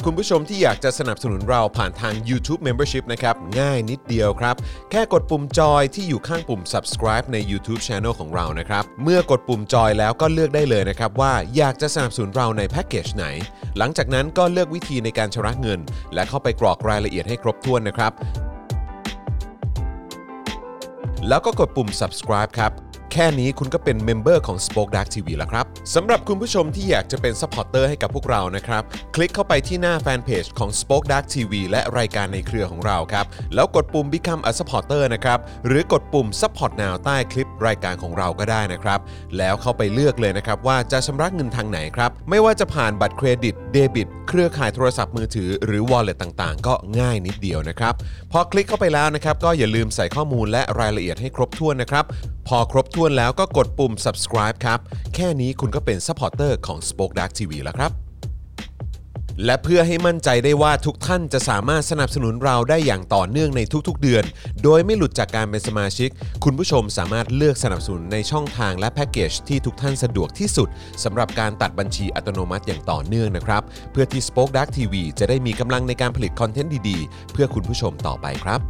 คุณผู้ชมที่อยากจะสนับสนุนเราผ่านทาง YouTube Membership นะครับง่ายนิดเดียวครับแค่กดปุ่มจอยที่อยู่ข้างปุ่ม subscribe ใน YouTube Channel ของเรานะครับเมื่อกดปุ่มจอยแล้วก็เลือกได้เลยนะครับว่าอยากจะสนับสนุนเราในแพ็กเกจไหนหลังจากนั้นก็เลือกวิธีในการชำระเงินและเข้าไปกรอกรายละเอียดให้ครบถ้วนนะครับแล้วก็กดปุ่ม subscribe ครับแค่นี้คุณก็เป็นเมมเบอร์ของ Spoke Dark TV แล้วครับสำหรับคุณผู้ชมที่อยากจะเป็นซัพพอร์ตเตอร์ให้กับพวกเรานะครับคลิกเข้าไปที่หน้าแฟนเพจของ Spoke Dark TV และรายการในเครือของเราครับแล้วกดปุ่ม Become a supporter นะครับหรือกดปุ่ม Support Now ใต้คลิปรายการของเราก็ได้นะครับแล้วเข้าไปเลือกเลยนะครับว่าจะชำระเงินทางไหนครับไม่ว่าจะผ่านบัตรเครดิตเดบิตเครือข่ายโทรศัพท์มือถือหรือ Wallet ต่างๆก็ง่ายนิดเดียวนะครับพอคลิกเข้าไปแล้วนะครับก็อย่าลืมใส่ข้อมูลและรายละเอียดให้ครบถ้วนนะครับพอครบถ้วนแล้วก็กดปุ่ม subscribe ครับแค่นี้คุณก็เป็นซัพพอร์ตเตอร์ของ Spoke Dark TV แล้วครับและเพื่อให้มั่นใจได้ว่าทุกท่านจะสามารถสนับสนุนเราได้อย่างต่อเนื่องในทุกๆเดือนโดยไม่หลุดจากการเป็นสมาชิกคุณผู้ชมสามารถเลือกสนับสนุนในช่องทางและแพ็กเกจที่ทุกท่านสะดวกที่สุดสำหรับการตัดบัญชีอัตโนมัติอย่างต่อเนื่องนะครับเพื่อที่ Spoke Dark TV จะได้มีกำลังในการผลิตคอนเทนต์ดีๆเพื่อคุณผู้ชมต่อไปครับ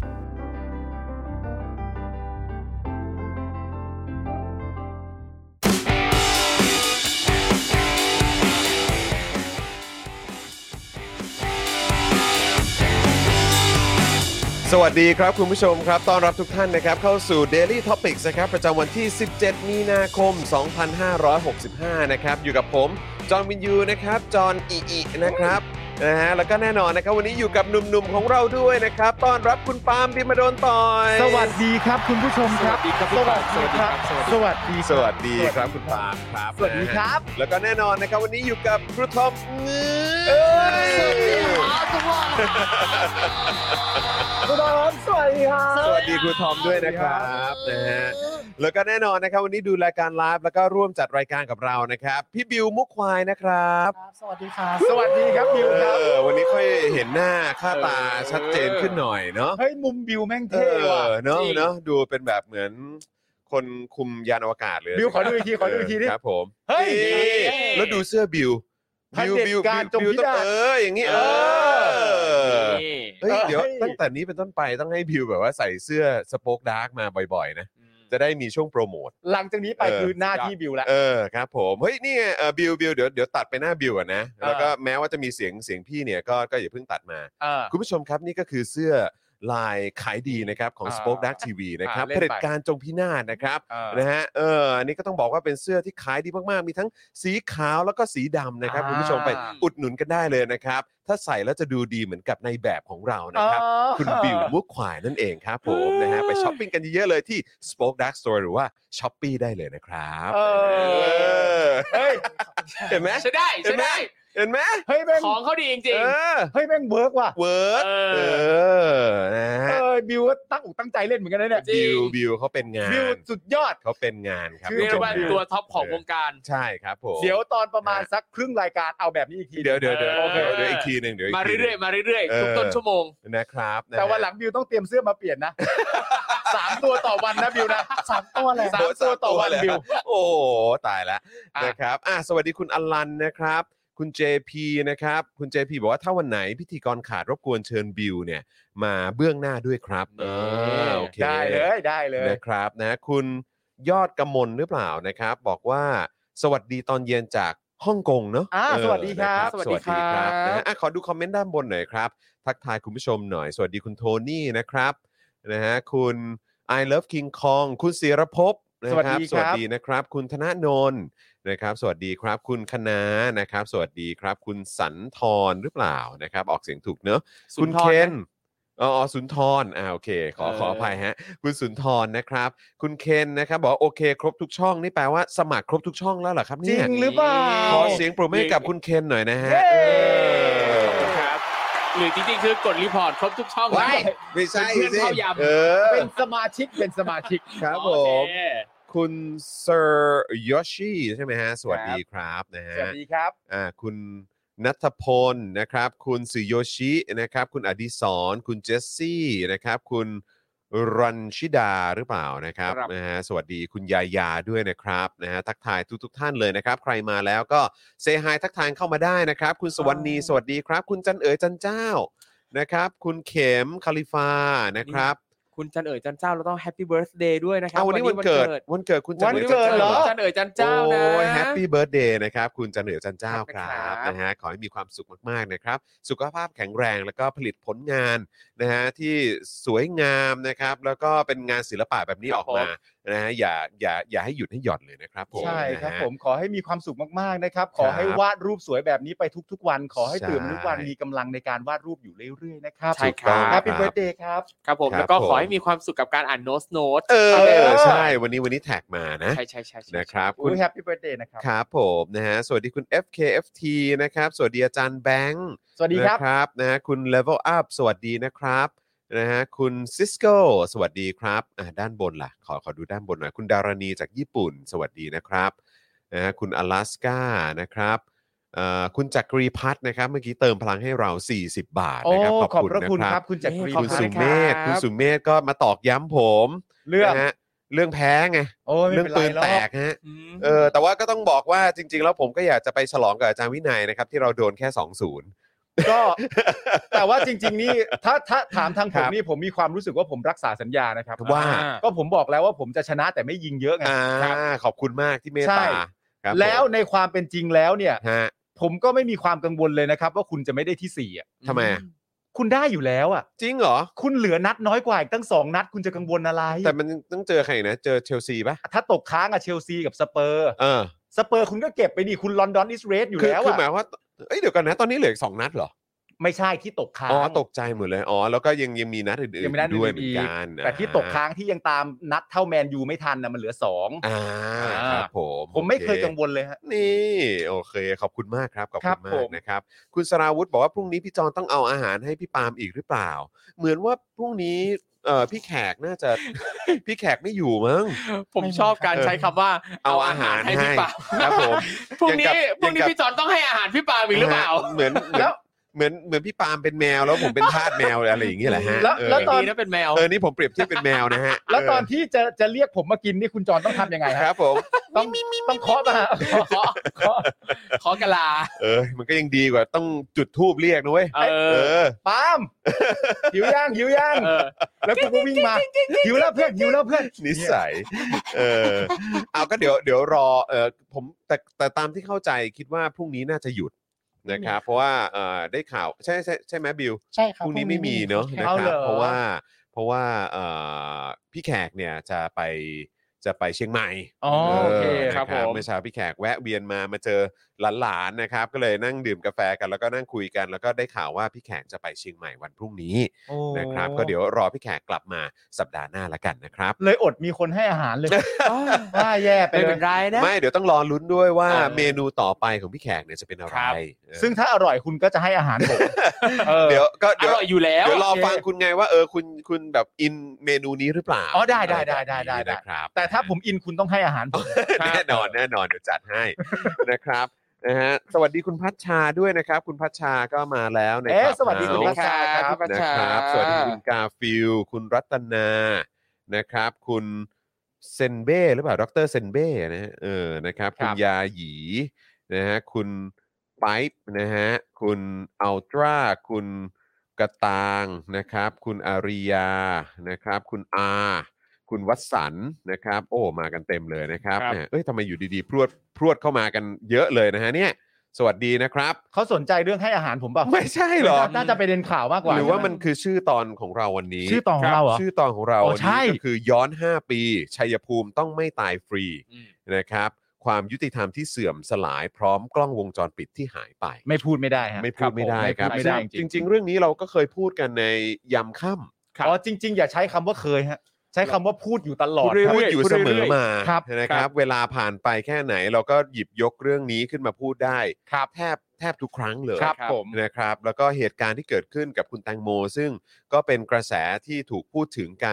สวัสดีครับคุณผู้ชมครับต้อนรับทุกท่านนะครับเข้าสู่ Daily Topics นะครับประจำวันที่17มีนาคม2565นะครับอยู่กับผมจอห์นวินยูนะครับจอห์นอีนะครับนะฮะแล้วก็แน่นอนนะครับวันนี้อยู่กับหนุ่มๆของเราด้วยนะครับต้อนรับคุณปาล์มพิมโดนต่อยสวัสดีครับคุณผู้ชมครับสวัสดีครับสวัสดีครับสวัสดีครับคุณปาล์มครับสวัสดีครับแล้วก็แน่นอนนะครับวันนี้อยู่กับครูทอมครูทอมสวัสดีครับสวัสดีครูทอมด้วยนะครับนะฮะแล้วก็แน่นอนนะครับวันนี้ดูรายการไลฟ์แล้วก็ร่วมจัดรายการกับเรานะครับพี่บิวมุกควายนะครับสวัสดีครับสวัสดีครับบิวครับวันนี้ค่อยเห็นหน้าค่าตาชัดเจนขึ้นหน่อยเนาะเฮ้ยมุมบิวแม่งเท่ว่ะเนาะดูเป็นแบบเหมือนคนคุมยานอวกาศเลยบิวขอดูอีกทีดิครับผมเฮ้ยแล้วดูเสื้อบิวต้องอย่างนี้เฮ้ยเดี๋ยวตั้งแต่นี้เป็นต้นไปต้องให้บิวแบบว่าใส่เสื้อสโป๊กดาร์กมาบ่อยๆนะจะได้มีช่วงโปรโมทหลังจากนี้ไปคือหน้าที่บิวแล้วครับผมเฮ้ยนี่ไงบิวเดี๋ยวตัดไปหน้าบิวอ่ะนะแล้วก็แม้ว่าจะมีเสียงพี่เนี่ยก็อย่าเพิ่งตัดมาคุณผู้ชมครับนี่ก็คือเสื้อลายขายดีนะครับของ Spoke Dark TV นะครับเผด็จการจงพินาศนะครับนะฮะอันนี้ก็ต้องบอกว่าเป็นเสื้อที่ขายดีมากๆมีทั้งสีขาวแล้วก็สีดำนะครับคุณผู้ชมไปอุดหนุนกันได้เลยนะครับถ้าใส่แล้วจะดูดีเหมือนกับในแบบของเรานะครับคุณบิวมุกควายนั่นเองครับผมนะฮะไปช้อปปิ้งกันเยอะๆเลยที่ Spoke Dark Store หรือว่า Shopee ได้เลยนะครับเห็นไหมใช่ได้เห็นไหมเฮ้ยแม่งของเขาดีจริงๆเฮ้ยแม่งเวิร์กว่ะนะฮะบิวก็ตั้งใจเล่นเหมือนกันนะเนี่ยบิวเขาเป็นงานบิวสุดยอดเขาเป็นงานครับเรียกว่าตัวท็อปของวงการใช่ครับผมเดี๋ยวตอนประมาณสักครึ่งรายการเอาแบบนี้อีกทีเดี๋ยวอีกทีนึงมาเรื่อยทุกต้นชั่วโมงนะครับแต่วันหลังบิวต้องเตรียมเสื้อมาเปลี่ยนนะ3ตัวต่อวันนะบิวนะ3ตัวเลย3ตัวต่อวันบิวโอ้ตายแล้วนะครับสวัสดีคุณอลันนะครับคุณ JP นะครับคุณ JP บอกว่าถ้าวันไหนพิธีกรขาดรบกวนเชิญบิวเนี่ยมาเบื้องหน้าด้วยครับโอเคได้เลยนะครับนะคุณยอดกมลหรือเปล่านะครับบอกว่าสวัสดีตอนเย็นจากฮ่องกงเนาะสวัสดีครับสวัสดีครับนะขอดูคอมเมนต์ด้านบนหน่อยครับทักทายคุณผู้ชมหน่อยสวัสดีคุณโทนี่นะครับนะฮะคุณ I love King Kong คุณศิรภพนะครับสวัสดีนะครับคุณธนนนท์นะครับสวัสดีครับคุณคณานะครับสวัสดีครับคุณสันทรหรือเปล่านะครับออกเสียงถูกเนอะคุณเคนสุนทรโอเคขออภัยฮะคุณสุนทรนะครับคุณเคนนะครับบอกโอเคครบทุกช่องนี่แปลว่าสมัครครบทุกช่องแล้วเหรอครับเนี่ยจริงหรือเปล่าขอเสียงปรบมือให้กับคุณเคนหน่อยนะฮะครับหรือจริงๆคือกดรีพอร์ตครบทุกช่องไม่ใช่เพื่อนเข้ายำเป็นสมาชิกครับผมคุณเซอร์ยอชิใช่ไหมฮะสวัสดีครับนะฮะสวัสดีครับคุณณัฐพลนะครับคุณสุโยชินะครับคุณอดิศรคุณเจสซี่นะครับคุณรัญชิดาหรือเปล่านะครับครับนะฮะสวัสดีคุณยายาด้วยนะครับนะฮะทักทายทุกท่านเลยนะครับใครมาแล้วก็เซฮายทักทายเข้ามาได้นะครับคุณสวรรณีสวัสดีครับคุณจันเอ๋ยจันเจ้านะครับคุณเข็มคาลิฟานะครับคุณจันเอ๋ยจันเจ้าเราต้องแฮปปี้เบิร์ a เดย์ด้วยนะครับวันนี้วันเกิดคุณจันวันเอ๋ยเกิจันดเหรเจ้าอจันเอ๋ยจันเจ้านะโอ้ยแฮปปี้เบิร์ดเดย์นะครับคุณจันเอ๋ยจันเจ้าคครัรับบ นะฮะขอให้มีความสุขมากๆนะครับสุขภาพแข็งแรงแล้วก็ผลิตผลงานนะฮะที่สวยงามนะครับแล้วก็เป็นงานศิลปะแบบนี้ออกมานะฮะอย่าให้หยุดให้หย่อนเลยนะครับผมใช่ครับนะฮะผมขอให้มีความสุขมากๆนะครับขอให้วาดรูปสวยแบบนี้ไปทุกๆวัน ขอให้ตื่นทุกวันใช่มีกำลังในการวาดรูปอยู่เรื่อยๆนะครับใช่ครับแฮปปี้เบิร์ดเดย์ครับครับผมครับแล้วก็ผมขอให้มีความสุขกับการอ่านโน้ตเอเอออใช่วันนี้แท็กมานะใช่นะครับอุ้ยแฮปปี้เบิร์ดเดย์นะครับครับผมนะฮะสวัสดีคุณ FKFT นะครับสวัสดีอาจารย์แบงค์สวัสดีครับนะครับนะฮะคุณ Level Up สวัสดีนะครับนะฮะคุณ Cisco สวัสดีครับด้านบนล่ะขอดูด้านบนหน่อยคุณดารณีจากญี่ปุ่น สวัสดีนะครับนะฮะคุณอลาสกานะครับคุณจักรีพัฒน์นะครับเมื่อกี้เติมพลังให้เรา40 บาทโอ้นะครับขอบพระคุณนะครับคุณจักรีขอบคุณณสุเมธครับคุณสุเมธก็มาตอกย้ำผมเรื่องนะฮะเรื่องแพ้ไงโอ้ยไม่เรื่องเป็นไรปืนหรอกแตกฮะอืมแต่ว่าก็ต้องบอกว่าจริง ๆ แล้วผมก็อยากจะไปฉลองกับอาจารย์วินัยนะครับที่เราโดนแค่ 2-0 ก็แต่ว่าจริง ๆ นี่ถ้าถามทางผครัมบนี่ผมมีความรู้สึกว่าผมรักษาสัญญานะครับว่าก็ผมบอกแล้วว่าผมจะชนะแต่ไม่ยิงเยอะไงขอบคุณมากที่เมตใช่ตาครับแล้วในความเป็นจริงแล้วเนี่ยฮะผมก็ไม่มีความกังวลเลยนะครับ ว่าคุณจะไม่ได้ที่สี่อ่ะทำไมอะคุณได้อยู่แล้วอ่ะจริงเหรอคุณเหลือนัดน้อยกว่าอีกตั้ง2 นัดคุณจะกังวลอะไรแต่มันต้องเจอใครนะ เจอเชลซีป่ะถ้าตกค้างอะเชลซีกับสเปอร์ สเปอร์คุณก็เก็บไปดิคุณลอนดอนอิสเรสอยู่แล้วคือหอะมายว่าเดี๋ยวกันนะตอนนี้เหลืออีก2 นัดเหรอไม่ใช่ที่ตกค้างตกใจหมดเลยแล้วก็ยังมีนัดอื่นยังไม่นัดๆด้วยเหมือีอนกกันแต่ที่ตกค้างที่ยังตามนัดเท่าแมนยูไม่ทันนะมันเหลือ2 ครับผมผมไม่เคยโอกังวลเลยฮะนี่โอเคขอบคุณมากครับขอบครัคุบณมาผกมนะครับคุณสราวุธบอกว่าพรุ่งนี้พี่จอนต้องเอาอาหารให้พี่ปาล์มอีกหรือเปล่า เหมือนว่าพรุ่งนี้พี่แขกน่าจะ พี่แขกไม่อยู่มั้งผมชอบการใช้คำว่าเอาอาหารให้พี่ปาล์มครับผมพรุ่งนี้อย่างกับพี่จอนต้องให้อาหารพี่ปาล์มอีกหรือเปล่าเหมือนพี่ปาล์มเป็นแมวแล้วผมเป็นทาสแมวอะไรอย่างเงี้ยแหละฮะแล้วตอนดีนะเป็นแมวนี่ผมเปรียบเทียบเป็นแมวนะฮะแล้วตอนที่จะเรียกผมมากินนี่คุณจอนต้องทำยังไงคฮะรับผมต้องเคาะมาขอกะลามันก็ยังดีกว่าต้องจุดธูปเรียกนะเว้ยปาล์มหิวย่างแล้วกูก็วิ่งมาหิวแล้วเพื่อนนิสัยเอาก็เดี๋ยวรอผมแต่ตามที่เข้าใจคิดว่าพรุ่งนี้น่าจะหยุดนะครับเพราะว่าได้ข่าวใช่ไหมบิวใช่ครับพรุ่งนี้ไม่มีเนอะนะเอาคเหรรับอเพราะว่าพี่แขกเนี่ยจะไปเชียงใหม่อ๋อโอเคครับผมเมื่อเช้าพี่แขกแวะเวียนมาเจอหลานๆนะครับก็เลยนั่งดื่มกาแฟกันแล้วก็นั่งคุยกันแล้วก็ได้ข่าวว่าพี่แขกจะไปเชียงใหม่วันพรุ่งนี้นะครับก็เดี๋ยวรอพี่แขกกลับมาสัปดาห์หน้าละกันนะครับเลยอดมีคนให้อาหารเลยว่าแย่ไปไม่เลเป็ยนไรนะไม่เดี๋ยวต้องรอลุ้นด้วยว่าเออเมนูต่อไปของพี่แขกเนี่ยจะเป็นอะไรครับซึ่งถ้าอร่อยคุณก็จะให้อาหารผมเดี๋ยวอร่อยอยู่แล้วเดี๋ยวรอฟังคุณไงว่าคุณแบบอินเมนูนี้หรือเปล่าอ๋อได้นะครับแต่ถ้าผมอินคุณต้องให้อาหารผมแน่นอนเดี๋ยวจัดให้ นะครับนะฮะสวัสดีคุณพัชชาด้วยนะครับ คุณพัชชาก็มาแล้วในสวัสดีคุณ Clubhouse พัชชาครับนะครับสวัสดีคุณกาฟิลคุณรัตนานะครับ คุณเซนเบ้หรือเปล่าดรเซนเบ้นะฮะนะครับคุณยาหยีนะฮะคุณไปป์นะฮะคุณอัลตร้าคุณกระตางนะครับ คุณอาริยานะครับ คุณคุณวัสันต์นะครับโอ้มากันเต็มเลยนะครับครับทำไมอยู่ดีๆพรวดเข้ามากันเยอะเลยนะฮะเนี่ยสวัสดีนะครับเขาสนใจเรื่องให้อาหารผมเปล่าไม่ใช่หรอกน่าจะไปเด่นข่าวมากกว่าหรือว่าใช่ไมันคือชื่อตอนของเราวันนี้ชื่อตอนของเราเหรอชื่อตอนของเราอ๋อวันใช่นี้ก็คือย้อน 5 ปีชัยภูมิต้องไม่ตายฟรีอืมนะครับ ความยุติธรรมที่เสื่อมสลายพร้อมกล้องวงจรปิดที่หายไปไม่พูดไม่ได้ฮะไม่พูดไม่ได้ครับไม่ได้จจริงริง ๆ เรื่องนี้เราก็เคยพูดกันในยำค่ำอ๋อจริง ๆ อย่าใช้คำว่าเคยฮะใช้คำว่าพูดอยู่ตลอดพูดอยู่เสมอมาครับนะครับ เวลาผ่านไปแค่ไหนเราก็หยิบยกเรื่องนี้ขึ้นมาพูดได้แทบทุกครั้งเลยครับผมนะครับแล้วก็เหตุการณ์ที่เกิดขึ้นกับคุณแตงโมซึ่งก็เป็นกระแสที่ถูกพูดถึงกัน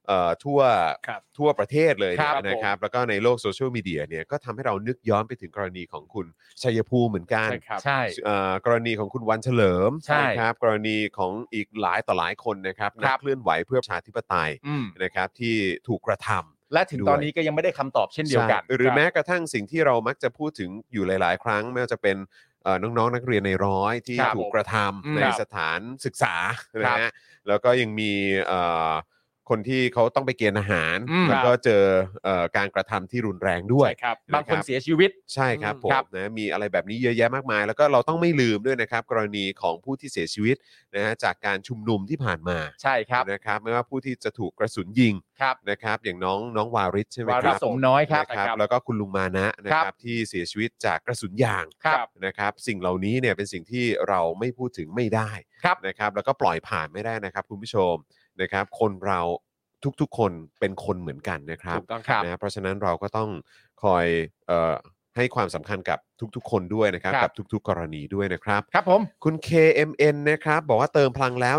ทั่วประเทศเลยครับนะครับแล้วก็ในโลกโซเชียลมีเดียเนี่ยก็ทำให้เรานึกย้อนไปถึงกรณีของคุณชัยภูมิเหมือนกันใช่ครับใช่กรณีของคุณวันเฉลิมใช่นะครับกรณีของอีกหลายต่อหลายคนนะครับคนัรักบเคลื่อนไหวเพื่อประชาธิปไตยอืมนะครับที่ถูกกระทำและถึงตอนนี้ก็ยังไม่ได้คำตอบเช่นเดียวกันใช่หรือแม้กระทั่งสิ่งที่เรามักจะพูดถึงอยู่หลาย ๆ ครั้งไม่ว่าจะเป็นน้อง ๆ นักเรียนในร้อยที่ครับถูกกระทำในครับสถานศึกษาครันะบฮะแล้วก็ยังมีคนที่เขาต้องไปเกณฑ์อาหารอืมแล้วก็เจอการกระทำที่รุนแรงด้วยใช่ครับบางคนนะรับเสียชีวิตใช่ครับผครัมบนะมีอะไรแบบนี้เยอะแยะมากมาย แล้วก็เราต้องไม่ลืมด้วยนะครับกรณีของผู้ที่เสียชีวิตนะฮะจากการชุมนุมที่ผ่านมาใช่ครับนะครับไม่ว่าผู้ที่จะถูกกระสุนยิงครับนะครับอย่างน้องวาริศใช่ไหมวาคริรับศสมน้อยครับนะครับครับแล้วก็คุณลุงมานะนะครับที่เสียชีวิตจากกระสุนยางครับนะครับสิ่งเหล่านี้เนี่ยเป็นสิ่งที่เราไม่พูดถึงไม่ได้ครับนะครับแล้วก็ปล่อยผ่านไม่ได้นะครับคุณผู้ชมนะครับคนเราทุกๆคนเป็นคนเหมือนกันนะครับถูกต้องครับนะเพราะฉะนั้นเราก็ต้องคอยให้ความสำคัญกับทุกๆ คนด้วยนะครับครับกับทุกๆ กรณีด้วยนะครับครับผมคุณ KMN นะครับบอกว่าเติมพลังแล้ว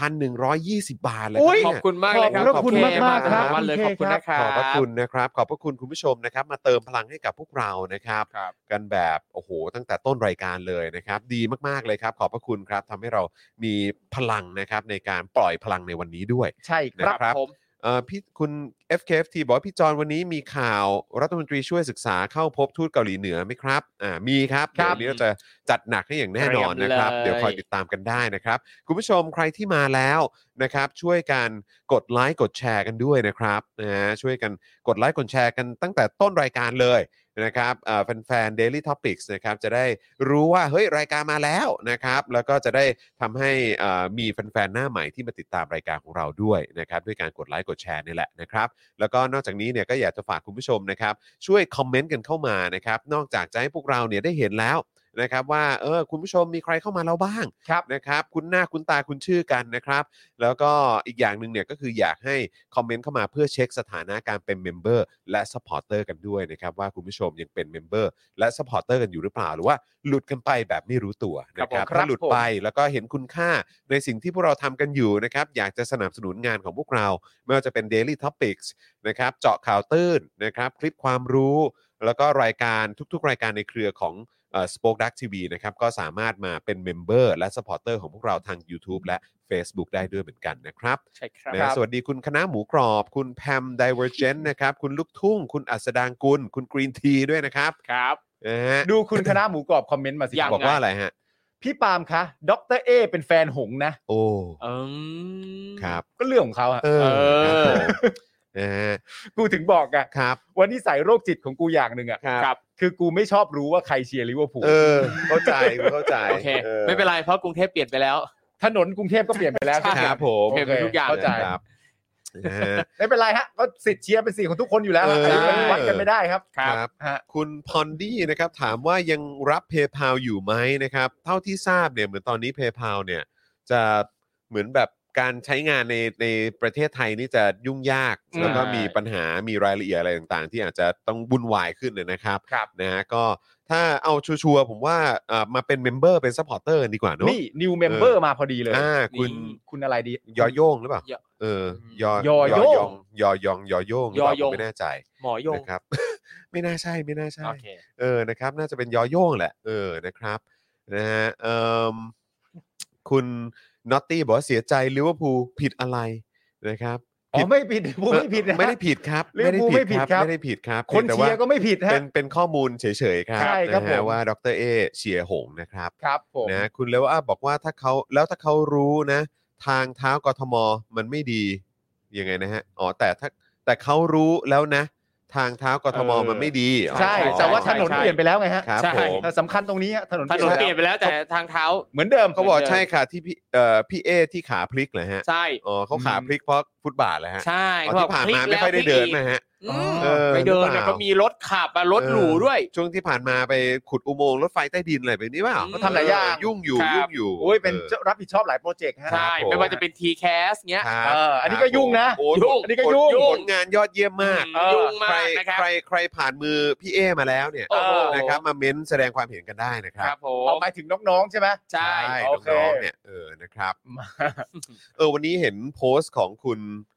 1,120 บาทเลยคอุ๊รับยขอบเนี่ยคุณมากเลยครับขอบคุณมากๆครับวันเลยขอบคุณนะครับขอบพระคุณนะครับขอบพระคุณคุณผู้ชมนะครับมาเติมพลังให้กับพวกเรานะครับครับกันแบบโอ้โหตั้งแต่ต้นรายการเลยนะครับดีมากๆเลยครับขอบพระคุณครับทำให้เรามีพลังนะครับในการปล่อยพลังในวันนี้ด้วยใช่ครับนะครับผมพี่คุณ FKFT บอกว่าพี่จอนวันนี้มีข่าวรัฐมนตรีช่วยศึกษาเข้าพบทูตเกาหลีเหนือไหมครับมีครับครัเดี๋ยวบนี้เราจะจัดหนักให้อย่างแน่นอนนะครับเตรียมเลยเดี๋ยวคอยติดตามกันได้นะครับคุณผู้ชมใครที่มาแล้วนะครับช่วยกันกดไลค์กดแชร์กันด้วยนะครับช่วยกันกดไลค์กดแชร์กันตั้งแต่ต้นรายการเลยนะครับแฟนๆ Daily Topics นะครับจะได้รู้ว่าเฮ้ยรายการมาแล้วนะครับแล้วก็จะได้ทำให้มีแฟนๆหน้าใหม่ที่มาติดตามรายการของเราด้วยนะครับด้วยการกดไลค์กดแชร์นี่แหละนะครับแล้วก็นอกจากนี้เนี่ยก็อยากจะฝากคุณผู้ชมนะครับช่วยคอมเมนต์กันเข้ามานะครับนอกจากจะให้พวกเราเนี่ยได้เห็นแล้วนะครับว่าคุณผู้ชมมีใครเข้ามาแล้วบ้างครับนะครับคุณหน้าคุณตาคุณชื่อกันนะครับแล้วก็อีกอย่างหนึ่งเนี่ยก็คืออยากให้คอมเมนต์เข้ามาเพื่อเช็คสถานะการเป็นเมมเบอร์และซัพพอร์เตอร์กันด้วยนะครับว่าคุณผู้ชมยังเป็นเมมเบอร์และซัพพอร์เตอร์กันอยู่หรือเปล่าหรือว่าหลุดกันไปแบบไม่รู้ตัวนะครับครับถ้าหลุดไปแล้วก็เห็นคุณค่าในสิ่งที่พวกเราทำกันอยู่นะครับอยากจะสนับสนุนงานของพวกเราไม่ว่าจะเป็น Daily Topics นะครับเจาะข่าวตื้นนะครับคลิปความรู้แล้วก็รายการทุกๆรายการในเครือของSpoke Dark TV นะครับก็สามารถมาเป็นเมมเบอร์และซัพพอร์เตอร์ของพวกเราทาง YouTube และ Facebook ได้ด้วยเหมือนกันนะครับใช่ครับนะสวัสดีคุณคณะหมูกรอบคุณแพม Divergent นะครับคุณลูกทุ่งคุณอัสดางกุลคุณกรีนทีด้วยนะครับครับนะฮะดูคุณคณะหมูกรอบคอมเมนต์มาสิยังบอกว่าอะไรฮะพี่ปาล์มคะดรเอเป็นแฟนหงส์นะโอ้เอมครับก็เรื่องของเขาอะครับผมนะฮะกูถึงบอกอะครับวันนี้ใส่โรคจิตของกูอย่างหนึ่งอะครับคือกูไม่ชอบรู้ว่าใครเชียร์ลิเวอร์พูลเข้าใจเข้าใจโอเค ไม่เป็นไรเพราะกรุงเทพเปลี่ยนไปแล้วถนนกรุงเทพก็เปลี่ยนไปแล้วใช่ครับผมเปลี่ยนไปทุกอย่างเข้าใจครับนะฮะไม่เป็นไรฮะก็สิทธิ์เชียร์เป็นสิทธิ์ของทุกคนอยู่แล้วฮะใช่อันนี้มันวัดกันไม่ได้ครับครับฮะคุณพอนดี้นะครับถามว่ายังรับ PayPal อยู่ไหมนะครับเท่าที่ทราบเนี่ยเหมือนตอนนี้ PayPal เนี่ยจะเหมือนแบบการใช้งานในประเทศไทยนี่จะยุ่งยากอืมแล้วก็มีปัญหามีรายละเอียดอะไรต่างๆ ที่อาจจะต้องวุ่นวายขึ้นนะครับครับนะฮะก็ถ้าเอาชัวร์ๆผมว่ามาเป็นเมมเบอร์เป็นซัพพอร์เตอร์ดีกว่าเนอะนี่ new member มาพอดีเลยคุณคุณอะไรดียอโย่งหรือเปล่ายอยอยอโย่งยอยองยอโย่งหรือเปล่าผมไม่แน่ใจหมอยงนะครับ ไม่น่าใช่ไม่น่าใช่โอเคนะครับน่าจะเป็นยอโย่งแหละนะครับนะฮะคุณน็อตตี้บอกว่าเสียใจลิเวอร์พูลผิดอะไรนะครับอ๋อไม่ผิดผมไม่ผิดนะไม่ได้ผิดครับลิเวอร์พูลไม่ผิดครับไม่ได้ผิดครับคนแต่เชีว่ายร์ก็ไม่ผิดฮะเป็นข้อมูลเฉยๆครับใช่ครับนะฮะผมว่าดรเอเชียร์หงส์นะครับครับผมนะคุณเลวอัพบอกว่าถ้าเขารู้นะ ทางเท้ากทมมันไม่ดียังไงนะฮะอ๋อแต่เขารู้แล้วนะ ทางเท้ากทมมันไม่ดีใช่อ๋อแต่ว่าถนนใช่เปลี่ยนไปแล้วไงฮะครับใช่ผมแต่สำคัญตรงนี้ฮะถนนถนนเปลี่ยนแล้วไปแล้วแต่ทางเท้าเหมือนเดิมเขาบอกเหมือนเดิมใช่ค่ะที่พี่เอที่ขาพลิกเหรอฮะใช่อ๋อเขาขาพลิกเพราะฟุตบาทเหรอฮะใช่อ๋อเขาบที่อกผ่านพลิมาก ไม่แล้วค่อยได้พลิกเดินอีกนะฮะอืมเออไปเดินหรือเปเนี่ยล่าก็มีรถขับอะรถหรูด้วยช่วงที่ผ่านมาไปขุดอุโมงค์รถไฟใต้ดินอะไรแบบนี้เปล่าอืมเขาทำหลายอย่างยุ่งอยู่ครับยุ่งอยู่โอ้ยเป็นเจ้ารับผิดชอบหลายโปรเจกต์ฮะใช่ผมไม่ว่าจะเป็น T-Cast เงี้ยครับอันนี้ก็ยุ่งนะโอ้ยุ่งอันนี้ก็ยุ่งผลงานยอดเยี่ยมมากยุ่งมาใครกนะครับใครผ่านมือพี่เอมาแล้วเนี่ยโอ้โหนะครับมาเม้นแสดงความเห็นกันได้นะคครัรับบผเอามหมายถึงน้องๆใช่ไหมใช่โอเคน้องๆเนี่ยนะครับวันนี้เห็นโพสต์ของ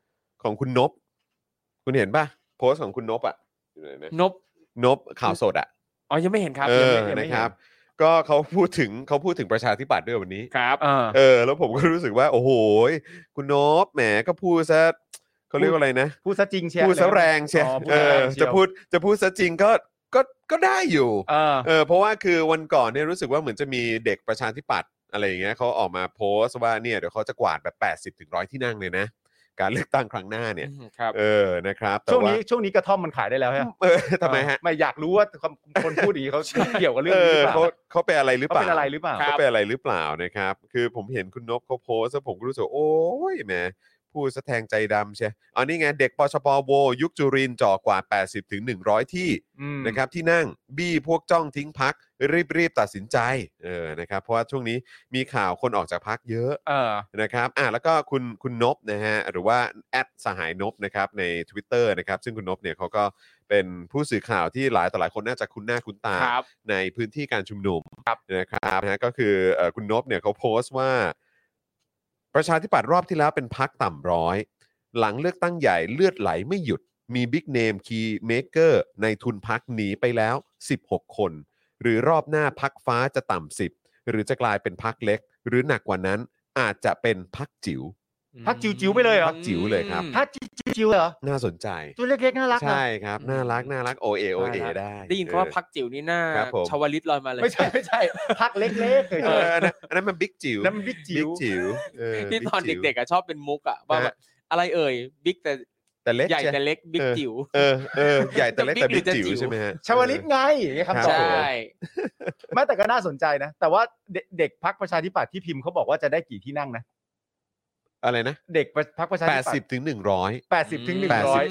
ของคุณนพคุณเห็นป่ะโพสต์ของคุณนพอ่ะอยู่ไหนนะนบข่าวสดอ่ะอ๋อยังไม่เห็นครับยังไม่นะครับ ก็เขาพูดถึงประชาธิปัตย์ด้วยวันนี้ครับแล้วผมก็รู้สึกว่าโอ้โหคุณนพแหมก็พูดซะเขาเรียกว่าอะไรนะพูดซะจริงเชียวพูดซะแรงเชียวจะพูดซะจริงก็ได้อยู่เพราะว่าคือวันก่อนเนี่ยรู้สึกว่าเหมือนจะมีเด็กประชาธิปัตย์อะไรอย่างเงี้ยเขาออกมาโพสต์ว่าเนี่ยเดี๋ยวเขาจะกวาดแบบ80 ถึง 100 ที่นั่งเลยนะการเลือกตั้งครั้งหน้าเนี่ยนะครับช่วงนี้กระท่อมมันขายได้แล้วใช่ไหมทำไมฮะไม่อยากรู้ว่าคนพูดอย่างนี้เขาเกี่ยวกับเรื่องนี้หรือเปล่าเขาเป็นอะไรหรือเปล่าเขาเป็นอะไรหรือเปล่านะครับคือผมเห็นคุณนพเขาโพสต์แล้วผมก็รู้สึกโอ้ยแหมพูดสะแทงใจดำใช่อ๋อนี่ไงเด็กปชปโวยุคจุรินจ่อกว่า80 ถึง 100 ที่นะครับที่นั่งบี้พวกจ้องทิ้งพักรีบตัดสินใจนะครับเพราะว่าช่วงนี้มีข่าวคนออกจากพักเยอะนะครับแล้วก็คุณนพนะฮะหรือว่าสหายนพนะครับใน Twitter นะครับซึ่งคุณนพเนี่ยเขาก็เป็นผู้สื่อข่าวที่หลายต่อหลายคนน่าจะคุ้นหน้าคุ้นตาในพื้นที่การชุมนุมนะครับนะก็คือคุณนพเนี่ยเขาโพสต์ว่าประชาธิปัตย์รอบที่แล้วเป็นพรรคต่ำร้อยหลังเลือกตั้งใหญ่เลือดไหลไม่หยุดมีบิ๊กเนมคีย์เมเกอร์ในทุนพรรคหนีไปแล้ว16 คนหรือรอบหน้าพรรคฟ้าจะต่ำ10หรือจะกลายเป็นพรรคเล็กหรือหนักกว่านั้นอาจจะเป็นพรรคจิ๋วพรรคจิ๋วไปเลยเหรอพรรคจิ๋วเลยครับพรรคจิ๋วเหรอน่าสนใจตัวเล็กๆน่ารักใช่ครับน่ารักโอเอได้ยินว่าพรรคจิ๋วนี่น่าชวลิตลอยมาเลยไม่ใช่พรรคเล็กๆอันนั้นมันบิ๊กจิ๋วนั่นมันบิ๊กจิ๋วที่ตอนเด็กๆชอบเป็นมุกว่าแบบอะไรบิ๊กแต่เล็กใหญ่แต่เล็กบิ๊กจิ๋วใหญ่แต่เล็กแต่บิ๊กจิ๋วใช่ไหมฮะชวลิตไงคำตอบใช่ไม่แต่ก็น่าสนใจนะแต่ว่าเด็กพรรคประชาธิปัตย์ที่พิมพ์เขาบอกว่าจะได้กี่ที่นั่งนะอะไรนะเด็กพรรคประชาธิปัตย์ 80 ถึง 100 80 ถึง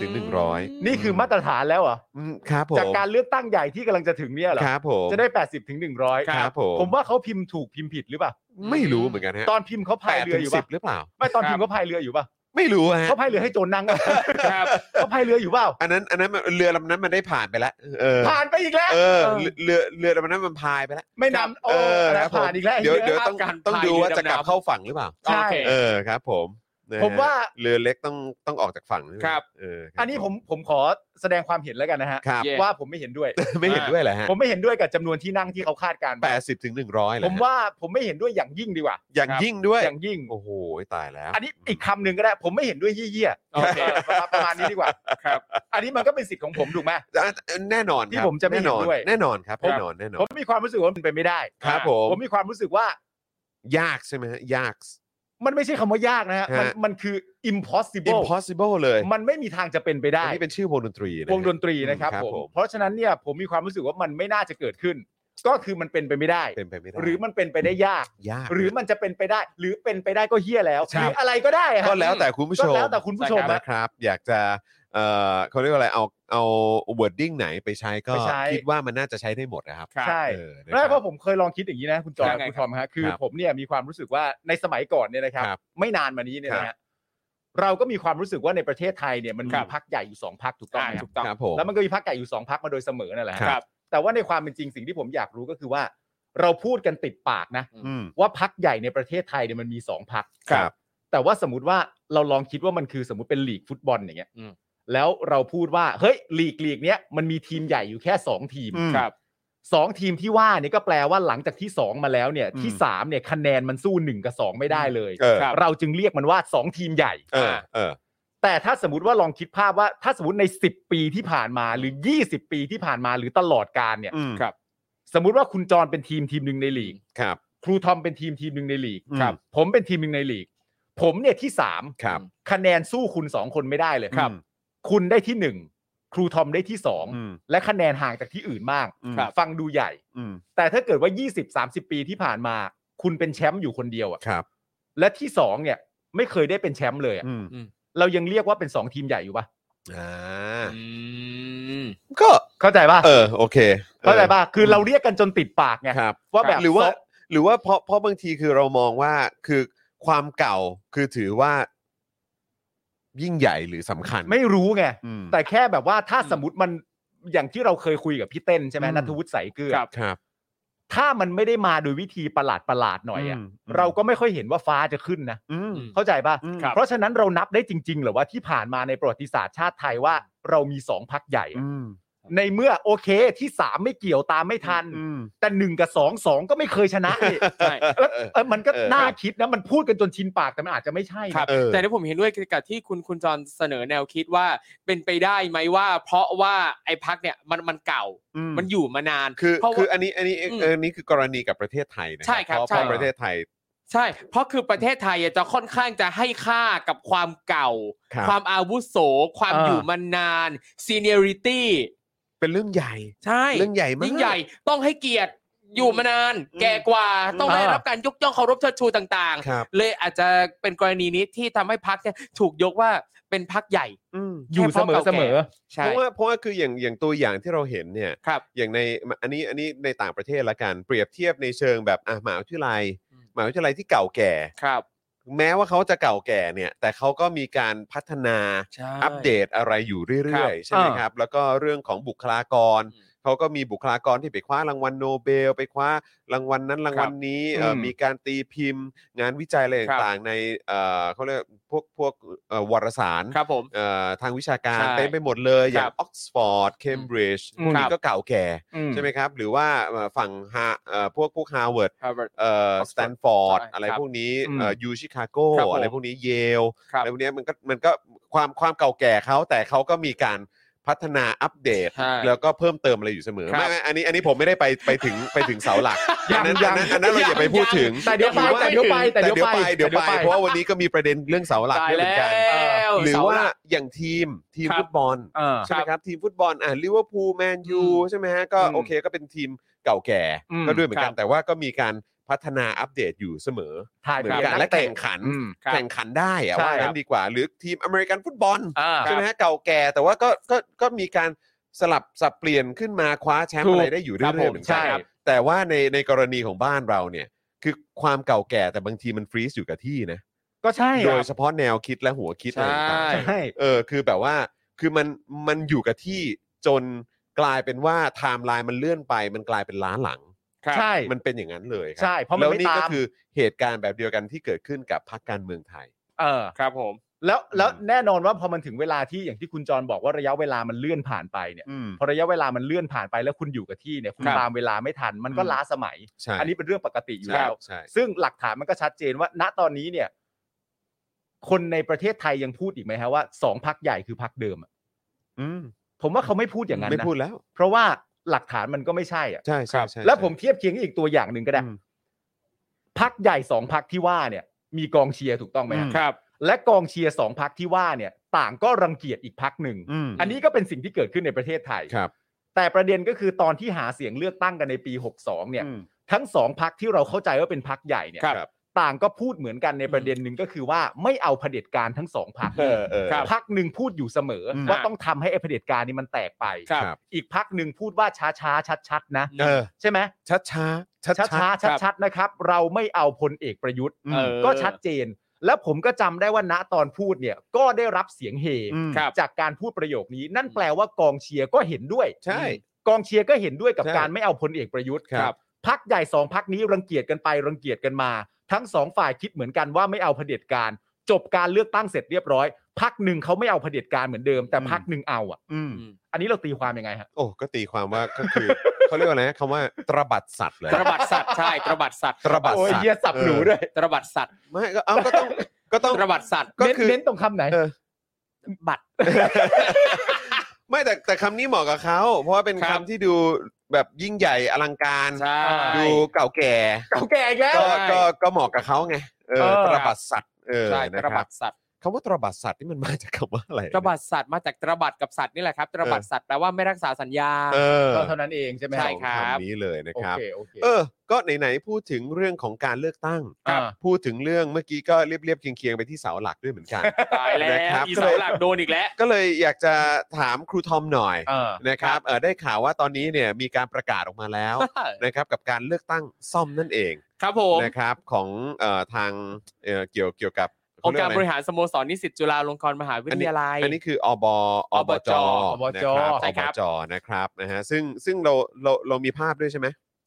100 นี่คือมาตรฐานแล้วเหรอครับผมจากการเลือกตั้งใหญ่ที่กำลังจะถึงเนี่ยเหรอครับผมจะได้80 ถึง 100 ครับผมว่าเขาพิมพ์ถูกพิมพ์ผิดหรือเปล่าไม่รู้เหมือนกันฮะตอนพิมพ์เขาพายเรืออยู่ป่ะหรือเปล่าไม่ตอนพิมพ์เขาพายเรืออยู่ป่ะไม่รู้ฮะเขาพายเรือให้โจรนั่งครับเขาพายเรืออยู่เปล่าอันนั้นเรือลำนั้นมันได้ผ่านไปแล้วผ่านไปอีกแล้วเรือลำนั้นมันพายไปแล้วไม่นำผ่านอีกแล้วเดี๋ยวต้องดูว่าจะกลับเข้าฝั่งหรือเปล่าใช่ครับผมว่าเรือเล็กต้องออกจากฝั่งครับอันนี้ผมขอแสดงความเห็นแล้วกันนะฮะว่าผมไม่เห็นด้วยไม่เห็นด้วยเหรอฮะผมไม่เห็นด้วยกับจำนวนที่นั่งที่เขาคาดการณ์ 80 ถึง 100 ผมว่าผมไม่เห็นด้วยอย่างยิ่งดีกว่าอย่างยิ่งด้วยอย่างยิ่งโอ้โหตายแล้วอันนี้อีกคำหนึ่งก็ได้ผมไม่เห็นด้วยเยี่ยโอเคประมาณนี้ดีกว่าครับอันนี้มันก็เป็นสิทธิ์ของผมถูกไหมแน่นอนที่ผมจะไม่เห็นด้วยแน่นอนครับแน่นอนผมมีความรู้สึกว่ามันเป็นไม่ได้ครับผมมีความรู้สึกว่ายากใช่ไหมฮะยากมันไม่ใช่คำว่ายากนะฮะมันคือ impossible เลยมันไม่มีทางจะเป็นไปได้อันนี้เป็นชื่อวงดนตรีนะครับผมเพราะฉะนั้นเนี่ยผมมีความรู้สึกว่ามันไม่น่าจะเกิดขึ้นก็คือมันเป็นไปไม่ได้หรือมันเป็นไปได้ยากหรือมันจะเป็นไปได้หรือเป็นไปได้ก็เหี้ยแล้วหรืออะไรก็ได้ก็แล้วแต่คุณผู้ชมนะครับอยากจะเขาเรียกว่าอะไรเอา wording ไหนไปใช้ก็คิดว่ามันน่าจะใช้ได้หมดนะครับใช่เพราะผมเคยลองคิดอย่างนี้นะคุณจอห์นคุณทอมฮะคือผมเนี่ยมีความรู้สึกว่าในสมัยก่อนเนี่ยนะครับไม่นานมานี้เนี่ยนะฮะเราก็มีความรู้สึกว่าในประเทศไทยเนี่ยมันมีพรรคใหญ่อยู่2พรรคถูกต้องไหมครับแล้วมันก็มีพรรคใหญ่อยู่2พรรคมาโดยเสมอนั่นแหละครับแต่ว่าในความเป็นจริงสิ่งที่ผมอยากรู้ก็คือว่าเราพูดกันติดปากนะว่าพรรคใหญ่ในประเทศไทยเนี่ยมันมี2พรรคแต่ว่าสมมติว่าเราลองคิดว่ามันคือสมมติเป็นลีกฟุตบอลอย่างเงี้ยแล้วเราพูดว่าเฮ้ยลีกเนี้ยมันมีทีมใหญ่อยู่แค่2ทีมครับ 2ทีมที่ว่านี่ก็แปลว่าหลังจากที่2มาแล้วเนี่ยที่3เนี่ยคะแนนมันสู้1กับ2ไม่ได้เลยเราจึงเรียกมันว่า2ทีมใหญ่แต่ถ้าสมมติว่าลองคิดภาพว่าถ้าสมมติใน10ปีที่ผ่านมาหรือ20ปีที่ผ่านมาหรือตลอดกาลเนี่ยครับสมมุติว่าคุณจรเป็นทีมนึงในลีกครับครูทอมเป็นทีมนึงในลีกครับผมเป็นทีมนึงในลีกผมเนี่ยที่3 ครับคะแนนสู้คุณ2คนไม่ได้เลยครับคุณได้ที่1ครูทอมได้ที่2และคะแนนห่างจากที่อื่นมากฟังดูใหญ่แต่ถ้าเกิดว่า20-30 ปีที่ผ่านมาคุณเป็นแชมป์อยู่คนเดียวอ่ะและที่2เนี่ยไม่เคยได้เป็นแชมป์เลยอ่ะเรายังเรียกว่าเป็น2ทีมใหญ่อยู่ป่ะก็เข้าใจป่ะโอเคเข้าใจป่ะคือเราเรียกกันจนติดปากไงว่าแบบหรือว่าเพราะบางทีคือเรามองว่าคือความเก่าคือถือว่ายิ่งใหญ่หรือสำคัญไม่รู้ไงแต่แค่แบบว่าถ้าสมมติมันอย่างที่เราเคยคุยกับพี่เต้นใช่ไหมณัฐวุฒิ สายเกลือถ้ามันไม่ได้มาโดยวิธีประหลาดหน่อยอ่ะเราก็ไม่ค่อยเห็นว่าฟ้าจะขึ้นนะเข้าใจป่ะเพราะฉะนั้นเรานับได้จริงๆเหรอว่าที่ผ่านมาในประวัติศาสตร์ชาติไทยว่าเรามี2พรรคใหญ่ในเมื่อโอเคที่3ไม่เกี่ยวตามไม่ทันแต่1กับ2ก็ไม่เคยชนะเลยใช่มันก็น่าคิดนะมันพูดกันจนชินปากแต่มันอาจจะไม่ใช่ครับแต่ที่ผมเห็นด้วยกับที่คุณจรเสนอแนวคิดว่าเป็นไปได้ไหมว่าเพราะว่าไอ้พรรคเนี่ยมันเก่ามันอยู่มานานคืออันนี้คือกรณีกับประเทศไทยนะเพราะประเทศไทยใช่เพราะคือประเทศไทยจะค่อนข้างจะให้ค่ากับความเก่าความอาวุโสความอยู่มานาน seniority เป็นเรื่องใหญ่ใช่เรื่องใหญ่มากยิ่งใหญ่ต้องให้เกียรติอยู่มานานแก่กว่าต้องได้รับการยกย่องเคารพเชิดชูต่างๆเลยอาจจะเป็นกรณีนี้ที่ทำให้พรรคเนี่ยถูกยกว่าเป็นพรรคใหญ่อยู่เสมอเพราะว่าคืออย่างตัวอย่างที่เราเห็นเนี่ยอย่างในอันนี้ในต่างประเทศละกันเปรียบเทียบในเชิงแบบมหาวิทยาลัยที่เก่าแก่แม้ว่าเขาจะเก่าแก่เนี่ยแต่เขาก็มีการพัฒนาอัปเดตอะไรอยู่เรื่อยๆใช่ไหมครับแล้วก็เรื่องของบุคลากรเขาก็มีบุคลากรที่ไปคว้ารางวัลโนเบลไปคว้ารางวัลนั้นรางวัลนี้มีการตีพิมพ์งานวิจัยอะไรต่างๆในเขาเรียกพวกวารสารทางวิชาการเต็มไปหมดเลยอย่างออกซฟอร์ดเคมบริดจ์พวกนี้ก็เก่าแก่ใช่ไหมครับหรือว่าฝั่งพวกฮาร์วาร์ดสแตนฟอร์ดอะไรพวกนี้ยูชิคาโกอะไรพวกนี้เยลอะไรพวกนี้มันก็ความเก่าแก่เขาแต่เขาก็มีการพัฒนาอัปเดตแล้วก็เพิ่มเติมอะไรอยู่เสมอไม่อันนี้ผมไม่ได้ไปถึงเสาหลักอันนั้นเราอย่าไปพูดถึงแต่เดี๋ยวไปเพราะว่าวันนี้ก็มีประเด็นเรื่องเสาหลักด้วยเหมือนกันหรือว่าอย่างทีมฟุตบอลใช่ไหมครับทีมฟุตบอลลิเวอร์พูลแมนยูใช่ไหมฮะก็โอเคก็เป็นทีมเก่าแก่ก็ด้วยเหมือนกันแต่ว่าก็มีการพัฒนาอัปเดตอยู่เสมอเหมือนกันและแข่งขันได้ว่างั้นดีกว่าหรือทีมอเมริกันฟุตบอลใช่ไหมฮะเก่าแก่แต่ว่าก็มีการสับเปลี่ยนขึ้นมาคว้าแชมป์อะไรได้อยู่เรื่อยๆเหมือนกันแต่ว่าในกรณีของบ้านเราเนี่ยคือความเก่าแก่แต่บางทีมันฟรีซอยู่กับที่นะก็ใช่โดยเฉพาะแนวคิดและหัวคิดอะไรต่างๆคือแบบว่าคือมันอยู่กับที่จนกลายเป็นว่าไทม์ไลน์มันเลื่อนไปมันกลายเป็นล้าหลังใช่มันเป็นอย่างนั้นเลยใช่เพราะแล้วนี่ก็คือเหตุการณ์แบบเดียวกันที่เกิดขึ้นกับพรรคการเมืองไทยครับผมแล้วแน่นอนว่าพอมันถึงเวลาที่อย่างที่คุณจรบอกว่าระยะเวลามันเลื่อนผ่านไปเนี่ยพอระยะเวลามันเลื่อนผ่านไปแล้วคุณอยู่กับที่เนี่ยคุณตามเวลาไม่ทันมันก็ล้าสมัยอันนี้เป็นเรื่องปกติอยู่แล้วซึ่งหลักฐานมันก็ชัดเจนว่าณตอนนี้เนี่ยคนในประเทศไทยยังพูดอีกไหมฮะว่า2พรรคใหญ่คือพรรคเดิมผมว่าเขาไม่พูดอย่างนั้นนะไม่พูดแล้วเพราะว่าหลักฐานมันก็ไม่ใช่อ่ะใช่แล้วผมเทียบเคียงอีกตัวอย่างหนึ่งก็ได้พรรคใหญ่2พรรคที่ว่าเนี่ยมีกองเชียร์ถูกต้องไหมครับและกองเชียร์2พรรคที่ว่าเนี่ยต่างก็รังเกียจอีกพรรคหนึ่งอันนี้ก็เป็นสิ่งที่เกิดขึ้นในประเทศไทยแต่ประเด็นก็คือตอนที่หาเสียงเลือกตั้งกันในปี62เนี่ยทั้ง2พรรคที่เราเข้าใจว่าเป็นพรรคใหญ่เนี่ยต่างก็พูดเหมือนกันในประเด็นหนึ่งก็คือว่าไม่เอาเผด็จการทั้ง2พรรคพรรคหนึ่งพูดอยู่เสมอว่าต้องทำให้เผด็จการนี้มันแตกไปอีกพรรคหนึ่งพูดว่าช้าชัดๆนะใช่ไหมชัดนะครับเราไม่เอาพลเอกประยุทธ์ก็ชัดเจนแล้วผมก็จำได้ว่าณตอนพูดเนี่ยก็ได้รับเสียงเฮจากการพูดประโยคนี้นั่นแปลว่ากองเชียร์ก็เห็นด้วยใช่กองเชียร์ก็เห็นด้วยกับการไม่เอาพลเอกประยุทธ์พรรคใหญ่2พรรคนี้รังเกียจกันไปรังเกียจกันมาทั้ง2ฝ่ายคิดเหมือนกันว่าไม่เอาเผด็จการจบการเลือกตั้งเสร็จเรียบร้อยพรรคหนึ่งเขาไม่เอาเผด็จการเหมือนเดิมแต่พรรคหนึ่งเอาอันนี้เราตีความยังไงฮะโอ้ก็ตีความว่าก็คือ เขาเรียกว่าอะไรคำว่าตระบัดสัตว์เลยตระบัดสัตว์ใช่ตระบัดสัตว์โอ้ยเหี้ยสับหนูด้วยตระบัดสัตว์ไม่ก็ต้องตระบัดสัตว์ก็คือเน้นตรงคำไหนบัตรไม่แต่คำนี้เหมาะกับเขาเพราะว่าเป็นคำที่ดูแบบยิ่งใหญ่อลังการดูเก่าแก่อีกแล้วก็เหมาะกับเขาไงตระบัดสัตว์ใช่ตระบัดสัตว์คำว่าตระบัดสัตว์นี่มันมาจากคำว่าอะไรตระบัดสัตว์มาจากตระบัดกับสัตว์นี่แหละครับตระบัดสัตว์แปลว่าไม่รักษาสัญญาก็เท่านั้นเองใช่ไหมใช่ครับคำนี้เลยนะครับก็ไหนๆพูดถึงเรื่องของการเลือกตั้งพูดถึงเรื่องเมื่อกี้ก็เรียบๆเคียงๆไปที่เสาหลักด้วยเหมือนกันตายแล้วอีเสาหลักโดนอีกแล้วก็เลยอยากจะถามครูทอมหน่อยนะครับได้ข่าวว่าตอนนี้เนี่ยมีการประกาศออกมาแล้วนะครับกับการเลือกตั้งซ่อมนั่นเองครับผมนะครับของทางเกี่ยวกับองค์การบริหารสโมสรนิสิตจุฬาลงกรณ์มหาวิทยาลัยอันนี้คืออบจนะครับอบจนะครับนะฮะซึ่งเรามีภาพด้วยใช่ไหมใ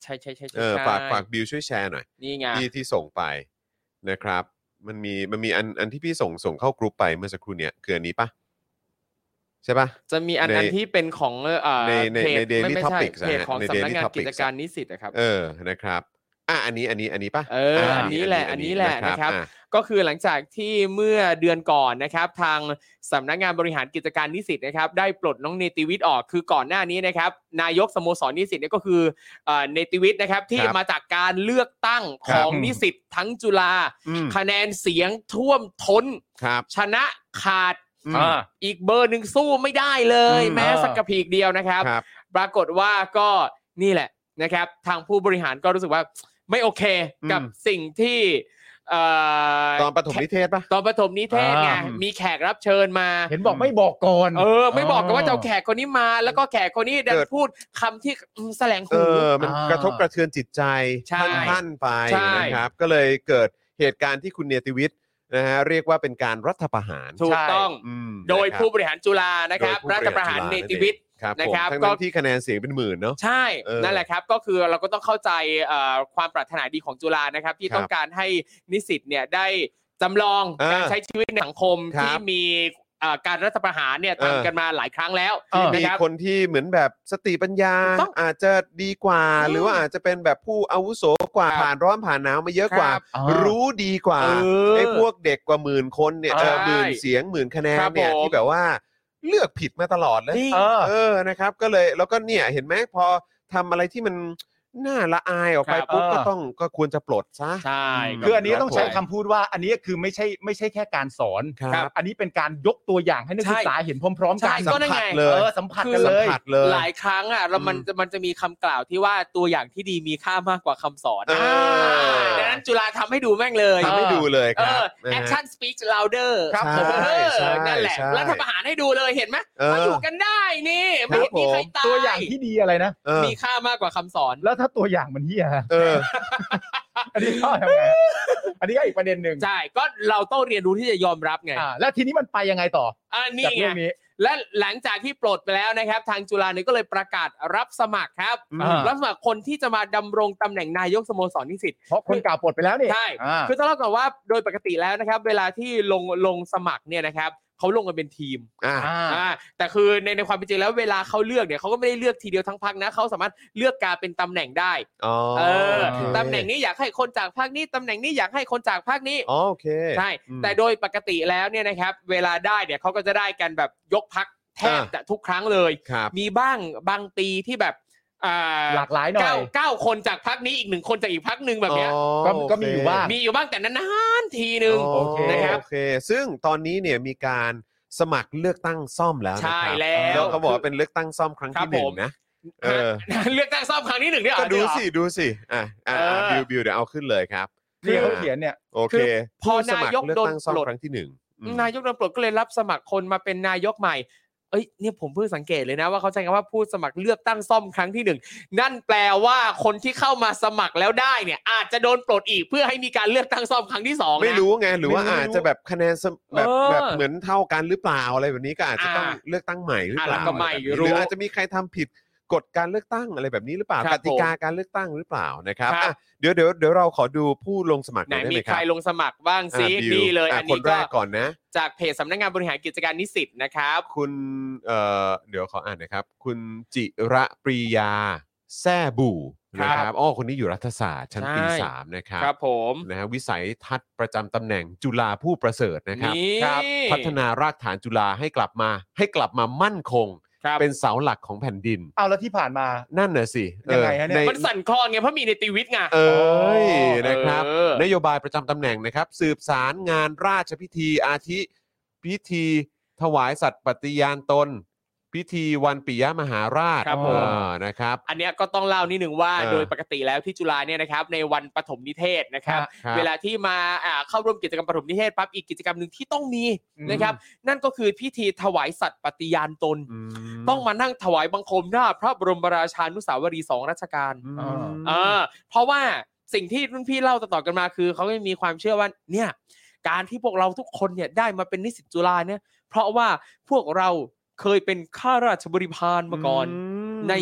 ใช่ฝากบิวช่วยแชร์หน่อยนี่ไงที่ส่งไปนะครับมันมีอันที่พี่ส่งเข้ากรุ๊ปไปเมื่อสักครู่เนี้ยคืออันนี้ปะใช่ปะจะมีอันที่เป็นของใน Daily Topics เพจของสำนักงานกิจการนิสิตนะครับนะครับอันนี้ปะอันนี้แหละนะครับก็คือหลังจากที่เมื่อเดือนก่อนนะครับทางสำนักงานบริหารกิจการนิสิตนะครับได้ปลดน้องเนติวิทย์ออกคือก่อนหน้านี้นะครับนายกสโมสรนิสิตเนี่ยก็คือเนติวิทย์นะครับที่มาจากการเลือกตั้งของนิสิตทั้งจุฬาคะแนนเสียงท่วมท้นชนะขาดอีกเบอร์หนึ่งสู้ไม่ได้เลยแม้สักกระพีกเดียวนะครับปรากฏว่าก็นี่แหละนะครับทางผู้บริหารก็รู้สึกว่าไม่โอเคกับสิ่งที่ตอนปฐมนิเทศปะตอนปฐมนิเทศไงมีแขกรับเชิญมาเห็นบอกไม่บอกก่อนไม่บอกกันว่าจะเอาแขกคนนี้มาแล้วก็แขกคนนี้ดันพูดคำที่แสลงหูมันกระทบกระเทือนจิตใจท่านไปนะครับก็เลยเกิดเหตุการณ์ที่คุณเนติวิทย์นะฮะเรียกว่าเป็นการรัฐประหารถูกต้องโดยผู้บริหารจุฬานะครับรัฐประหารเนติวิทย์นะครับก็ที่คะแนนเสียงเป็นหมื่นเนาะใช่นั่นแหละครับก็คือเราก็ต้องเข้าใจความปรารถนาดีของจุฬานะครับที่ต้องการให้นิสิตเนี่ยได้จำลองการใช้ชีวิตในสังคมที่มีการรัฐประหารเนี่ยทำกันมาหลายครั้งแล้วมีคนที่เหมือนแบบสติปัญญาอาจจะดีกว่าหรือว่าอาจจะเป็นแบบผู้อาวุโสกว่าผ่านร้อนผ่านหนาวมาเยอะกว่ารู้ดีกว่าไอ้พวกเด็กกว่าหมื่นคนเนี่ยหมื่นเสียงหมื่นคะแนนเนี่ยที่แบบว่าเลือกผิดมาตลอดเลยนะครับก็เลยแล้วก็เนี่ยเห็นไหมพอทำอะไรที่มันน่าละอายออกไปปุ๊บก็ควรจะปลดซะใช่คืออันนี้ต้องใช้คำพูดว่าอันนี้คือไม่ใช่แค่การสอนอันนี้เป็นการยกตัวอย่างให้นักศึกษาเห็นพร้อมๆกันสัมผัสเลยสัมผัสกันเลยหลายครั้งอ่ะแล้วมันจะมีคำกล่าวที่ว่าตัวอย่างที่ดีมีค่ามากกว่าคำสอนดังนั้นจุฬาทำให้ดูแม่งเลยทำให้ดูเลยครับ action speech louder ครับนั่นแหละรัฐประหารให้ดูเลยเห็นไหมมาอยู่กันได้นี่ไม่มีใครตายตัวอย่างที่ดีอะไรนะมีค่ามากกว่าคำสอนแล้วถ้าตัวอย่างมันเหี้ยอันนี้ก็ทำไงอันนี้ก็อีกประเด็นหนึ่งใช่ก็เราต้องเรียนรู้ที่จะยอมรับไงแล้วทีนี้มันไปยังไงต่อนี่ไงและหลังจากที่ปลดไปแล้วนะครับทางจุฬาเนี่ยก็เลยประกาศรับสมัครครับรับสมัครคนที่จะมาดำรงตำแหน่งนายกสโมสรนิสิตเพราะคนเก่าปลดไปแล้วนี่ใช่คือต้องเล่าก่อนว่าโดยปกติแล้วนะครับเวลาที่ลงสมัครเนี่ยนะครับเขาลงกันเป็นทีมแต่คือในความเป็นจริงแล้วเวลาเขาเลือกเนี่ยเขาก็ไม่ได้เลือกทีเดียวทั้งพรรคนะเขาสามารถเลือกการเป็นตำแหน่งได้ตำแหน่งนี้อยากให้คนจากพรรคนี้ตำแหน่งนี้อยากให้คนจากพรรคนี้โอเคใช่แต่โดยปกติแล้วเนี่ยนะครับเวลาได้เนี่ยเขาก็จะได้กันแบบยกพรรคแทบจะทุกครั้งเลยมีบ้างบางปีที่แบบหลากหลายหน่อย 9คนจากพรรคนี้อีก1คนจากอีกพรรคนึงแบบเนี้ยก็มีอยู่บ้างแต่นานๆทีนึงนะครับโอเคซึ่งตอนนี้เนี่ยมีการสมัครเลือกตั้งซ่อมแล้วนะครับใช่แล้วเขาบอกว่าเป็นเลือกตั้งซ่อมครั้งที่1นะเลือกตั้งซ่อมครั้งที่1เนี่ยก็ดูสิบิวเดี๋ยวเอาขึ้นเลยครับที่เขาเขียนเนี่ยโอเคพอนายกโดนปลดครั้งที่1 นายกโดนปลดก็เลยรับสมัครคนมาเป็นนายกใหม่เนี่ยผมเพิ่งสังเกตเลยนะว่าเขาใช้คำว่าผู้สมัครเลือกตั้งซ่อมครั้งที่1นั่นแปลว่าคนที่เข้ามาสมัครแล้วได้เนี่ยอาจจะโดนปลดอีกเพื่อให้มีการเลือกตั้งซ่อมครั้งที่2 ไม่รู้ไงหรือว่าอาจจะแบบคะแนนแบบเหมือนเท่ากันหรือเปล่าอะไรแบบนี้ก็อาจจะต้องเลือกตั้งใหม่หรือเปล่าหรืออาจจะมีใครทำผิดกฎการเลือกตั้งอะไรแบบนี้หรือเปล่ากติกาการเลือกตั้งหรือเปล่านะครับเดี๋ยวเราขอดูผู้ลงสมัครหน่อยได้ไหมครับมีใครลงสมัครบ้างซิดีเลยอันนี้คนแรกก่อนนะจากเพจสำนักงานบริหารกิจการนิสิตนะครับคุณเดี๋ยวขออ่านนะครับคุณจิระปรียาแซ่บูนะครับคนนี้อยู่รัฐศาสตร์ชั้นปี3นะครับครับผมนะฮะวิสัยทัศน์ประจำตำแหน่งจุฬาผู้ประเสริฐนะครับพัฒนารากฐานจุฬาให้กลับมามั่นคงเป็นเสาหลักของแผ่นดินแล้วที่ผ่านมานั่นน่ะสิยังไงฮะเนี่ยมันสั่นคลอนไงเพราะมีในตีวิทย์ไงนะครับนโยบายประจำตำแหน่งนะครับสืบสารงานราชพิธีอาทิพิธีถวายสัตย์ปฏิญาณตนพิธีวันปิยมหาราชนะครับอันเนี้ยก็ต้องเล่านิดนึงว่าโดยปกติแล้วที่จุฬาเนี่ยนะครับในวันปฐมนิเทศนะครับเวลาที่มาเข้าร่วมกิจกรรมปฐมนิเทศปั๊บอีกกิจกรรมนึงที่ต้องมีนะครับนั่นก็คือพิธีถวายสัตย์ปฏิญาณตนต้องมานั่งถวายบังคมหน้าพระบรมราชานุสาวรีย์2รัชกาลเพราะว่าสิ่งที่รุ่นพี่เล่าต่อๆกันมาคือเขาไม่มีความเชื่อว่าเนี่ยการที่พวกเราทุกคนเนี่ยได้มาเป็นนิสิตจุฬาเนี่ยเพราะว่าพวกเราเคยเป็นข้าราชบริพารมาก่อนในอ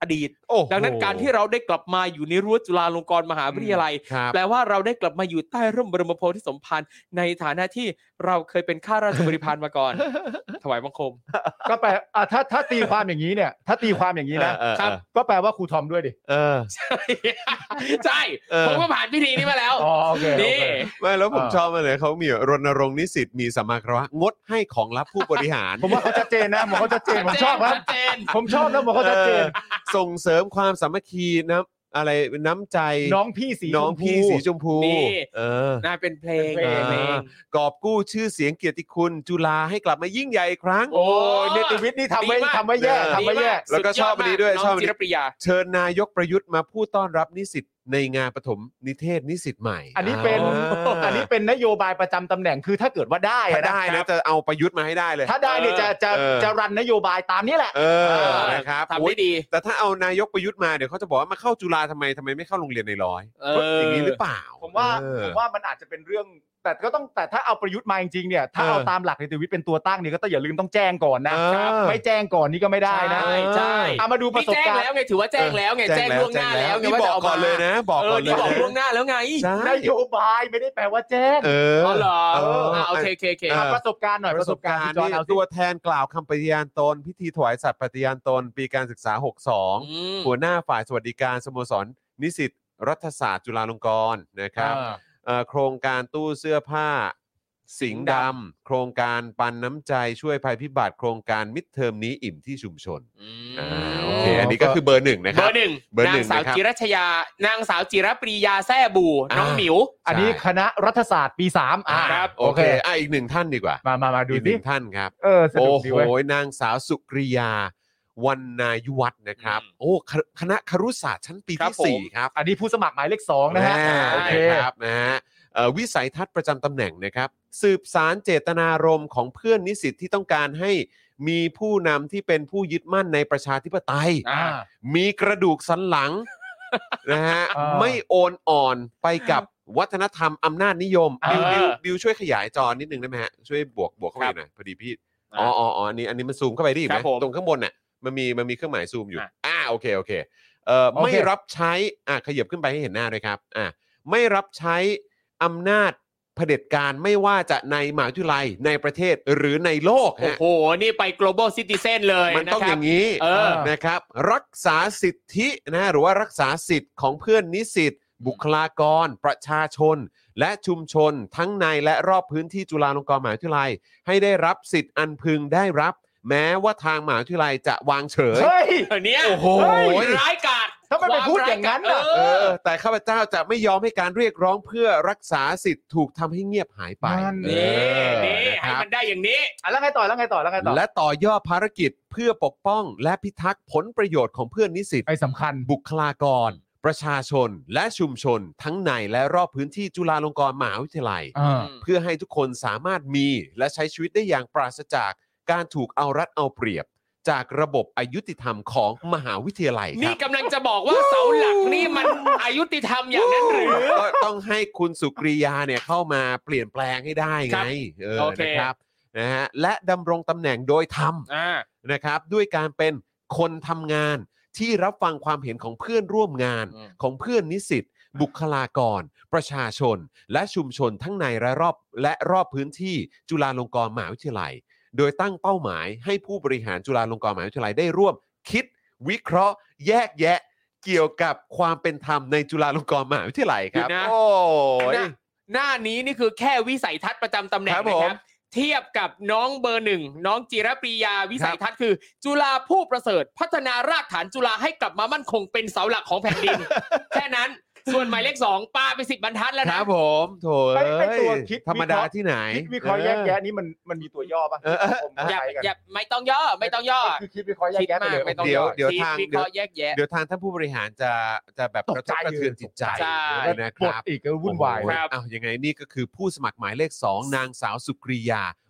อดีตดังนั้นการที่เราได้กลับมาอยู่ในรั้วจุฬาลงกรณ์มหาวิทยาลัยแปลว่าเราได้กลับมาอยู่ใต้ร่มบรมโพธิสมภารในฐานะที่เราเคยเป็นข้าราชบริพารมาก่อนถวายบังคมก็แปลถ้าตีความอย่างนี้เนี่ยถ้าตีความอย่างนี้นะครับก็แปลว่าครูทอมด้วยดิใช่ผมก็ผ่านพิธีนี้มาแล้วนี่ไม่แล้วผมชอบมากเลยเขามีรณรงค์นิสิตมีสัมมาคารวะงดให้ของลับผู้บริหารผมว่าเขาชัดเจนนะผมชอบครับผมชอบนะผมเขาชัดเจนส่งเสริมความสามัคคีนะอะไรน้ำใจน้องพี่สีชมพูน่าเป็นเพลงกอบกู้ชื่อเสียงเกียรติคุณจุฬาให้กลับมายิ่งใหญ่อีกครั้งโอ้เนติวิทย์นี่ทำไว้แย่แล้วก็ชอบอันนี้ด้วยชอบเชิญนายกประยุทธ์มาพูดต้อนรับนิสิตในงานปฐมนิเทศนิสิตใหม่อันนี้เป็นนโยบายประจำตำแหน่งคือถ้าเกิดว่าได้นะจะเอาประยุทธ์มาให้ได้เลยถ้าได้เนี่ยจะรันนโยบายตามนี้แหละนะครับทำได้ดีแต่ถ้าเอานายกประยุทธ์มาเดี๋ยวเขาจะบอกว่ามาเข้าจุฬาทำไมไม่เข้าโรงเรียนในร้อยอย่างนี้หรือเปล่าผมว่ามันอาจจะเป็นเรื่องแต่ถ้าเอาประยุทธ์มาจริงๆเนี่ยถ้าเอาตามหลักนิติวิทย์เป็นตัวตั้งเนี่ยก็ต้องอย่าลืมต้องแจ้งก่อนนะไม่แจ้งก่อนนี่ก็ไม่ได้นะใช่เอามาดูประสบการณ์แล้วไงถือว่าแจ้งแล้วไงแจ้งล่วงหน้าแล้วไงว่าบอกก่อนเลยนะบอกก่อนเลยบอกล่วงหน้าแล้วไงนโยบายไม่ได้แปลว่าแจ้งอ๋อเหรอโอเคประสบการณ์หน่อยประสบการณ์นี่ตัวแทนกล่าวคำปฏิญาณตนพิธีถวายสัตย์ปฏิญาณตนปีการศึกษา62หัวหน้าฝ่ายสวัสดิการสโมสรนิสิตรัฐศาสตร์จุฬาลงกรณ์นะครับโครงการตู้เสื้อผ้าสิงห์ดำโครงการปันน้ำใจช่วยภัยพิบัติโครงการมิดเทอมนี้อิ่มที่ชุมชนโอเคอันนี้ก็คือเบอร์ 1นะครับเบอร์ 1นางสาวจิรัชยานางสาวจิรปรียาแซ่บูน้องหมิวอันนี้คณะรัฐศาสตร์ปี3 ครับโอเคอีก1ท่านดีกว่ามาดูดิท่านครับโอ้โหนางสาวสุกริยาวรรณายุวัฒน์นะครับโอ้คณะครุศาสตร์ชั้นปีที่4ครับอันนี้ผู้สมัครหมายเลข2นะฮะโอเคครับนะฮะวิสัยทัศน์ประจำตำแหน่งนะครับสืบสารเจตนารมณ์ของเพื่อนนิสิตที่ต้องการให้มีผู้นำที่เป็นผู้ยึดมั่นในประชาธิปไตยมีกระดูกสันหลังนะฮะไม่โอนอ่อนไปกับวัฒนธรรมอำนาจนิยมดิวช่วยขยายจอนิดนึงได้ไหมฮะช่วยบวกเข้าไปหน่อยพอดีพี่อันนี้มันซูมเข้าไปได้ไหมตรงข้างบนน่ะมันมีเครื่องหมายซูมอยู่โอเคไม่รับใช้ขยับขึ้นไปให้เห็นหน้าด้วยครับไม่รับใช้อำนาจเผด็จการไม่ว่าจะในมหาวิทยาลัยในประเทศหรือในโลกโอ้โหนี่ไป global citizen เลยมันต้องอย่างนี้นะครับรักษาสิทธินะหรือว่ารักษาสิทธิ์ของเพื่อนนิสิตบุคลากรประชาชนและชุมชนทั้งในและรอบพื้นที่จุฬาลงกรณ์มหาวิทยาลัยให้ได้รับสิทธิ์อันพึงได้รับแม้ว่าทางมหาวิทยาลัยจะวางเฉยเนี่ยโอ้โหร้ายกาจถ้ามันไปพูดอย่างนั้นแต่ข้าพเจ้าจะไม่ยอมให้การเรียกร้องเพื่อรักษาสิทธิ์ถูกทำให้เงียบหายไปนี่ให้มันได้อย่างนี้แล้วไงต่อและต่อยอดภารกิจเพื่อปกป้องและพิทักษ์ผลประโยชน์ของเพื่อนนิสิตสำคัญบุคลากรประชาชนและชุมชนทั้งในและรอบพื้นที่จุฬาลงกรณ์มหาวิทยาลัยเพื่อให้ทุกคนสามารถมีและใช้ชีวิตได้อย่างปราศจากการถูกเอารัดเอาเปรียบจากระบบอยุติธรรมของมหาวิทยาลัยนี่กำลังจะบอกว่าเสาหลักนี่มันอยุติธรรมอย่างนั้นหรือก็ต้องให้คุณสุกริยาเนี่ยเข้ามาเปลี่ยนแปลงให้ได้ไงนะครับนะฮะและดำรงตำแหน่งโดยธรรมนะครับด้วยการเป็นคนทำงานที่รับฟังความเห็นของเพื่อนร่วมงานของเพื่อนนิสิตบุคลากรประชาชนและชุมชนทั้งในและรอบพื้นที่จุฬาลงกรณ์มหาวิทยาลัยโดยตั้งเป้าหมายให้ผู้บริหารจุฬาลงกรณ์มหาวิทยาลัยได้ร่วมคิดวิเคราะห์แยกแยะเกี่ยวกับความเป็นธรรมในจุฬาลงกรณ์มหาวิทยาลัยครับโอ้ยหน้านี้นี่คือแค่วิสัยทัศน์ประจำตำแหน่งนะครับเทียบกับน้องเบอร์ 1น้องจิรปรียาวิสัยทัศน์คือจุฬาผู้ประเสริฐพัฒนารากฐานจุฬาให้กลับมามั่นคงเป็นเสาหลักของแผ่นดินแค่นั้นส่วนหมายเลข2ป้าไป10บรรทัดแล้วนะครับผมโถตัวคิดธรรมดาที่ไหนวิเคราะห์แยกแยะนี้มันมีตัวย่อป่ะอย่าไม่ต้องย่อคือคิดวิเคราะห์แยกแยะไปเลยเดี๋ยวทางท่านผู้บริหารจะแบบกระเทือนจิตใจนะครับอีกก็วุ่นวายยังไงนี่ก็คือผู้สมัครหมายเลข2นางสาวสุกริยา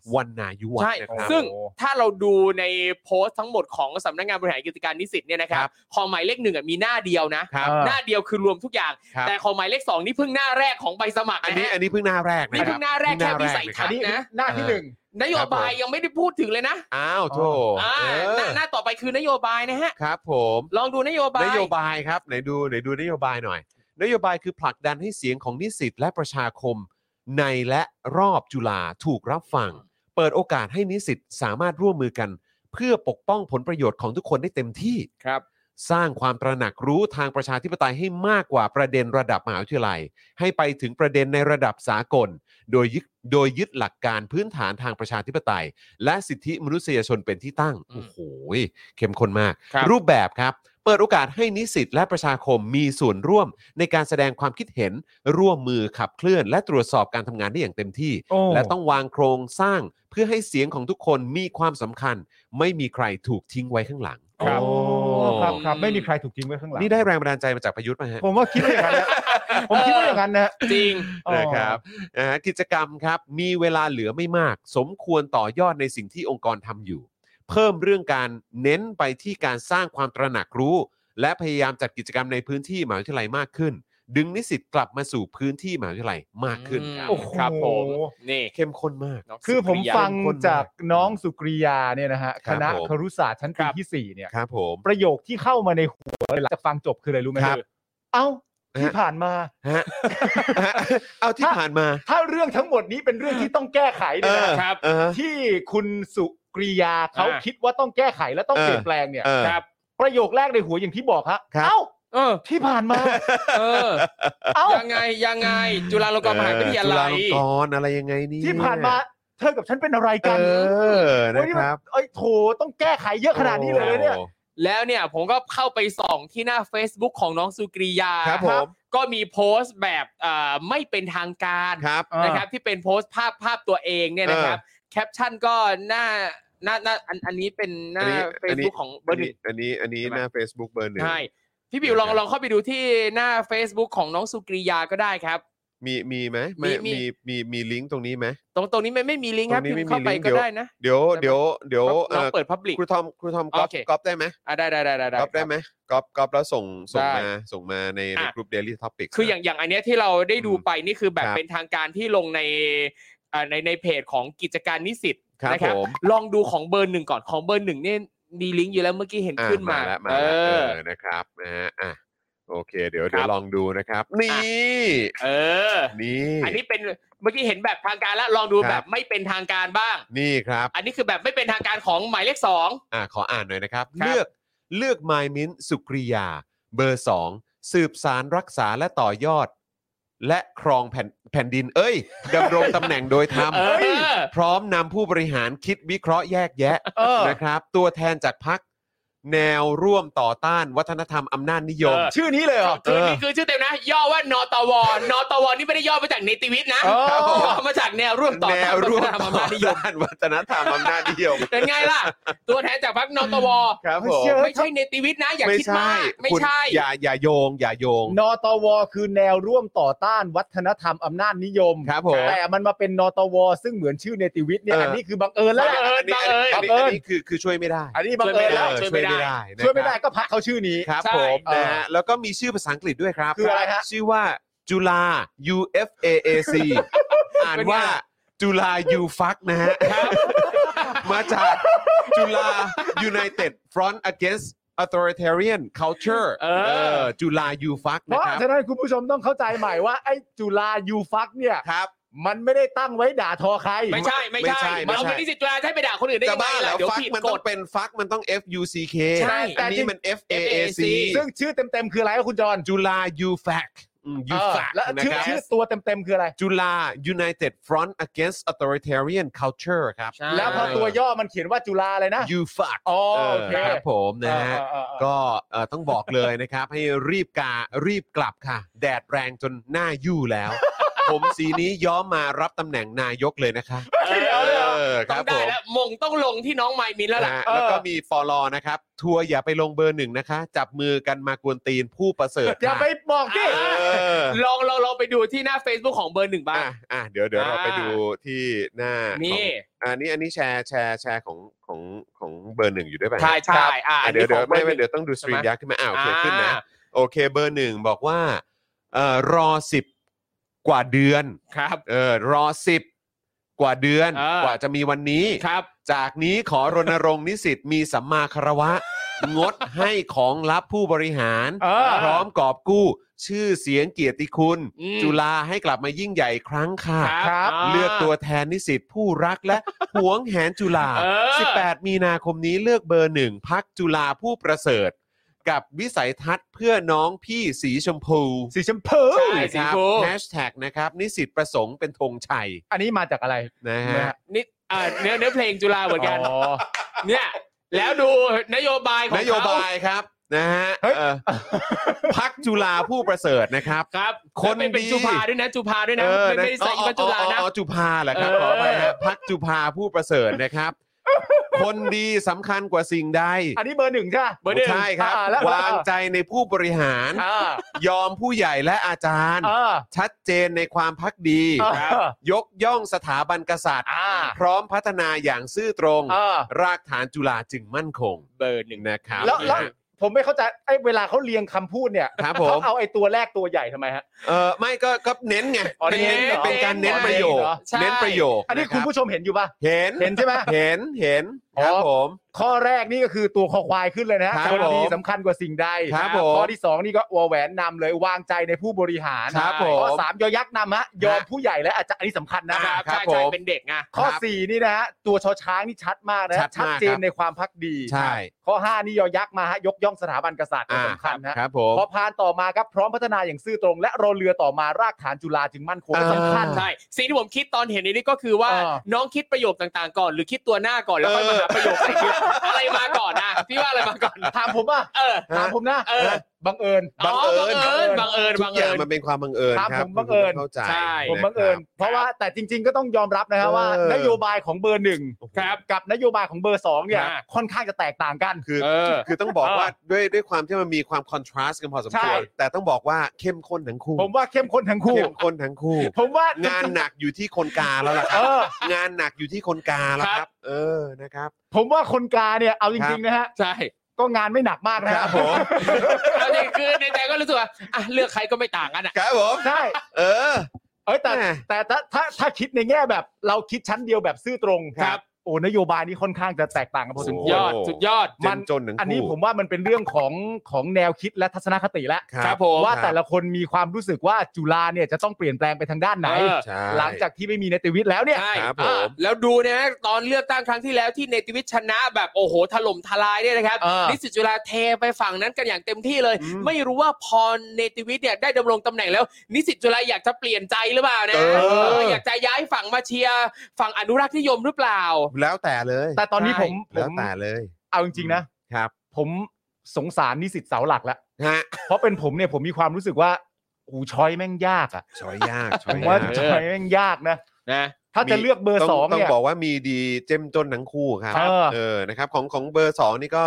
วรรณายุวัฒใช่น์นะครับซึ่งถ้าเราดูในโพสต์ทั้งหมดของสำนักงานบริหารกิจการนิสิตเนี่ยนะครับของหมายเลข 1มีหน้าเดียวนะครับ หน้าเดียวคือรวมทุกอย่างครับแต่ของหมายเลข 2นี่เพิ่งหน้าแรกของใบสมัครอันนะนี้ฮะอันนี้เพิ่งหน้าแรกนี่เพิ่งหน้าแรกแค่วิสัยทัศน์นะหน้าที่ 1 นโยบายยังไม่ได้พูดถึงเลยนะอ้าวโธ่หน้าต่อไปคือนโยบายนะฮะครับผมลองดูนโยบายนโยบายครับไหนดูนโยบายหน่อย นโยบายคือผลักดันให้เสียงของนิสิตและประชาคมในและรอบจุฬาถูกรับฟัง เปิดโอกาสให้นิสิตสามารถร่วมมือกัน เพื่อปกป้องผลประโยชน์ของทุกคนได้เต็มที่ครับสร้างความตระหนักรู้ทางประชาธิปไตยให้มากกว่าประเด็นระดับมหาวิทยาลัย ให้ไปถึงประเด็นในระดับสากล โดยยึดหลักการพื้นฐานทางประชาธิปไตย และสิทธิมนุษยชนเป็นที่ตั้ง โอ้โหเข้มข้นมากครับรูปแบบครับ เปิดโอกาสให้นิสิตและประชาคมมีส่วนร่วมในการแสดงความคิดเห็น ร่วมมือขับเคลื่อน และตรวจสอบการทำงานได้อย่างเต็มที่ และต้องวางโครงสร้างเพื่อให้เสียงของทุกคนมีความสำคัญ ไม่มีใครถูกทิ้งไว้ข้างหลังครับโอ้ครับไม่มีใครถูกทิ้งไว้ข้างหลังนี่ได้แรงบันดาลใจมาจากประยุทธ์ไหมฮะผมว่าคิดว่าอย่างนั้นนะผมคิดว่าอย่างนั้นนะจริงนะครับกิจกรรมครับมีเวลาเหลือไม่มาก สมควรต่อยอดในสิ่งที่องค์กรทำอยู่ เพิ่มเรื่องการเน้นไปที่การสร้างความตระหนักรู้ และพยายามจัดกิจกรรมในพื้นที่มหาวิทยาลัยมากขึ้น ดึงนิสิตกลับมาสู่พื้นที่มหาวิทยาลัยมากขึ้นครับโอ้โหครับผมนี่เข้มข้นมากคือผมฟังเข้มข้นมากจากน้องสุกริยาเนี่ยนะฮะครัคบณะผมครุศาสตร์ชั้นปีที่ 4 เนี่ยครับผมประโยคที่เข้ามาในหัวหลังจากฟังจบคืออะไรรู้ไหมครับเอ้าที่ฮะผ่านมาฮะ เอาที่ผ่านมาถ้าเรื่องทั้งหมดนี้เป็นเรื่องที่ต้องแก้ไขเนี่ยนะครับเออที่คุณสุกริยาเขาอ่าคิดว่าต้องแก้ไขและต้องเปลี่ยนแปลงเนี่ยเออครับประโยคแรกในหัวอย่างที่บอกฮะครับเอ้าที่ที่ผ่านมาเออเอ้ายังไงจุฬาลงกรณ์มหาวิทยาลัยจุฬาลงกรณ์อะไรยังไงนี่ที่ผ่านมาเธอกับฉันเป็นอะไรเอกันอโอ้ยนะนี่คมันรับเอ้ยโถต้องแก้ไขเยอะขนาดนี้เลยเนี่ยโอ้แล้วเนี่ยผมก็เข้าไปส่องที่หน้า Facebook ของน้องสุกริยาครับผมก็มีโพสต์แบบไม่เป็นทางการครับนะครับที่เป็นโพสต์ภาพตัวเองเนี่ยนะครับแคปชั่นก็หน้าอันนี้เป็นหน้า Facebook ของเบอร์หนึ่งอันนี้หน้า Facebook เบอร์หนึ่งใช่พี่บิวลองเข้าไปดูที่หน้า Facebook ของน้องสุกริยาก็ได้ครับมีไหมมีมีลิงก์ตรงนี้ไหมตรงนี้ไม่มีลิงก์ครับตรงนี้พิมพ์เข้าไปไม่มีลิงก์ก็ได้นะเดี๋ยวน้องเปิด Public ครูทอมก๊อปโอเคก๊อปได้ไหมได้ก๊อปได้ไหมก๊อปแล้วส่งได้มาในกลุ่ม Daily Topic คืออย่างอันเนี้ยที่เราได้ดูไปนี่คือแบบครับเป็นทางการที่ลงในเพจของกิจการนิสิตครับนะครับผมลองดูของเบอร์หนึ่งก่อนของเบอร์หนึ่งเนี่ยมีลิงก์อยู่แล้วเมื่อกี้เห็นขึ้นมาแล้วเออนะครับนะฮะโอเคเดี๋ยวครับลองดูนะครับ นี่เออนี่อันนี้เป็นเมื่อกี้เห็นแบบทางการแล้วลองดูครับแบบไม่เป็นทางการบ้างนี่ครับอันนี้คือแบบไม่เป็นทางการของหมายเลขขออ่านหน่อยนะครับครับเลือกมายมิ้นสุกริยา เบอร์ 2 สืบสารรักษาและต่อยอด และครองแผ่นดินดำรงตำแหน่งโดยธรรม 2เออพร้อมนำผู้บริหารคิดวิเคราะห์แยกแยะเออนะครับ ตัวแทนจากพรรคแนวร่วมต่อต้านวัฒนธรรมอำนาจนิยมชื่อนี้เลยเหรอคือนี่คือชื่อเต็มนะ ย่อว่านตวนตวนี่ไม่ได้ย่อมาจากเนติวิทย์นะอ๋อย่อมาจากแนวร่วมต่อแนต้านวร่วมวัฒนธรรมอำนาจนิยมต้านวัฒนธรรมอำนาจนิยมเป็นไงล่ะ ตัวแทนจากพรรคนตวครับผมเชื่อไม่ใช่เนติวิทย์นะ อย่าคิดมากไม่คุณใช่อย่าโยงนตวคือแนวร่วมต่อต้านวัฒนธรรมอำนาจนิยมครับผมแต่มันมาเป็นนตวซึ่งเหมือนชื่อเนติวิทย์เนี่ยอันนี้คือบังเอิญแล้วแหละอันนี้คือช่วยไม่ได้อันนี้บังเอิญแล้วช่วยไม่ได้นะครับช่วยไม่ได้ก็พักเขาชื่อนี้ครับใช่ผมเออนะฮะแล้วก็มีชื่อภาษาอังกฤษด้วยครับคืออะไรฮะชื่อว่าจุฬา UFAAC อ่านว่าจุฬา U Fuck นะฮะมาจากจุฬา United Front Against Authoritarian Culture จุฬา U Fuck เพนะราะครับฉะนั้นคุณผู้ชมต้องเข้าใจใหม่ว่าไอ้จุฬายูฟักเนี่ยครับมันไม่ได้ตั้งไว้ด่าทอใครไม่ใช่ไม่ใช่เราเป็นนิสิตจุฬาใช้ไปด่าคนอื่นได้จะยังไงบ้าแล้ล่ะวเดี๋ยวฟักผิดมันกต้อฎงเป็นฟักมันต้อง FUCK ใช่อันนี้มัน FAAC ซึ่งชื่อเต็มๆคืออะไรครับคุณจรจุฬา U Fac U Fac แล้วนะชื่อครับชื่อตัวเต็มๆคืออะไรจุฬา United Front Against Authoritarian Culture ครับใช่แล้วพอตัวย่อมันเขียนว่าจุฬาเลยนะ You Fuck อ๋อโอเคครับผมนะฮะเออก็ต้องบอกเลยนะครับ ให้รีบกลับค่ะ แดดแรงจนหน้ายู่แล้ว ผมสีนี้ย้อมมารับตำแหน่งนายกเลยนะคะเออต้องได้แล้วมงต้องลงที่น้องไมมินแล้วล่ะแล้วก็มีฟอลนะครับทัวร์อย่าไปลงเบอร์1นะคะจับมือกันมากวนตีนผู้ประเสริฐอย่าไปบอกดิลองไปดูที่หน้า Facebook ของเบอร์1บ้างเดี๋ยวเราไปดูที่หน้านี่อันนี้แชร์ของเบอร์1อยู่ด้วยป่ะใช่เดี๋ยวต้องดูสตรีมยักษ์ขึ้นมาโอเคขึ้นนะโอเคเบอร์1บอกว่ารอ10กว่าเดือนครับรอ10กว่าเดือนกว่าจะมีวันนี้ครับจากนี้ขอรณรงค์นิสิตมีสัมมาคารวะงดให้ของลับผู้บริหารพร้อมกอบกู้ชื่อเสียงเกียรติคุณจุฬาให้กลับมายิ่งใหญ่ครั้งค่ะเลือกตัวแทนนิสิตผู้รักและหวงแหนจุฬา18มีนาคมนี้เลือกเบอร์1พรรคจุฬาผู้ประเสริฐกับวิสัยทัศน์เพื่อน้องพี่สีชมพูใช่ครับแฮชแท็กนะครับนิสิตประสงค์เป็นธงชัยอันนี้มาจากอะไรนะฮะนี่เนื้อเพลงจุฬาเหมือนกันเนี่ยแล้วดูนโยบายของนโยบายครับนะฮะพรรคจุฬาผู้ประเสริฐนะครับคนเป็นจุฬาด้วยนะไม่ได้ใส่อีกจุฬานะจุฬาแหละครับขออภัยพรรคจุฬาผู้ประเสริฐนะครับคนดีสำคัญกว่าสิ่งใดอันนี้เบอร์1ใช่เบอร์1ใช่ครับวางใจในผู้บริหารยอมผู้ใหญ่และอาจารย์ชัดเจนในความภักดียกย่องสถาบันกษัตริย์พร้อมพัฒนาอย่างซื่อตรงรากฐานจุฬาจึงมั่นคงเบอร์1 นะครับแล้วผมไม่เข้าใจเวลาเขาเรียงคำพูดเนี่ยเขาเอาตัวแรกตัวใหญ่ทำไมฮะไม่ก็เน้นไงเป็นการเน้นประโยคอันนี้คุณผู้ชมเห็นอยู่ป่ะเห็นใช่ไหมเห็นครับผมข้อแรกนี่ก็คือตัวคอควายขึ้นเลยนะคนดีสำคัญกว่าสิ่งใดข้อที่2นี่ก็วอแหวนนำเลยวางใจในผู้บริหารข้อ3ยอยักษ์นำฮะยอมผู้ใหญ่และอาจารย์อันนี้สำคัญนะใช่เป็นเด็กไงข้อ4นี่นะฮะตัวชอช้างนี่ชัดมากนะชัดเจนในความภักดีข้อ5นี่ยอยักษ์มาฮะยกย่องสถาบันกษัตริย์สำคัญนะพอพานต่อมาครับพร้อมพัฒนาอย่างซื่อตรงและรอเรือต่อมารากฐานจุฬาจึงมั่นคงสำคัญใช่สิ่งที่ผมคิดตอนเห็นนี้ก็คือว่าน้องคิดประโยคต่างๆก่อนหรือคิดตัวหน้าก่อนแล้วค่อยมาหาประโยคอะไรมาก่อนนะพี่ว่าอะไรมาก่อนถามผมอ่ะถามผมนะบังเอิญทุกอย่างมันเป็นความบังเอิญครับผมบังเอิญเข้าใจผมบังเอิญเพราะว่าแต่จริงๆก็ต้องยอมรับนะครับว่านโยบายของเบอร์1ครับกับนโยบายของเบอร์2เนี่ยค่อนข้างจะแตกต่างกันคือต้องบอกว่าด้วยความที่มันมีความคอนทราสต์กันพอสมควรแต่ต้องบอกว่าเข้มข้นทั้งคู่ผมว่าเข้มข้นทั้งคู่ผมว่างานหนักอยู่ที่คนกาแล้วล่ะครับงานหนักอยู่ที่คนกาแล้วครับนะครับผมว่าคนกาเนี่ยเอาจริงๆนะฮะใช่ก็งานไม่หนักมากนะครับผมแล้วนี่คือในใจก็รู้สึกว่าเลือกใครก็ไม่ต่างกันครับผมใช่แต่ถ้าคิดในแง่แบบเราคิดชั้นเดียวแบบซื่อตรงครับนโยบายนี้ค่อนข้างจะแตกต่างกันพอสมควรสุดยอดมันอันนี้ผมว่ามันเป็นเรื่องของแนวคิดและทัศนคติแล้วครับผมว่าแต่ละคนมีความรู้สึกว่าจุฬาเนี่ยจะต้องเปลี่ยนแปลงไปทางด้านไหนหลังจากที่ไม่มีเนติวิทย์แล้วเนี่ยแล้วดูนะตอนเลือกตั้งครั้งที่แล้วที่เนติวิทย์ชนะแบบโอ้โหถล่มทลายเนี่ยนะครับนิสิตจุฬาเทไปฝั่งนั้นกันอย่างเต็มที่เลยไม่รู้ว่าพอเนติวิทย์เนี่ยได้ดำรงตำแหน่งแล้วนิสิตจุฬาอยากจะเปลี่ยนใจหรือเปล่านะอยากจะย้ายฝั่งมาเชียร์ฝั่งอนุรักษ์นิยมหรือเปล่าแล้วแต่เลยแต่ตอนนี้ผมแล้วแต่เลยเอาจริงๆนะครับผมสงสารนิสิตเสาหลักแล้วเพราะเป็นผมเนี่ยผมมีความรู้สึกว่าช้อยแม่งยากช้อยยากผมว่าช้อยแม่งยากนะถ้าจะเลือกเบอร์2เนี่ยต้องบอกว่ามีดีเจ้มจนทั้งคู่ครับนะครับของเบอร์2นี่ก็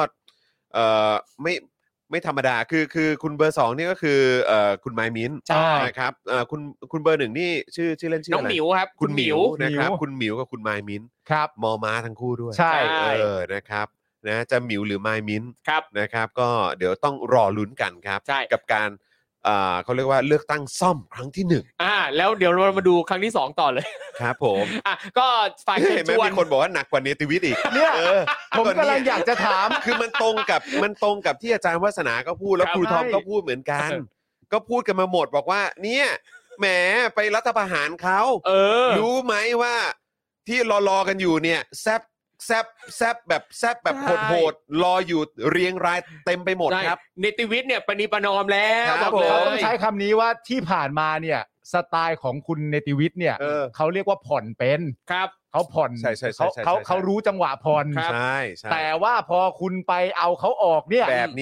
ไม่ธรรมดาคือคุณเบอร์2นี่ก็คือคุณไมมินนะครับคุณเบอร์1นี่ชื่อเล่นชื่ออะไรน้องหมิวครับคุณหมิวนะครับคุณหมิวกับคุณไมมินครับมอม้าทั้งคู่ด้วยใช่นะครับนะจะหมิวหรือไมมินครับนะครับก็เดี๋ยวต้องรอลุ้นกันครับกับการเขาเรียกว่าเลือกตั้งซ่อมครั้งที่1 แล้วเดี๋ยวเรามาดูครั้งที่2ต่อเลยครับผมก็ฝ่ายเห็นไหมมีคนบอกว่าหนักกว่าเนติวิทย์อีกเนี่ยผมกำลังอยากจะถามคือมันตรงกับที่อาจารย์วาสนาก็พูดแล้วครูทอมก็พูดเหมือนกันก็พูดกันมาหมดบอกว่าเนี่ยแหมไปรัฐประหารเขารู้ไหมว่าที่รอกันอยู่เนี่ยแซบแบบโหดรออยู่เรียงรายเต็มไปหมดครับเนติวิทย์เนี่ยปณิประนอมแล้วบอกเลยต้องใช้คำนี้ว่าที่ผ่านมาเนี่ยสไตล์ของคุณเนติวิทย์เนี่ยเขาเรียกว่าผ่อนเป็นครับเขาผ่อนเขารู้จังหวะผ่อนใช่แต่ว่าพอคุณไปเอาเขาออกเนี่ยแบบนี้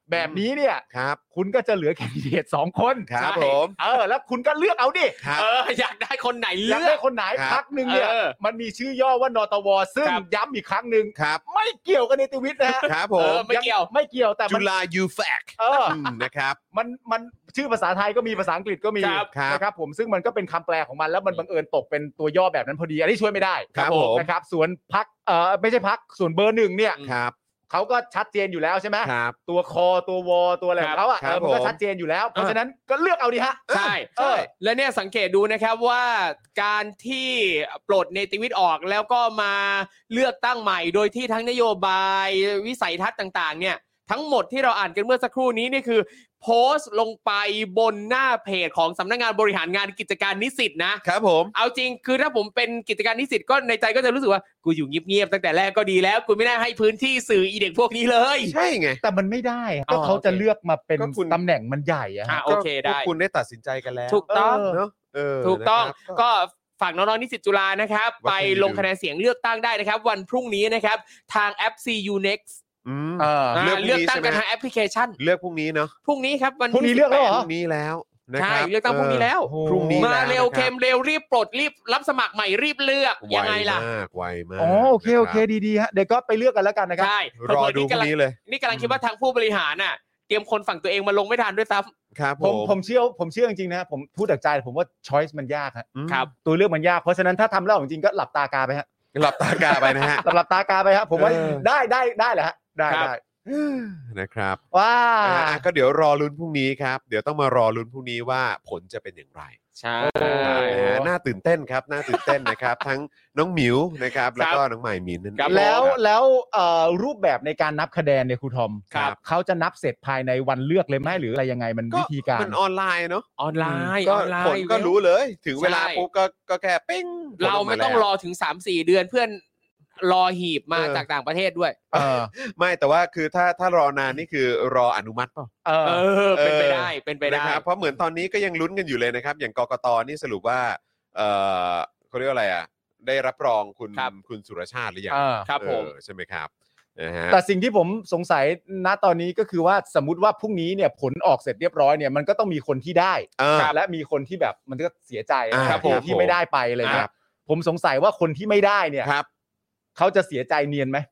แบบนี้เนี่ยครับคุณก็จะเหลือแคนดิเดต2 คนครับผมแล้วคุณก็เลือกเอาดิอยากได้คนไหนอเลืยากอกได้คนไหนพรรคหนึ่งเนี่ยมันมีชื่อย่อว่านตวซึ่งย้ำอีกครั้งหนึ่งครับไม่เกี่ยวกับเนติวิทย์นะฮะครับผมไม่เกี่ยวแต่จุมันฬายูแฟก นะครับมันชื่อภาษาไทยก็มีภาษาอังกฤษก็มีครับนะครับผมซึ่งมันก็เป็นคำแปลของมันแล้วมันบังเอิญตกเป็นตัวย่อแบบนั้นพอดีอันนี้ช่วยไม่ได้ครับผมนะครับส่วนพรรคไม่ใช่พรรคส่วนเบอร์ 1เนี่ยครับเขาก็ชัดเจนอยู่แล้วใช่ไหมครับตัวคอตัววอตัวอะไรของเขาอ่ะครับมันก็ผมชัดเจนอยู่แล้วเพราะฉะนั้นก็เลือกเอาดิฮะใช่แล้วเนี่ยสังเกตดูนะครับว่าการที่ปลดเนติวิทย์ออกแล้วก็มาเลือกตั้งใหม่โดยที่ทั้งนโยบายวิสัยทัศน์ต่างๆเนี่ยทั้งหมดที่เราอ่านกันเมื่อสักครู่นี้นี่คือโพสต์ลงไปบนหน้าเพจของสำนักงานบริหารงานกิจการนิสิตนะครับผมเอาจริงคือถ้าผมเป็นกิจการนิสิตก็ในใจก็จะรู้สึกว่ากูอยู่เงียบๆตั้งแต่แรกก็ดีแล้วกูไม่ได้ให้พื้นที่สื่ออีเด็กพวกนี้เลยใช่ไงแต่มันไม่ได้ก็เขาจะเลือกมาเป็นก็คุณตำแหน่งมันใหญ่อะฮะโอเคได้พวกคุณได้ตัดสินใจกันแล้วถูกต้องเนอะถูกต้องนะครับก็ฝากน้องๆนิสิตจุฬานะครับว่าไปคุณลงคะแนนเสียงเลือกตั้งได้นะครับ วันพรุ่งนี้นะครับทางแอป CU Next เลือกตั้งกันทางแอปพลิเคชันเลือกพรุ่งนี้เนาะพรุ่งนี้ครับวันพรุ่งนี้เลือกแล้วเหรอพรุ่งนี้แล้วนะคใช่รับเลือกตั้งพรุ่งนี้แล้วพรุ่งนี้มาเร็วแล้เค็มเร็วรีบปลดรีบรับสมัครใหม่รีบเลือกนะครับยังไงล่ะไวมากอ๋อโอเคนะครับดีๆฮะเดี๋ยวก็ไปเลือกกันแล้วกันนะครับใช่รอดูพรุ่งนี้เลยนี่กำลังคิดว่าทางผู้บริหารน่ะเตรียมคนฝั่งตัวเองมาลงไม่ทันด้วยซ้ครับผมเชื่อจริงๆนะผมพูดจากใจผมว่าช้อยส์มันยากฮะำครับตัวเลือกมันยากเพราะฉะนั้นถ้าทำแล้วจริงๆก็หลับตากาไปฮะหลับตากาไปนะฮะหลับตากาไปฮะผมว่า ได้แหละฮะได้ครับได้นะครับว้าก็เดี๋ยวรอลุ้นพรุ่งนี้ครับเดี๋ยวต้องมารอลุ้นพรุ่งนี้ว่าผลจะเป็นอย่างไรใช่นะฮะน่าตื่นเต้นครับน่าตื่นเต้นนะครับ ทั้งน้องหมิวนะครับแล้วก็น้องใหม่มินนั่นเองแล้วรูปแบบในการนับคะแนนเนี่ยครูทอมครับเขาจะนับเสร็จภายในวันเลือกเลยไหมหรืออะไรยังไงมันวิธีการมันออนไลน์เนาะออนไลน์ก็ออนไลน์ผลก็รู้เลยถึงเวลาใช่ปุ๊บก็แค่เป้งเราไม่ต้องรอถึง 3-4 เดือนเพื่อนรอหีบมาจากต่างประเทศด้วยไม่แต่ว่าคือถ้ารอนานนี่คือรออนุมัติเปล่าเป็นไปได้เป็นไปได้นะครับเพราะเหมือนตอนนี้ก็ยังลุ้นกันอยู่เลยนะครับ อย่างกกตนี่สรุปว่าเขาเรียกว่าอะไรอ่ะได้รับรองคุณสุรชาติหรือยังครับผมใช่ไหมครับนะฮะแต่สิ่งที่ผมสงสัยณตอนนี้ก็คือว่าสมมุติว่าพรุ่งนี้เนี่ยผลออกเสร็จเรียบร้อยเนี่ยมันก็ต้องมีคนที่ได้ และมีคนที่แบบมันก็เสียใจนะครับที่ไม่ได้ไปเลยนะครับผมสงสัยว่าคนที่ไม่ได้เนี่ยเขาจะเสียใจเนียนไหม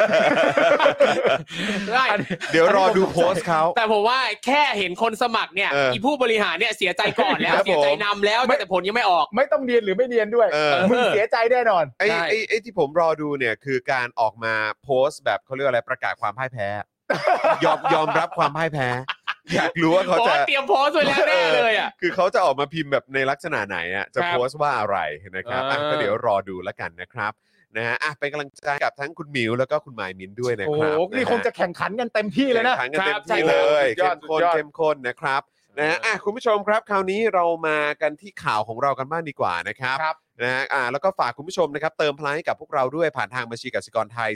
เดี๋ยวรอดูโพสต์เขาแต่ผมว่าแค่เห็นคนสมัครเนี่ยอีผู้บริหารเนี่ยเสียใจก่อนแล้วเสียใจนำแล้วแต่ผลยังไม่ออกไม่ต้องเนียนหรือไม่เนียนด้วยมึงเสียใจแน่นอนไอ้ที่ผมรอดูเนี่ยคือการออกมาโพสต์แบบเขาเรียกอะไรประกาศความพ่ายแพ้ ยอมรับความพ่ายแพ้ อยากรู้ว่าเขาจะเตรียมโพสต์ไว้แล้วแน่เลยอ่ะคือเขาจะออกมาพิมพ์แบบในลักษณะไหนอ่ะจะโพสต์ว่าอะไรนะครับก็เดี๋ยวรอดูแล้วกันนะครับนะฮะเป็นกำลังใจกับทั้งคุณหมิวแล้วก็คุณหมายมินด้วยนะครับโอ้นี่คงจะแข่งขันกันเต็มที่เลยนะแข่งขันกันเต็มที่เลยเข้มข้นนะครับนะฮะคุณผู้ชมครับคราวนี้เรามากันที่ข่าวของเรากันบ้างดีกว่านะครับนะฮะแล้วก็ฝากคุณผู้ชมนะครับเติมพลังให้กับพวกเราด้วยผ่านทางบัญชีกสิกรไทย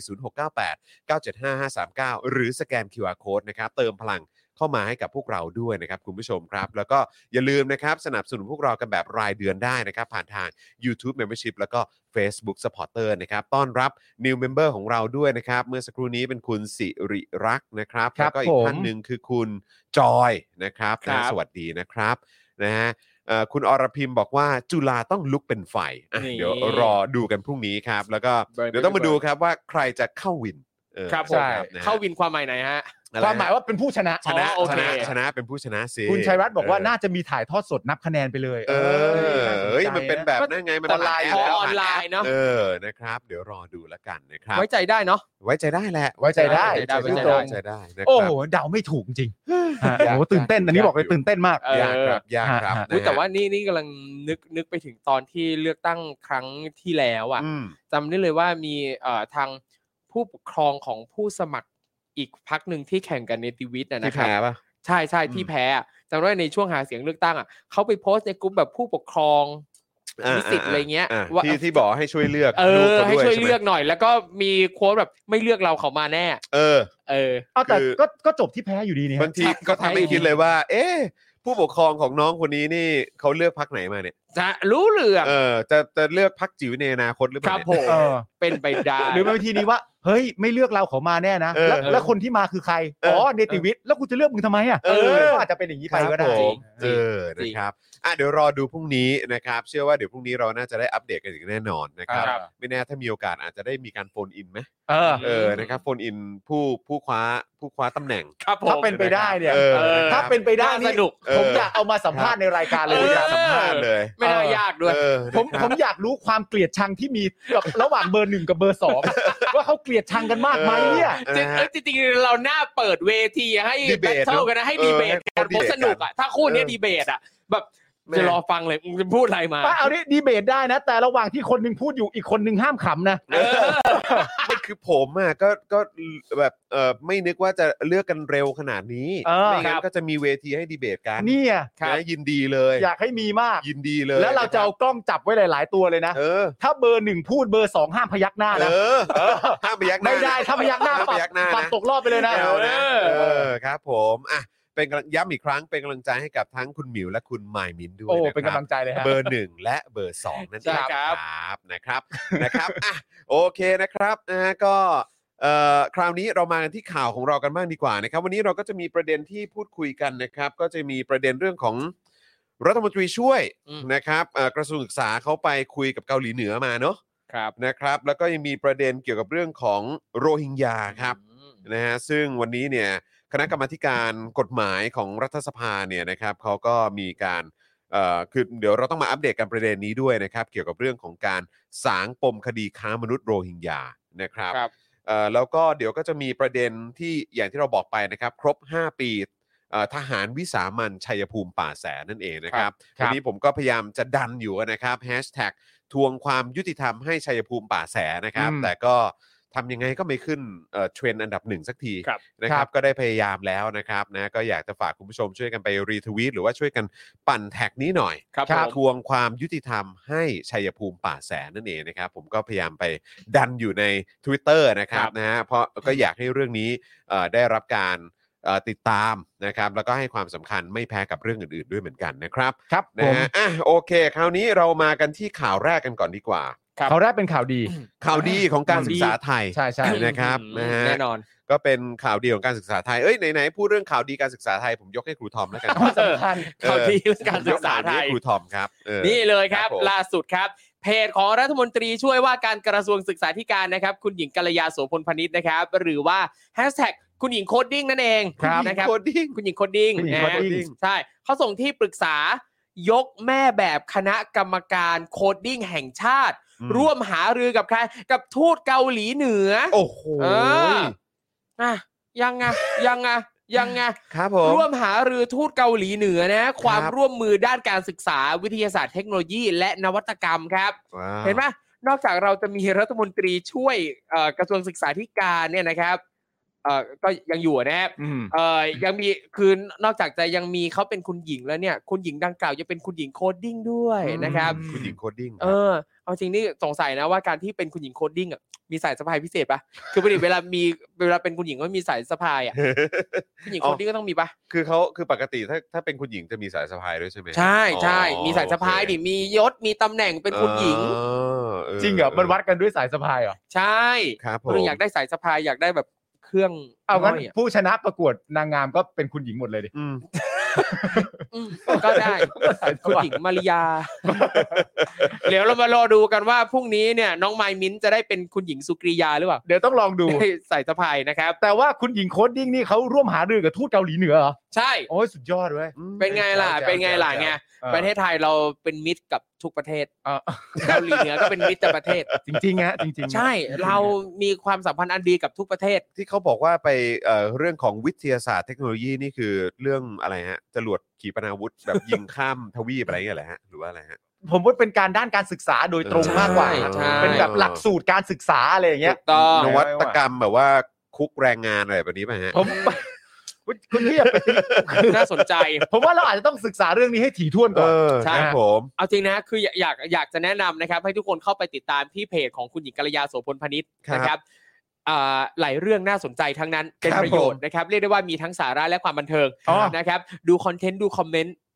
0698 975 539หรือสแกน QR Code นะครับเติมพลังเข้ามาให้กับพวกเราด้วยนะครับคุณผู้ชมครับแล้วก็อย่าลืมนะครับสนับสนุนพวกเรากันแบบรายเดือนได้นะครับผ่านทาง YouTube Membership แล้วก็ Facebook Supporter นะครับต้อนรับ New Member ของเราด้วยนะครับเมื่อสักครู่นี้เป็นคุณสิริรักษ์นะครับแล้วก็อีกท่านหนึ่งคือคุณจอยนะครับสวัสดีนะครับนะฮะคุณอรพิมพ์บอกว่าจุฬาต้องลุกเป็นไฟเดี๋ยวรอดูกันพรุ่งนี้ครับแล้วก็เดี๋ยวต้องมาดูครับว่าใครจะเข้าวินครับใช่เข้าวินความหมายไหนฮะความหมายว่าเป็นผู้ชนะชนะเป็นผู้ชนะสิคุณชัยรัตน์บอกว่าน่าจะมีถ่ายทอดสดนับคะแนนไปเลยมันเป็นแบบนั้นไงมันออนไลน์เนาะนะครับเดี๋ยวรอดูแล้วกันนะครับไว้ใจได้เนาะไว้ใจได้แหละไว้ใจได้โอ้โหเดาไม่ถูกจริงโอ้โหตื่นเต้นอันนี้บอกเลยตื่นเต้นมากยากครับแต่ว่านี่กำลังนึกไปถึงตอนที่เลือกตั้งครั้งที่แล้วอ่ะจำได้เลยว่ามีทางผู้ปกครองของผู้สมัครอีกพรรคหนึ่งที่แข่งกันเนติวิทย์นะครับที่แพ้ป่ะใช่ที่แพ้จำได้ในช่วงหาเสียงเลือกตั้งอ่ะเขาไปโพสต์ในกลุ่มแบบผู้ปกครองนิสิตอะไรเงี้ยว่าที่บอกให้ช่วยเลือกให้ช่วยเลือกหน่อยแล้วก็มีโค้ดแบบไม่เลือกเราเขามาแน่แต่ก็จบที่แพ้อยู่ดีนี่บางทีก็ทำให้คิดเลยว่าผู้ปกครองของน้องคนนี้นี่เขาเลือกพรรคไหนมาเนี่ยจะรู้เรื่องจะเลือกพรรคจิ๋วในอนาคตหรือเปล่าครับผมเป็นไปได้หรือเป็นวิธีนี้ว่าเฮ้ยไม่เลือกเราเขามาแน่นะแล้วคนที่มาคือใครเนติวิทย์แล้วกูจะเลือกมึงทำไมก็อาจจะเป็นอย่างนี้ไปก็ได้นะครับเดี๋ยวรอดูพรุ่งนี้นะครับเชื่อว่าเดี๋ยวพรุ่งนี้เราน่าจะได้อัปเดตกันอย่างแน่นอนนะครับไม่แน่ถ้ามีโอกาสอาจจะได้มีการโฟนอินไหมนะครับโฟนอินผู้คว้าตำแหน่งถ้าเป็นไปได้เนี่ยถ้าเป็นไปได้นี่ผมอยากเอามาสัมภาษณ์ในรายการเลยอยากสัมภาษณ์เลยไม่น่ายากด้วยผมอยากรู้ความเกลียดชังที่มีระหว่างเบอร์1กับเบอร์2ว่าเขาเกลียดชังกันมากไหมเนี่ยจริงๆเราหน้าเปิดเวทีให้แบทเทิลกันนะให้ดีเบตกันเพราะสนุกอ่ะถ้าคู่นี้ดีเบตอ่ะแบบจะรอฟังเลยมึงจะพูดอะไรมาเอาดิดีเบตได้นะแต่ระหว่างที่คนนึงพูดอยู่อีกคนนึงห้ามขำนะคือผมก็แบบไม่นึกว่าจะเลือกกันเร็วขนาดนี้ไม่งั้นก็จะมีเวทีให้ดีเบตกันนี่ยินดีเลยอยากให้มีมากยินดีเลยแล้วเราจะเอากล้องจับไว้หลายๆตัวเลยนะถ้าเบอร์1พูดเบอร์2ห้ามพยักหน้านะห้ามพยักหน้าไม่ได้ถ้าพยักหน้าปรับตกรอบไปเลยนะครับผมเป็นย้ำอีกครั้งเป็นกำลังใจให้กับทั้งคุณหมิวและคุณไมมินด้วยนะครับเป็นกำลังใจเลยครับเบอร์1และเบอร์2นั่นเองครับนะครับโอเคนะครับก็คราวนี้เรามากันที่ข่าวของเรากันบ้างดีกว่านะครับวันนี้เราก็จะมีประเด็นที่พูดคุยกันนะครับก็จะมีประเด็นเรื่องของรัฐมนตรีช่วยนะครับกระทรวงศึกษาเขาไปคุยกับเกาหลีเหนือมาเนาะนะครับแล้วก็ยังมีประเด็นเกี่ยวกับเรื่องของโรฮิงญาครับนะฮะซึ่งวันนี้เนี่ยคณะกรรมาธิการกฎหมายของรัฐสภาเนี่ยนะครับเขาก็มีการคือเดี๋ยวเราต้องมาอัปเดตกันประเด็นนี้ด้วยนะครับเกี่ยวกับเรื่องของการสางปมคดีค้ามนุษย์โรฮิงญานะครับแล้วก็เดี๋ยวก็จะมีประเด็นที่อย่างที่เราบอกไปนะครับครบ5ปีทหารวิสามัญชัยภูมิป่าแสนนั่นเองนะครับวันนี้ผมก็พยายามจะดันอยู่นะครับแฮชแท็กทวงความยุติธรรมให้ชัยภูมิป่าแสนนะครับแต่ก็ทำยังไงก็ไม่ขึ้นเทรนด์อันดับ1สักทีนะครับก็ได้พยายามแล้วนะครับนะก็อยากจะฝากคุณผู้ชมช่วยกันไปรีทวีตหรือว่าช่วยกันปั่นแท็กนี้หน่อยทวงความยุติธรรมให้ชัยภูมิป่าแสนนั่นเองนะครับผมก็พยายามไปดันอยู่ใน Twitter นะครับนะฮะเพราะก็อยากให้เรื่องนี้ได้รับการติดตามนะครับแล้วก็ให้ความสำคัญไม่แพ้กับเรื่องอื่นๆด้วยเหมือนกันนะครับนะฮะโอเคคราวนี้เรามากันที่ข่าวแรกกันก่อนดีกว่าข่าวแรกเป็นข่าวดีของการศึกษาไทยใช่ๆนะครับนะฮะแน่นอนก็เป็นข่าวดีของการศึกษาไทยไหนพูดเรื่องข่าวดีการศึกษาไทยผมยกให้ครูทอมแล้วกันสำคัญข่าวดีเรื่องการศึกษาไทยครูทอมครับนี่เลยครับล่าสุดครับเพจของรัฐมนตรีช่วยว่าการกระทรวงศึกษาธิการนะครับคุณหญิงกัลยาโสพลพนิชนะครับหรือว่าคุณหญิงโคดดิ้งนั่นเองนะครับคุณหญิงโคดดิ้งใช่เขาส่งที่ปรึกษายกแม่แบบคณะกรรมการโคดดิ้งแห่งชาติร่วมหารือกับใครกับทูตเกาหลีเหนือโอ้โหยังไงครับผมร่วมหารือทูตเกาหลีเหนือนะความร่วมมือด้านการศึกษาวิทยาศาสตร์เทคโนโลยีและนวัตกรรมครับเห็นไหมนอกจากเราจะมีรัฐมนตรีช่วยกระทรวงศึกษาธิการเนี่ยนะครับก็ยังอยู่นะครับยังมีคือนอกจากจะยังมีเขาเป็นคุณหญิงแล้วเนี่ยคุณหญิงดังกล่าวยังเป็นคุณหญิงโคดดิ้งด้วยนะครับคุณหญิงโคดดิ้งเอาจริงนี่สงสัยนะว่าการที่เป็นคุณหญิงโคดดิ้งอ่ะมีสายสะพายพิเศษปะคือปกติเวลาเป็นคุณหญิงก็มีสายสะพายอ่ะคุณหญิงโคดดิ้งก็ต้องมีปะคือปกติถ้าเป็นคุณหญิงจะมีสายสะพายด้วยใช่ไหมใช่มีสายสะพายดิมียศมีตำแหน่งเป็นคุณหญิงจริงเหรอมันวัดกันด้วยสายสะพายเหรอใช่คุณอยากได้สายสะพายอยากได้แบบเครื่องเอางั้นผู้ชนะประกวดนางงามก็เป็นคุณหญิงหมดเลยดิก็ได้คุณหญิงมาริยาเดี๋ยวเรามารอดูกันว่าพรุ่งนี้เนี่ยน้องไมมิ้นจะได้เป็นคุณหญิงสุกริยาหรือเปล่าเดี๋ยวต้องลองดูใส่สะพายนะครับแต่ว่าคุณหญิงโคดดิ้งนี่เขาร่วมหารือกับทูตเกาหลีเหนือเหรอใช่โอ้ยสุดยอดเว้ยเป็นไงล่ะไงประเทศไทยเราเป็นมิตรกับทุกประเทศเกาหลีเหนือก็เป็นมิตรกับประเทศจริงๆฮะจริงๆใช่เรามีความสัมพันธ์อันดีกับทุกประเทศที่เขาบอกว่าไปเรื่องของวิทยาศาสตร์เทคโนโลยีนี่คือเรื่องอะไรฮะจรวดขีปนาวุธแบบยิงข้ามทวีปอะไรเงี้ยแหละฮะหรือว่าอะไรฮะผมว่าเป็นการด้านการศึกษาโดยตรงมากกว่าเป็นแบบหลักสูตรการศึกษาอะไรอย่างเงี้ยนวัตกรรมแบบว่าคุกแรงงานอะไรแบบนี้ป่ะฮะคุณพี่น่าสนใจผมว่าเราอาจจะต้องศึกษาเรื่องนี้ให้ถี่ถ้วนก่อนใช่ผมเอาจริงนะคืออยากจะแนะนำนะครับให้ทุกคนเข้าไปติดตามที่เพจของคุณหญิงกัลยาโสพลพนิชนะครับหลายเรื่องน่าสนใจทั้งนั้นเป็นประโยชน์นะครับเรียกได้ว่ามีทั้งสาระและความบันเทิงนะครับดูคอนเทนต์ดูคอมเมนต์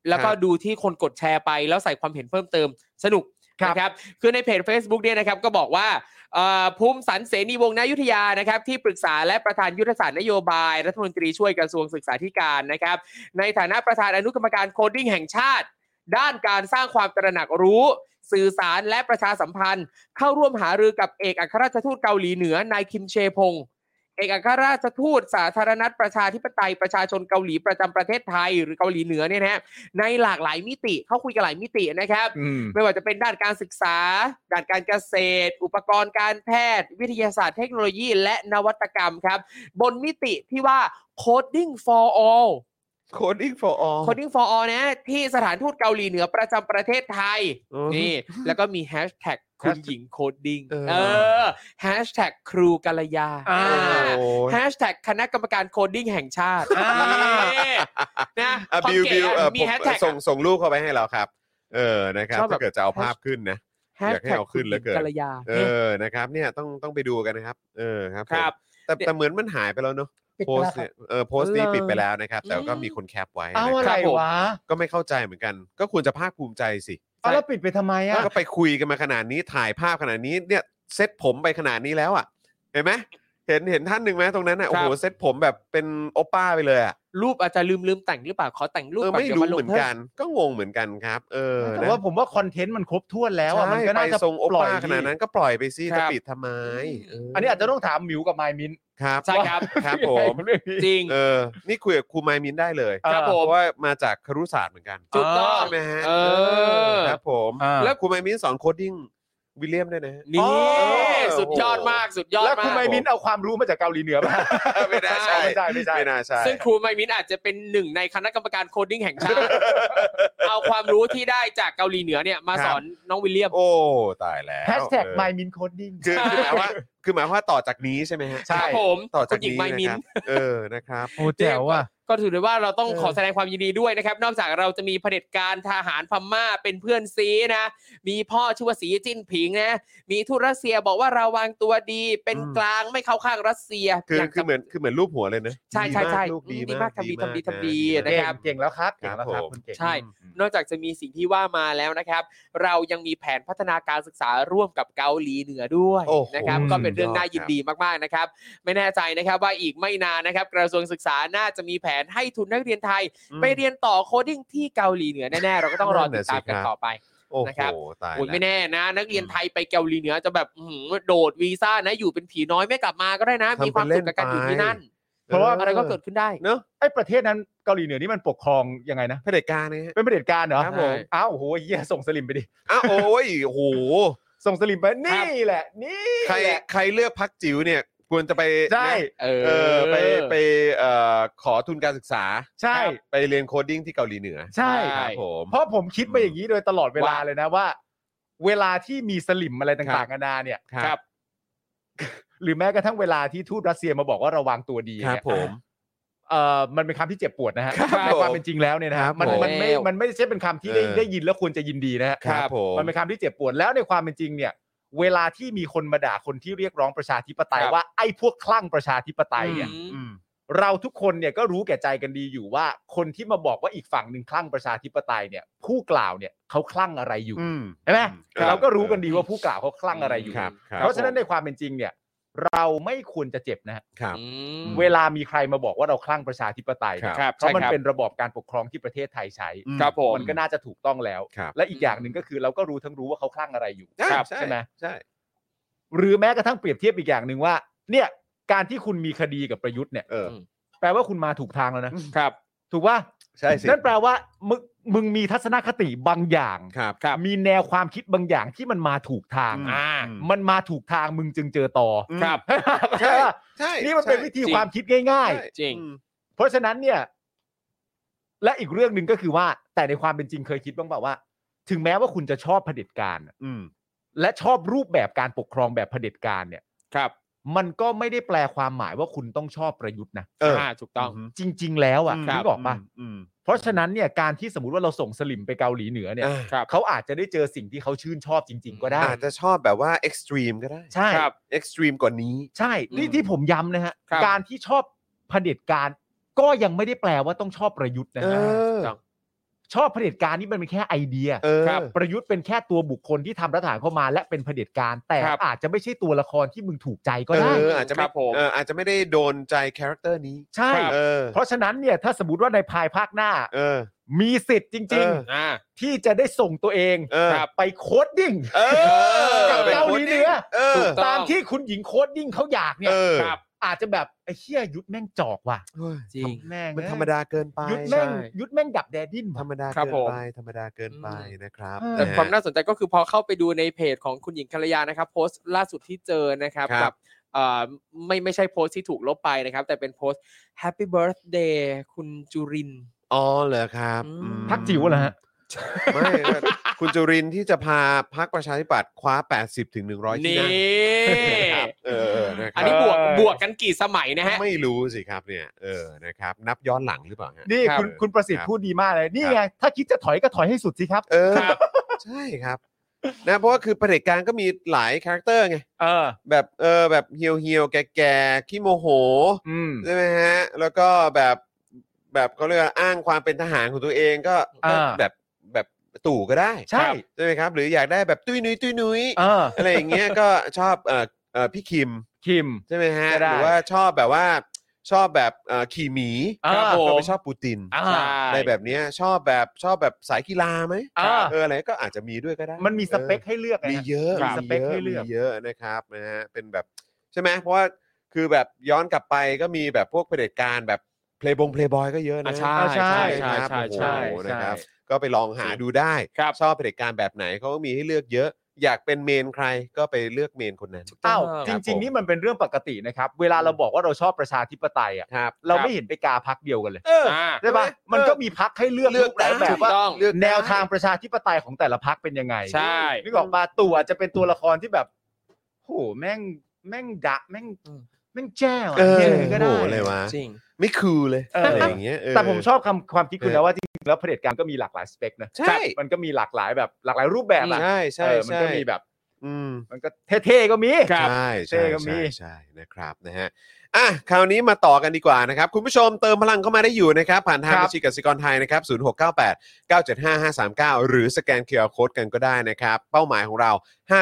แล้วก็ดูที่คนกดแชร์ไปแล้วใส่ความเห็นเพิ่มเติมสนุกนะครับคือในเพจ Facebook เนี่ยนะครับก็บอกว่าภูมิสันต์เสนีวงศ์ณอยุธยานะครับที่ปรึกษาและประธานยุทธศาสตร์นโยบายรัฐมนตรีช่วยกระทรวงศึกษาธิการนะครับในฐานะประธานอนุกรรมการโคดดิ้งแห่งชาติด้านการสร้างความตระหนักรู้สื่อสารและประชาสัมพันธ์เข้าร่วมหารือกับเอกอัครราชทูตเกาหลีเหนือนายคิมเชพงศ์เอกอัครราชทูตสาธารณรัฐประชาธิปไตยประชาชนเกาหลีประจำประเทศไทยหรือเกาหลีเหนือเนี่ยนะในหลากหลายมิติเขาคุยกันหลายมิตินะครับไม่ว่าจะเป็นด้านการศึกษาด้านการเกษตรอุปกรณ์การแพทย์วิทยาศาสตร์เทคโนโลยีและนวัตกรรมครับบนมิติที่ว่า Coding for All Coding for all Coding for all นะที่สถานทูตเกาหลีเหนือประจำประเทศไทยนี่แล้วก็มีแฮชแท็กคุณหญิงโคดดิ้งแฮชแท็กครูกัลยาแฮชแท็กคณะกรรมการโคดดิ้งแห่งชาตินะบิวมีแฮชแท็กส่งรูปเข้าไปให้เราครับนะครับถ้าเกิดจะเอาภาพขึ้นนะอยากให้เอาขึ้นเหลือเกินนะครับเนี่ยต้องไปดูกันนะครับครับแต่เหมือนมันหายไปแล้วเนาะโพสต์เนี่ยโพสต์นี้ปิดไปแล้วนะครับแต่ก็มีคนแคปไว้เอาอะไรวะก็ไม่เข้าใจเหมือนกันก็ควรจะภาคภูมิใจสิแล้วปิดไปทำไมอ่ะก็ไปคุยกันมาขนาดนี้ถ่ายภาพขนาดนี้เนี่ยเซ็ตผมไปขนาดนี้แล้วอ่ะเห็นไหมเห็นท่านหนึ่งไหมตรงนั้นอ่ะโอ้โหเซ็ตผมแบบเป็นโอป้าไปเลยอ่ะรูปอาจจะลืมแต่งหรือเปล่าขอแต่งรูปไม่รู้เหมือนกันก็งงเหมือนกันครับแต่ว่าผมว่าคอนเทนต์มันครบถ้วนแล้วอ่ะมันก็น่าจะทรงโอป้าขนาดนั้นก็ปล่อยไปสิจะปิดทำไมอันนี้อาจจะต้องถามหมิวกับไมมินครับใช่ครับครับผมจริงนี่คุยกับครูไมมินได้เลยครับผมเพราะว่ามาจากครุศาสตร์เหมือนกันถูกต้องใช่ไหมฮะครับผมแล้วครูไมมินสอนโคดดิ้งวิลเลียมด้วยนะนี่สุดยอดมากสุดยอดมากแล้วครูไมมินเอาความรู้มาจากเกาหลีเหนือป่ะไม่น่าใช่ไม่น่าใช่ซึ่งครูไมมินอาจจะเป็นหนึ่งในคณะกรรมการโคดดิ้งแห่งชาติเอาความรู้ที่ได้จากเกาหลีเหนือเนี่ยมาสอนน้องวิลเลียมโอ้ตายแล้ว #ไมมินโคดดิ้งคือหมายว่าต่อจากนี้ใช่ไหมฮะใช่ผมต่อจากนี้นะครับนะครับโอ้แจ๋วว่ะก็ถือได้ว่าเราต้องขอแสดงความยินดีด้วยนะครับนอกจากเราจะมีเผด็จการทหารพม่าเป็นเพื่อนซีนะมีพ่อชื่อว่าสีจิ้นผิงนะมีทูตรัสเซียบอกว่าเราวางตัวดีเป็นกลางไม่เข้าข้างรัสเซียคือเหมือนรูปหัวเลยนะใช่ลูกดีมากทำดีนะครับเก่งแล้วครับคุณเก่งใช่นอกจากจะมีสิ่งที่ว่ามาแล้วนะครับเรายังมีแผนพัฒนาการศึกษาร่วมกับเกาหลีเหนือด้วยนะครับก็เป็นเรื่องน่ายินดีมากๆนะครับไม่แน่ใจนะครับว่าอีกไม่นานนะครับกระทรวงศึกษาน่าจะมีแผนให้ทุนนักเรียนไทยไปเรียนต่อโคดดิ้งที่เกาหลีเหนือแน่ๆเราก็ต้องรอติดตามกันต่อไปนะครับโอ้ยไม่แน่นะนักเรียนไทยไปเกาหลีเหนือจะแบบโดดวีซ่านะอยู่เป็นผีน้อยไม่กลับมาก็ได้นะมีความสุขกับการอยู่ที่นั่นเพราะว่าอะไรก็เกิดขึ้นได้เนอะไอ้ประเทศนั้นเกาหลีเหนือนี่มันปกครองยังไงนะเผด็จการนี่เป็นเผด็จการเหรออ้าวโอ้โหเหี้ยส่งสลิมไปดิอ้าวโอ้ยโอ้โหส่งสลิมไปนี่แหละนี่ใครเลือกพรรคจิ๋วเนี่ยควรจะไปใช่ไปขอทุนการศึกษาใช่ไปเรียนโคดดิ้งที่เกาหลีเหนือใช่ครับผมเพราะผมคิดมาอย่างนี้โดยตลอดเวลาเลยนะว่าเวลาที่มีสลิมอะไรต่างๆนานาเนี่ยครับหรือแม้กระทั่งเวลาที่ทูตรัสเซียมาบอกว่าระวังตัวดีครับผมมันเป็นคำที่เจ็บปวดนะฮะในความเป็นจริงแล้วเนี่ยนะฮะมันไม่ใช่เป็นคำที่ได้ยินแล้วควรจะยินดีนะฮะมันเป็นคำที่เจ็บปวดแล้วในความเป็นจริงเนี่ยเวลาที่มีคนมาด่าคนที่เรียกร้องประชาธิปไตยว่าไอ้พวกคลั่งประชาธิปไตยเนี่ยเราทุกคนเนี่ยก็รู้แก่ใจกันดีอยู่ว่าคนที่มาบอกว่าอีกฝั่งหนึ่งคลั่งประชาธิปไตยเนี่ยผู้กล่าวเนี่ยเขาคลั่งอะไรอยู่ใช่ไหมเราก็รู้กันดีว่าผู้กล่าวเขาคลั่งอะไรอยู่เพราะฉะนั้นในความเป็นจริงเนี่ยเราไม่ควรจะเจ็บนะครับเวลามีใครมาบอกว่าเราคลั่งประชาธิปไตยเพราะมันเป็นระบอบการปกครองที่ประเทศไทยใช้มันก็น่าจะถูกต้องแล้วและอีกอย่างหนึ่งก็คือเราก็รู้ทั้งรู้ว่าเขาคลั่งอะไรอยู่ใช่ไหมใช่หรือแม้กระทั่งเปรียบเทียบอีกอย่างหนึ่งว่าเนี่ยการที่คุณมีคดีกับประยุทธ์เนี่ยแปลว่าคุณมาถูกทางแล้วนะครับถูกป่ะใช่สินั่นแปลว่ามึงมีทัศนคติบางอย่างมีแนวความคิดบางอย่างที่มันมาถูกทางมันมาถูกทางมึงจึงเจอต่อครับใช่นี่มันเป็นวิธีความคิดง่ายๆจริงเพราะฉะนั้นเนี่ยและอีกเรื่องหนึ่งก็คือว่าแต่ในความเป็นจริงเคยคิดบ้างเปล่าว่าถึงแม้ว่าคุณจะชอบเผด็จการและชอบรูปแบบการปกครองแบบเผด็จการเนี่ยครับมันก็ไม่ได้แปลความหมายว่าคุณต้องชอบประยุทธ์นะถูกต้องจริงๆแล้วอ่ะนึกออกป่ะเพราะฉะนั้นเนี่ยการที่สมมุติว่าเราส่งสลิมไปเกาหลีเหนือเนี่ยเขาอาจจะได้เจอสิ่งที่เขาชื่นชอบจริงๆก็ได้อาจจะชอบแบบว่าเอ็กซ์ตรีมก็ได้ใช่เอ็กซ์ตรีมกว่านี้ใช่นี่ที่ผมย้ำนะฮะการที่ชอบเผด็จการก็ยังไม่ได้แปลว่าต้องชอบประยุทธ์นะฮะชอบเผด็จการนี่มันเป็นแค่ไอเดียครับประยุทธ์เป็นแค่ตัวบุคคลที่ทำรัฐประหารเข้ามาและเป็นเผด็จการแต่อาจจะไม่ใช่ตัวละครที่มึงถูกใจก็ได้อาจจะไม่อาจจะไม่ได้โดนใจคาแรคเตอร์นี้ใช่เพราะฉะนั้นเนี่ยถ้าสมมติว่าในภายภาคหน้ามีสิทธิ์จริงๆที่จะได้ส่งตัวเองไปโค้ดดิ้งกับเกาหลีเหนือตามที่คุณหญิงโค้ดดิ้งเขาอยากเนี่ยอาจจะแบบไอ้เหี้ยยุทธแม่งจอกว่ะจริงแม่งมันธรรมดาเกินไปยุทธแม่งดับแดดดิ้นธรรมดาเกินไปธรรมดาเกินไปนะครับแต่ความน่าสนใจก็คือพอเข้าไปดูในเพจของคุณหญิงกัลยานะครับโพสต์ล่าสุดที่เจอนะครับกับไม่ใช่โพสต์ที่ถูกลบไปนะครับแต่เป็นโพสต์ Happy Birthday คุณจุรินทร์อ๋อเหรอครับพักจิ๋วเหรอฮะไม่คุณจุรินทร์ที่จะพาพรรคประชาธิปัตย์คว้า80 ถึง 100ที่นั่งนะครับอันนี้บวกกันกี่สมัยนะฮะไม่รู้สิครับเนี่ยนะครับนับย้อนหลังหรือเปล่านี่คุณประสิทธิ์พูดดีมากเลยนี่ไงถ้าคิดจะถอยก็ถอยให้สุดสิครับใช่ครับนะเพราะว่าคือเผด็จการก็มีหลายคาแรคเตอร์ไงแบบเหี่ยวแก่ๆขี้โมโหใช่ไหมฮะแล้วก็แบบเขาเรียกอ้างความเป็นทหารของตัวเองก็แบบตู่ก็ได้ใช่ไหมครับหรืออยากได้แบบตุ้ยนุ้ยอะไรอย่างเงี้ยก็ชอบพี่คิมใช่ไหมฮะหรือว่าชอบแบบว่าชอบแบบขี่หมีก็ไม่ชอบปูตินอะไรแบบนี้ชอบแบบสายกีฬาไหมอะไรก็อาจจะมีด้วยก็ได้มันมีสเปคให้เลือกมีเยอะมีสเปคให้เลือกเยอะนะครับนะฮะเป็นแบบใช่ไหมเพราะว่าคือแบบย้อนกลับไปก็มีแบบพวกเผด็จการแบบเพลย์บอยก็เยอะนะใช่นะครับก็ไปลองหาดูได้ชอบเผด็จการแบบไหนเขาก็มีให้เลือกเยอะอยากเป็นเมนใครก็ไปเลือกเมนคนนั้นจริงๆนี่มันเป็นเรื่องปกตินะครับเวลาเราบอกว่าเราชอบประชาธิปไตยอ่ะเราไม่เห็นไปกาพรรคเดียวกันเลยใช่ปะมันก็มีพรรคให้เลือกหลายแบบว่าแนวทางประชาธิปไตยของแต่ละพรรคเป็นยังไงใช่นึกออกป่ะตู่อาจจะเป็นตัวละครที่แบบโหแม่งดะแม่งแจ้วก็ได้เลยวะจริงไม่คูลเลยอะไรอย่างเงี้ยแต่ผมชอบความคิดคุณนะว่าจริงๆแล้วเผด็จการก็มีหลากหลายสเปคนะใช่มันก็มีหลากหลายแบบหลากหลายรูปแบบอ่ะใช่มันก็มีแบบมันก็เท่ๆก็มีใช่เท่ก็มีใช่นะครับนะฮะคราวนี้มาต่อกันดีกว่านะครับคุณผู้ชมเติมพลังเข้ามาได้อยู่นะครับผ่านทางบัญชีกสิกรไทยนะครับ0698975539หรือสแกน QR Code กันก็ได้นะครับเป้าหมายของเรา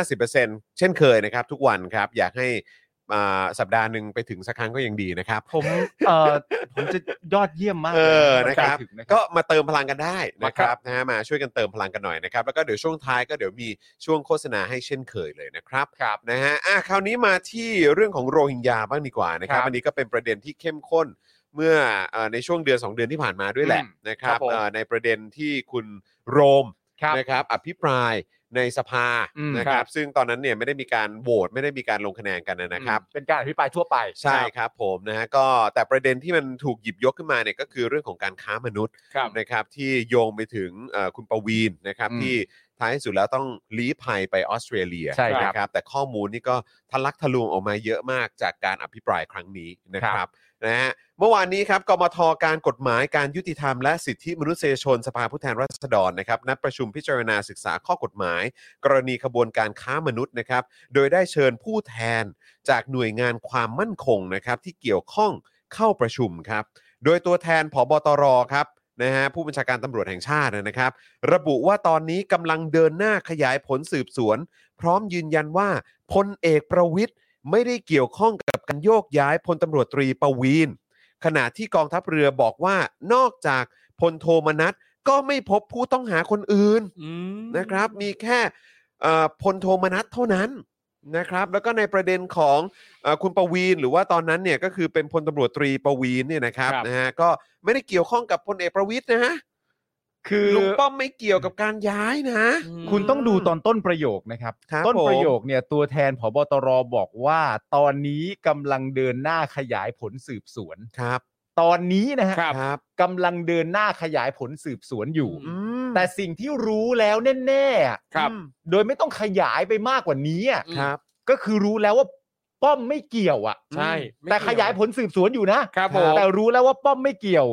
50% เช่นเคยนะครับทุกวันครับอยากให้สัปดาห์หนึ่งไปถึงสักครั้งก็ยังดีนะครับผมจะยอดเยี่ยมมากนะครับก็มาเติมพลังกันได้นะครับนะฮะมาช่วยกันเติมพลังกันหน่อยนะครับแล้วก็เดี๋ยวช่วงท้ายก็เดี๋ยวมีช่วงโฆษณาให้เช่นเคยเลยนะครับนะฮะคราวนี้มาที่เรื่องของโรฮิงญาบ้างดีกว่านะครับอันนี้ก็เป็นประเด็นที่เข้มข้นเมื่อในช่วงเดือน2เดือนที่ผ่านมาด้วยแหละนะครับในประเด็นที่คุณโรมนะครับอภิปรายในสภานะครับซึ่งตอนนั้นเนี่ยไม่ได้มีการโหวตไม่ได้มีการลงคะแนนกันนะครับเป็นการอภิปรายทั่วไปใช่ครับผมนะฮะก็แต่ประเด็นที่มันถูกหยิบยกขึ้นมาเนี่ยก็คือเรื่องของการค้ามนุษย์นะครับที่โยงไปถึงคุณปวีณนะครับที่ท้ายที่สุดแล้วต้องลี้ภัยไปออสเตรเลียนะครับแต่ข้อมูลนี่ก็ทะลักทะลวงออกมาเยอะมากจากการอภิปรายครั้งนี้นะครับนะฮะเมื่อวานนี้ครับกมธ.การกฎหมายการยุติธรรมและสิทธิมนุษยชนสภาผู้แทนราษฎรนะครับนัดประชุมพิจารณาศึกษาข้อกฎหมายกรณีขบวนการค้ามนุษย์นะครับโดยได้เชิญผู้แทนจากหน่วยงานความมั่นคงนะครับที่เกี่ยวข้องเข้าประชุมครับโดยตัวแทนผบ.ตร.ครับนะฮะผู้บัญชาการตำรวจแห่งชาตินะครับระบุว่าตอนนี้กำลังเดินหน้าขยายผลสืบสวนพร้อมยืนยันว่าพลเอกประวิตรไม่ได้เกี่ยวข้องกับการโยกย้ายพลตำรวจตรีปวีณขณะที่กองทัพเรือบอกว่านอกจากพลโทมนัสก็ไม่พบผู้ต้องหาคนอื่นนะครับมีแค่พลโทมนัสเท่านั้นนะครับแล้วก็ในประเด็นของคุณปวีณหรือว่าตอนนั้นเนี่ยก็คือเป็นพลตำรวจตรีปวีณเนี่ยนะครับนะฮะก็ไม่ได้เกี่ยวข้องกับพลเอกประวิตรนะฮะคือลุงป้อมไม่เกี่ยวกับการย้ายนะคุณต้องดูตอนต้นประโยคนะครับต้นประโยคเนี่ยตัวแทนผบ.ตร.บอกว่าตอนนี้กำลังเดินหน้าขยายผลสืบสวนครับตอนนี้นะฮะกำลังเดินหน้าขยายผลสืบสวนอยู่แต่สิ่งที่รู้แล้วแน่ๆโดยไม่ต้องขยายไปมากกว่านี้ครับก็คือรู้แล้วว่าป้อมไม่เกี่ยวใช่แต่ขยายผลสืบสวนอยู่นะครับแต่รู้แล้วว่าป้อมไม่เกี่ยว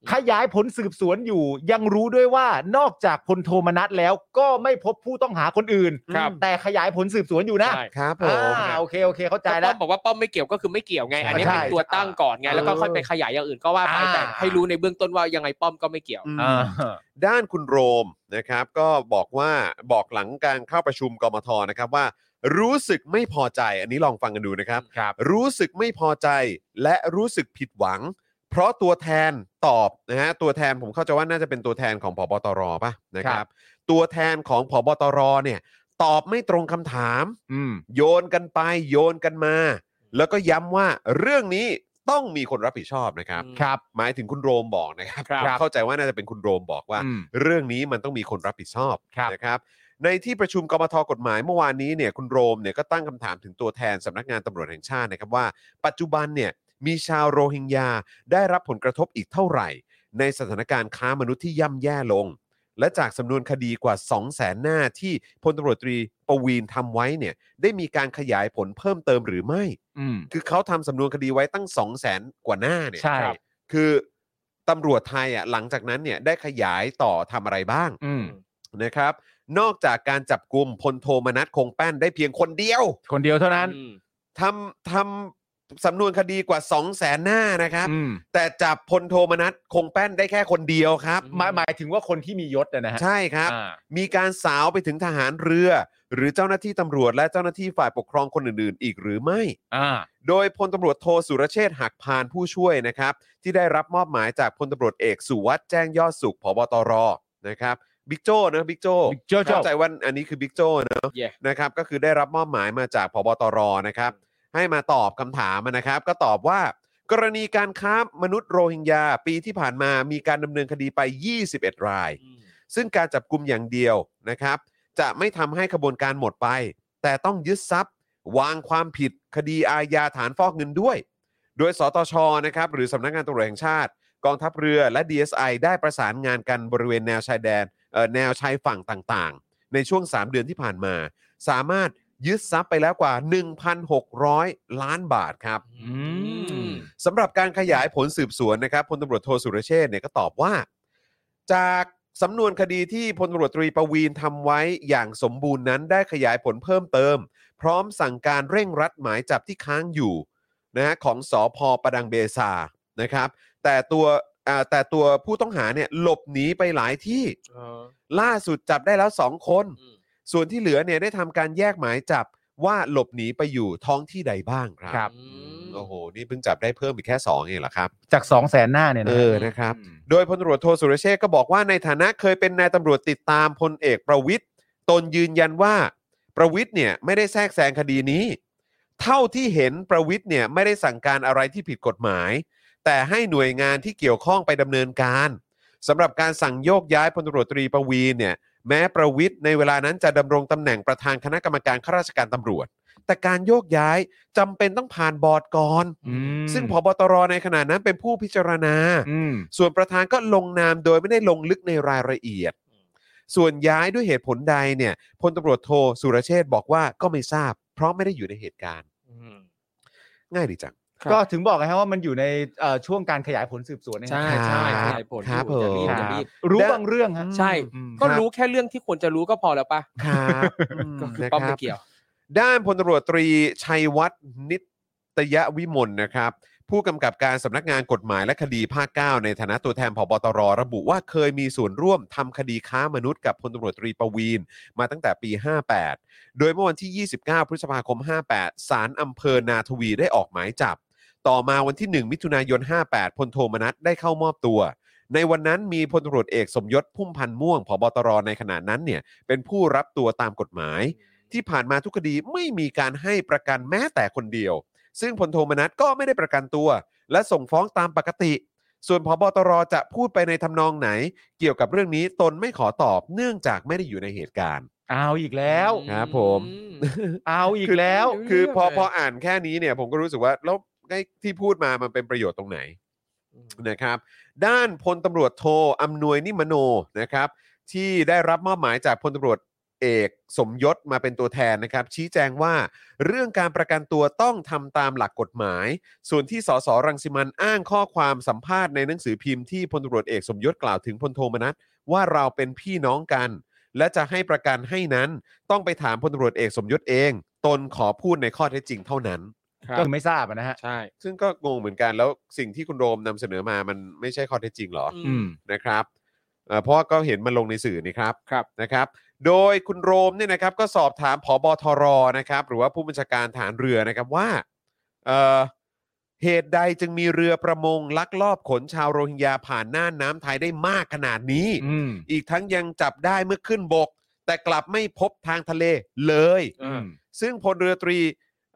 ขยายผลสืบสวนอยู่ยังรู้ด้วยว่านอกจากพลโทมนัสแล้วก็ไม่พบผู้ต้องหาคนอื่นแต่ขยายผลสืบสวนอยู่นะครับผมโอเคเข้าใจแล้วป้อมบอกว่าป้อมไม่เกี่ยวก็คือไม่เกี่ยวไงอันนี้เป็นตัวตั้งก่อนไงแล้วก็ค่อยไปขยายอย่างอื่นก็ว่าไปแต่ให้รู้ในเบื้องต้นว่ายังไงป้อมก็ไม่เกี่ยวด้านคุณโรมนะครับก็บอกหลังการเข้าประชุมกมทนะครับว่ารู้สึกไม่พอใจอันนี้ลองฟังกันดูนะครับรู้สึกไม่พอใจและรู้สึกผิดหวังเพราะตัวแทนตอบนะฮะตัวแทนผมเข้าใจว่าน่าจะเป็นตัวแทนของผบตรป่ะนะครับตัวแทนของผบตรเนี่ยตอบไม่ตรงคำถามโยนกันไปโยนกันมาแล้วก็ย้ำว่าเรื่องนี้ต้องมีคนรับผิดชอบนะครับหมายถึงคุณโรมบอกนะครับเข้าใจว่าน่าจะเป็นคุณโรมบอกว่าเรื่องนี้มันต้องมีคนรับผิดชอบนะครับในที่ประชุมกมทกฎหมายเมื่อวานนี้เนี่ยคุณโรมเนี่ยก็ตั้งคำถามถึงตัวแทนสำนักงานตำรวจแห่งชาตินะครับว่าปัจจุบันเนี่ยมีชาวโรฮิงญาได้รับผลกระทบอีกเท่าไหร่ในสถานการณ์ค้ามนุษย์ที่ย่ำแย่ลงและจากสำนวนคดีกว่า 200,000 หน้าที่พลตำรวจตรีประวีณทำไว้เนี่ยได้มีการขยายผลเพิ่มเติมหรือไม่คือเขาทำสำนวนคดีไว้ตั้ง 200,000 กว่าหน้าเนี่ยคือตำรวจไทยอ่ะหลังจากนั้นเนี่ยได้ขยายต่อทำอะไรบ้างนะครับนอกจากการจับกุมพลโทมนัสคงแป้นได้เพียงคนเดียวเท่านั้นทำสำนวนคดีกว่า 200,000 หน้านะครับแต่จับพลโทมนัสคงแป้นได้แค่คนเดียวครับหมายถึงว่าคนที่มียศนะฮะใช่ครับมีการสาวไปถึงทหารเรือหรือเจ้าหน้าที่ตำรวจและเจ้าหน้าที่ฝ่ายปกครองคนอื่นๆอีกหรือไม่โดยพลตำรวจโทสุรเชษฐ์หักพานผู้ช่วยนะครับที่ได้รับมอบหมายจากพลตำรวจเอกสุวัฒน์แจ้งยอดสุขผบตรนะครับบิ๊กโจ้นะบิ๊กโจ้เข้าใจว่าอันนี้คือบิ๊กโจ้นะครับก็คือได้รับมอบหมายมาจากผบตรนะครับให้มาตอบคำถามนะครับก็ตอบว่ากรณีการค้ามนุษย์โรฮิงญาปีที่ผ่านมามีการดำเนินคดีไป21รายซึ่งการจับกุมอย่างเดียวนะครับจะไม่ทำให้ขบวนการหมดไปแต่ต้องยึดทรัพย์วางความผิดคดีอาญาฐานฟอกเงินด้วยโดยสตชนะครับหรือสำนักงานตำรวจแห่งชาติกองทัพเรือและ DSI ได้ประสานงานกันบริเวณแนวชายแดนแนวชายฝั่งต่างๆในช่วง3เดือนที่ผ่านมาสามารถยึดทรัพย์ไปแล้วกว่า 1,600 ล้านบาทครับสำหรับการขยายผลสืบสวนนะครับพลตำรวจโทสุรเชษฐ์เนี่ยก็ตอบว่าจากสำนวนคดีที่พลตำรวจตรีประวีณทำไว้อย่างสมบูรณ์นั้นได้ขยายผลเพิ่มเติมพร้อมสั่งการเร่งรัดหมายจับที่ค้างอยู่นะฮะของสภ.ประดังเบซานะครับแต่ตัวผู้ต้องหาเนี่ยหลบหนีไปหลายที่ล่าสุดจับได้แล้ว2คนส่วนที่เหลือเนี่ยได้ทำการแยกหมายจับว่าหลบหนีไปอยู่ท้องที่ใดบ้างครับโอ้โหนี่เพิ่งจับได้เพิ่มอีกแค่2เองเหรอครับจาก 200,000 หน้าเนี่ยนะครับโดยพลตำรวจโทสุรเชษฐ์ก็บอกว่าในฐานะเคยเป็นนายตำรวจติดตามพลเอกประวิตรตนยืนยันว่าประวิตรเนี่ยไม่ได้แทรกแซงคดีนี้เท่าที่เห็นประวิตรเนี่ยไม่ได้สั่งการอะไรที่ผิดกฎหมายแต่ให้หน่วยงานที่เกี่ยวข้องไปดำเนินการสำหรับการสั่งโยกย้ายพลตำรวจตรีประวีณเนี่ยแม้ประวิตรในเวลานั้นจะดำรงตำแหน่งประธานคณะกรรมการข้าราชการตำรวจแต่การโยกย้ายจำเป็นต้องผ่านบอร์ดก่อนซึ่งผบตรในขณะนั้นเป็นผู้พิจารณาส่วนประธานก็ลงนามโดยไม่ได้ลงลึกในรายละเอียดส่วนย้ายด้วยเหตุผลใดเนี่ยพลตำรวจโทสุรเชษฐ์บอกว่าก็ไม่ทราบเพราะไม่ได้อยู่ในเหตุการณ์ง่ายดีจังก็ถึงบอกไงว่ามันอยู่ในช่วงการขยายผลสืบสวนใช่ขยายผลครับรู้บางเรื่องใช่ก็รู้แค่เรื่องที่ควรจะรู้ก็พอแล้วป่ะครับก็คือป้อมไม่เกี่ยวด้านพลตำรวจตรีชัยวัฒน์นิตยวิมลนะครับผู้กำกับการสำนักงานกฎหมายและคดีภาค 9ในฐานะตัวแทนผบตรระบุว่าเคยมีส่วนร่วมทำคดีค้ามนุษย์กับพลตำรวจตรีประวีณมาตั้งแต่ปี58โดยเมื่อวันที่29พฤษภาคม58ศาลอำเภอนาทวีได้ออกหมายจับต่อมาวันที่1มิถุนายน58พลโทมนัสได้เข้ามอบตัวในวันนั้นมีพลตำรวจเอกสมยศพุ่มพันธ์ม่วงผบตรในขณะนั้นเนี่ยเป็นผู้รับตัวตามกฎหมายที่ผ่านมาทุกคดีไม่มีการให้ประกันแม้แต่คนเดียวซึ่งพลโทมนัสก็ไม่ได้ประกันตัวและส่งฟ้องตามปกติส่วนผบตรจะพูดไปในทำนองไหนเกี่ยวกับเรื่องนี้ตนไม่ขอตอบเนื่องจากไม่ได้อยู่ในเหตุการณ์เอาอีกแล้วครับผมเอาอีกแล้วคือพออ่านแค่นี้เนี่ยผมก็รู้สึกว่าแล้วที่พูดมามันเป็นประโยชน์ตรงไหนนะครับด้านพลตำรวจโทอำนวยนิมโนนะครับที่ได้รับมอบหมายจากพลตำรวจเอกสมยศมาเป็นตัวแทนนะครับชี้แจงว่าเรื่องการประกันตัวต้องทำตามหลักกฎหมายส่วนที่สสรังสิมันต์อ้างข้อความสัมภาษณ์ในหนังสือพิมพ์ที่พลตำรวจเอกสมยศกล่าวถึงพลโทมนัสว่าเราเป็นพี่น้องกันและจะให้ประกันให้นั้นต้องไปถามพลตำรวจเอกสมยศเองตนขอพูดในข้อเท็จจริงเท่านั้นก็ไม่ทราบนะฮะใช่ซึ่งก็งงเหมือนกันแล้วสิ่งที่คุณโรมนำเสนอมามันไม่ใช่ข้อเท็จจริงหรอนะครับเพราะก็เห็นมันลงในสื่อนี่ครับนะครับโดยคุณโรมเนี่ยนะครับก็สอบถามผบทรนะครับหรือว่าผู้บัญชาการฐานเรือนะครับว่าเหตุใดจึงมีเรือประมงลักลอบขนชาวโรฮิงญาผ่านน่านน้ำไทยได้มากขนาดนี้อีกทั้งยังจับได้เมื่อขึ้นบกแต่กลับไม่พบทางทะเลเลยซึ่งพลเรือตรี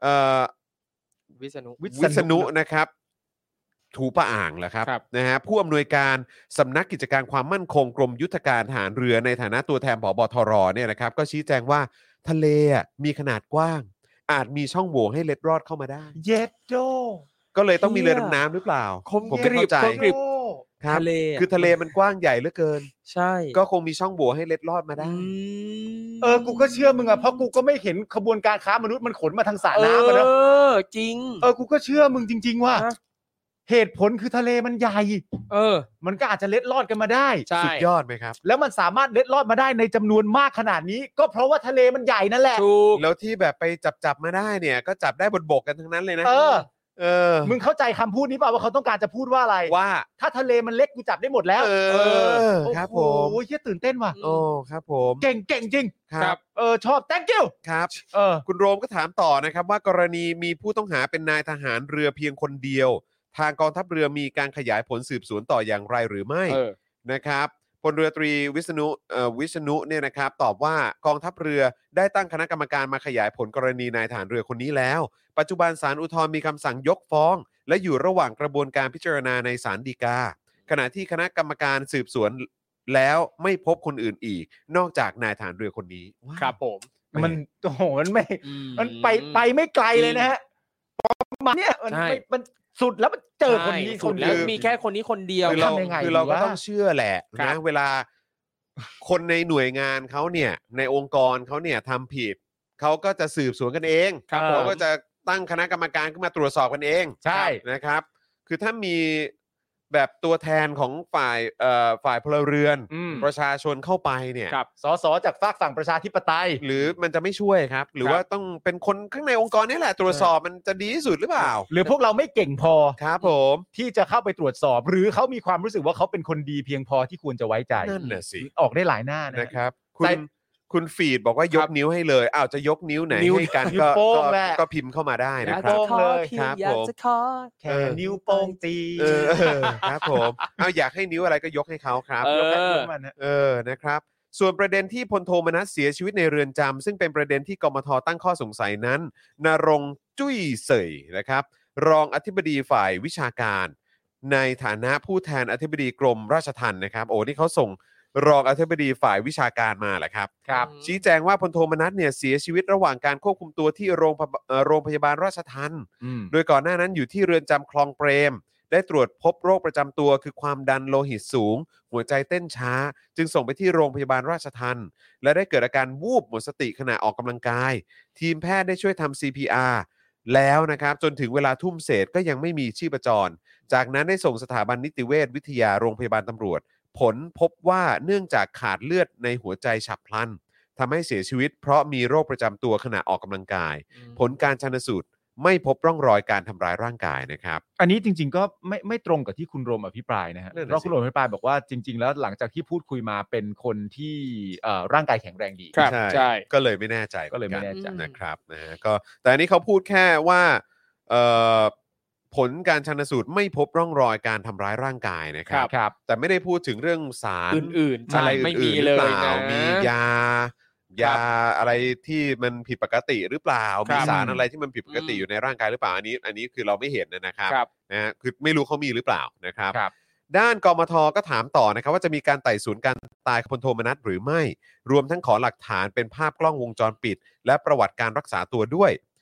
วิษณุนะครับถูปะอ่างแหละครับนะฮะผู้อำนวยการสำนักกิจการความมั่นคงกรมยุทธการทหารเรือในฐานะตัวแทนผบทรเนี่ยนะครับก็ชี้แจงว่าทะเลมีขนาดกว้างอาจมีช่องโหว่ให้เล็ดรอดเข้ามาได้เย็ดโดก็เลยต้องมีเรือดำน้ำหรือเปล่าผมไม่เข้าใจทะเลคือทะเลมันกว้างใหญ่เหลือเกินใช่ก็คงมีช่องโหว่ให้เล็ดรอดมาได้กูก็เชื่อมึงอ่ะเพราะกูก็ไม่เห็นขบวนการค้ามนุษย์มันขนมาทางสระน้ำนะจริงกูก็เชื่อมึงจริงๆว่าเหตุผลคือทะเลมันใหญ่มันก็อาจจะเล็ดรอดกันมาได้สุดยอดไหมครับแล้วมันสามารถเล็ดรอดมาได้ในจำนวนมากขนาดนี้ก็เพราะว่าทะเลมันใหญ่นั่นแหละถูกแล้วที่แบบไปจับมาได้เนี่ยก็จับได้บนบกกันทั้งนั้นเลยนะมึงเข้าใจคำพูดนี้ป่ะว่าเขาต้องการจะพูดว่าอะไรว่าถ้าทะเลมันเล็กกูจับได้หมดแล้วครับผมโอ้ยเหี้ยตื่นเต้นว่ะครับผมเก่งจริงครับชอบ thank you ครับคุณโรมก็ถามต่อนะครับว่ากรณีมีผู้ต้องหาเป็นนายทหารเรือเพียงคนเดียวทางกองทัพเรือมีการขยายผลสืบสวนต่ออย่างไรหรือไม่นะครับพลเรือตรีวิษณุเนี่ยนะครับตอบว่ากองทัพเรือได้ตั้งคณะกรรมการมาขยายผลกรณีนายทหารเรือคนนี้แล้วปัจจุบันศาลอุทธรณ์มีคำสั่งยกฟ้องและอยู่ระหว่างกระบวนการพิจารณาในศาลฎีกาขณะที่คณะกรรมการสืบสวนแล้วไม่พบคนอื่นอีกนอกจากนายทหารเรือคนนี้ครับผมมันโอ้โหมันไปไม่ไกลเลยนะฮะมาเนี่ยมันสุดแล้วมันเจอคนนี้สุดแล้วมีแค่คนนี้คนเดียวคือเราก็ต้องเชื่อแหละนะเวลาคนในหน่วยงานเขาเนี่ยในองค์กรเขาเนี่ยทำผิดเขาก็จะสืบสวนกันเองเขาก็จะตั้งคณะกรรมการขึ้นมาตรวจสอบกันเองใช่นะครับคือถ้ามีแบบตัวแทนของฝ่ายพลเรือนประชาชนเข้าไปเนี่ยสสจากฝั่งประชาธิปไตยหรือมันจะไม่ช่วยครับหรือว่าต้องเป็นคนข้างในองค์กรนี่แหละตรวจสอบมันจะดีที่สุดหรือเปล่าหรือพวกเราไม่เก่งพอครับผมที่จะเข้าไปตรวจสอบหรือเขามีความรู้สึกว่าเขาเป็นคนดีเพียงพอที่ควรจะไว้ใจนั่นน่ะสิออกได้หลายหน้านะครับคุณฟีดบอกว่ายกนิ้วให้เลยจะยกนิ้วไหนให้กันก็พิมพ์เข้ามาได้นะครับเลยครับผมแค่นิ้วโป้งตีครับผมอยากให้นิ้วอะไรก็ยกให้เขาครับนะครับส่วนประเด็นที่พลโทมนัสเสียชีวิตในเรือนจำซึ่งเป็นประเด็นที่กมท.ตั้งข้อสงสัยนั้นณรงค์จุ้ยเสยนะครับรองอธิบดีฝ่ายวิชาการในฐานะผู้แทนอธิบดีกรมราชทัณฑ์นะครับนี่เขาส่งรองอธิบดีฝ่ายวิชาการมาแหละครับชี้แจงว่าพลโทมนัสเนี่ยเสียชีวิตระหว่างการควบคุมตัวที่โรงพยาบาลราชทัณฑ์โดยก่อนหน้านั้นอยู่ที่เรือนจำคลองเปรมได้ตรวจพบโรคประจำตัวคือความดันโลหิตสูงหัวใจเต้นช้าจึงส่งไปที่โรงพยาบาลราชทัณฑ์และได้เกิดอาการวูบหมดสติขณะออกกำลังกายทีมแพทย์ได้ช่วยทำ CPR แล้วนะครับจนถึงเวลาทุ่มเศษก็ยังไม่มีชีพจรจากนั้นได้ส่งสถาบันนิติเวชวิทยาโรงพยาบาลตำรวจผลพบว่าเนื่องจากขาดเลือดในหัวใจฉับพลันทำให้เสียชีวิตเพราะมีโรคประจำตัวขณะออกกำลังกายผลการชันสูตรไม่พบร่องรอยการทำร้ายร่างกายนะครับอันนี้จริงๆก็ไม่ตรงกับที่คุณโรมอภิปรายนะฮะเพราะคุณโรมอภิปรายบอกว่าจริงๆแล้วหลังจากที่พูดคุยมาเป็นคนที่ร่างกายแข็งแรงดีใช่ก็เลยไม่แน่ใจนะครับนะก็แต่อันนี้เขาพูดแค่ว่าผลการชันสูตรไม่พบร่องรอยการทำร้ายร่างกายนะครับแต่ไม่ได้พูดถึงเรื่องสารอื่นๆอะไรอื่นๆหรือเปล่ามียาอะไรที่มันผิดปกติหรือเปล่ามีสารอะไรที่มันผิดปกติอยู่ในร่างกายหรือเปล่าอันนี้คือเราไม่เห็นนะครับนะฮะคือไม่รู้เขามีหรือเปล่านะครับด้านกมท.ก็ถามต่อนะครับว่าจะมีการไต่สวนการตายของพลโทมนัสหรือไม่รวมทั้งขอหลักฐานเป็นภาพกล้องวงจรปิดและประวัติการรักษาตัวด้วย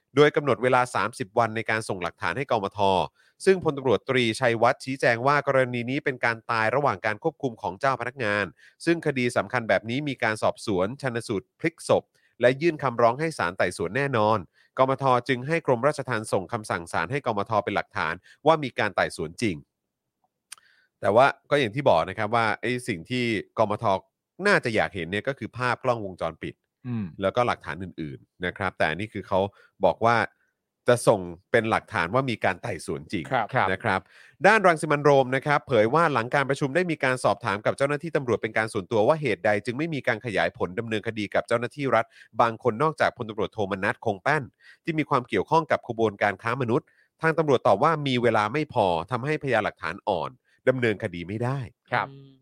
โดยกำหนดเวลา30วันในการส่งหลักฐานให้กมท.ซึ่งพลตำรวจตรีชัยวัฒน์ชี้แจงว่ากรณีนี้เป็นการตายระหว่างการควบคุมของเจ้าพนักงานซึ่งคดีสำคัญแบบนี้มีการสอบสวนชันสูตรพลิกศพและยื่นคำร้องให้ศาลไต่สวนแน่นอนกมท.จึงให้กรมราชทัณฑ์ส่งคำสั่งศาลให้กมท.เป็นหลักฐานว่ามีการไต่สวนจริงแต่ว่าก็อย่างที่บอกนะครับว่าไอ้สิ่งที่กมท.น่าจะอยากเห็นเนี่ยก็คือภาพกล้องวงจรปิดแล้วก็หลักฐานอื่นๆนะครับแต่อันนี้คือเขาบอกว่าจะส่งเป็นหลักฐานว่ามีการไต่สวนจริงนะครับด้านรังสิมันต์โรมนะครับเผยว่าหลังการประชุมได้มีการสอบถามกับเจ้าหน้าที่ตำรวจเป็นการส่วนตัวว่าเหตุใดจึงไม่มีการขยายผลดำเนินคดีกับเจ้าหน้าที่รัฐบางคนนอกจากพลตำรวจโทมนัส คงแป้นที่มีความเกี่ยวข้องกับขบวนการค้ามนุษย์ทางตำรวจตอบว่ามีเวลาไม่พอทำให้พยานหลักฐานอ่อนดำเนินคดีไม่ได้ครับ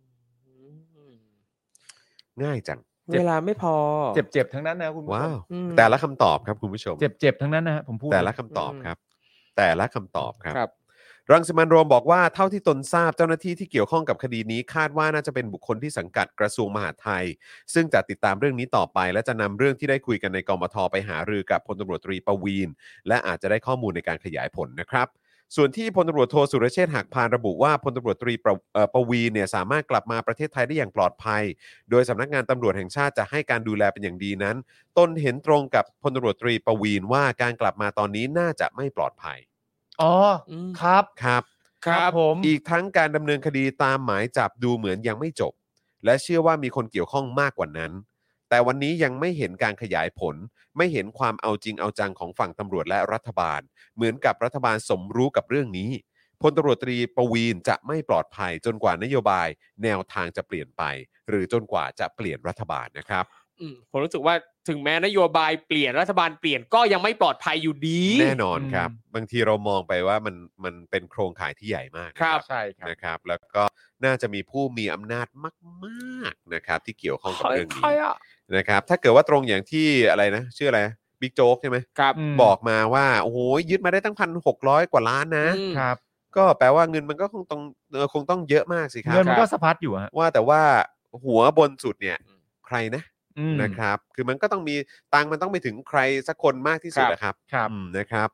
ง่ายจังเวลาไม่พอเจ็บๆทั้งนั้นนะคุณผู้ชมว้าวแต่ละคำตอบครับคุณผู้ชมเจ็บๆทั้งนั้นนะผมพูดแต่ละคำตอบครับแต่ละคำตอบครับรังสิมันต์โรมบอกว่าเท่าที่ตนทราบเจ้าหน้าที่ที่เกี่ยวข้องกับคดีนี้คาดว่าน่าจะเป็นบุคคลที่สังกัดกระทรวงมหาดไทยซึ่งจะติดตามเรื่องนี้ต่อไปและจะนำเรื่องที่ได้คุยกันในกมท.ไปหารือกับพลตำรวจตรีประวีณและอาจจะได้ข้อมูลในการขยายผลนะครับส่วนที่พลตำรวจโทสุรเชษฐ์หักพานระบุว่าพลตำรวจตรีประวีณเนี่ยสามารถกลับมาประเทศไทยได้อย่างปลอดภัยโดยสำนักงานตำรวจแห่งชาติจะให้การดูแลเป็นอย่างดีนั้นตนเห็นตรงกับพลตำรวจตรีประวีณว่าการกลับมาตอนนี้น่าจะไม่ปลอดภัยอ๋อครับครับผมอีกทั้งการดำเนินคดีตามหมายจับดูเหมือนยังไม่จบและเชื่อว่ามีคนเกี่ยวข้องมากกว่านั้นแต่วันนี้ยังไม่เห็นการขยายผลไม่เห็นความเอาจริงเอาจังของฝั่งตำรวจและรัฐบาลเหมือนกับรัฐบาลสมรู้กับเรื่องนี้พลตำรวจตรีประวีณจะไม่ปลอดภัยจนกว่านโยบายแนวทางจะเปลี่ยนไปหรือจนกว่าจะเปลี่ยนรัฐบาลนะครับผมรู้สึกว่าถึงแม้นโยบายเปลี่ยนรัฐบาลเปลี่ยนก็ยังไม่ปลอดภัยอยู่ดีแน่นอนครับบางทีเรามองไปว่ามันเป็นโครงข่ายที่ใหญ่มากครับใช่ครับนะครับแล้วก็น่าจะมีผู้มีอำนาจมากๆนะครับที่เกี่ยวข้องกับเรื่องนี้นะครับถ้าเกิดว่าตรงอย่างที่อะไรนะชื่ออะไรบิ๊กโจ๊กใช่ไหมครับบอกมาว่าโอ้โหยึดมาได้ตั้ง 1,600 กว่าล้านนะครับก็แปลว่าเงินมันก็คงต้องเยอะมากสิครับเงินมันก็สะพัดอยู่ฮะว่าแต่ว่าหัวบนสุดเนี่ยใครนะครับคือมันก็ต้องมีตังมันต้องไปถึงใครสักคนมากที่สุดนะครับนะครับ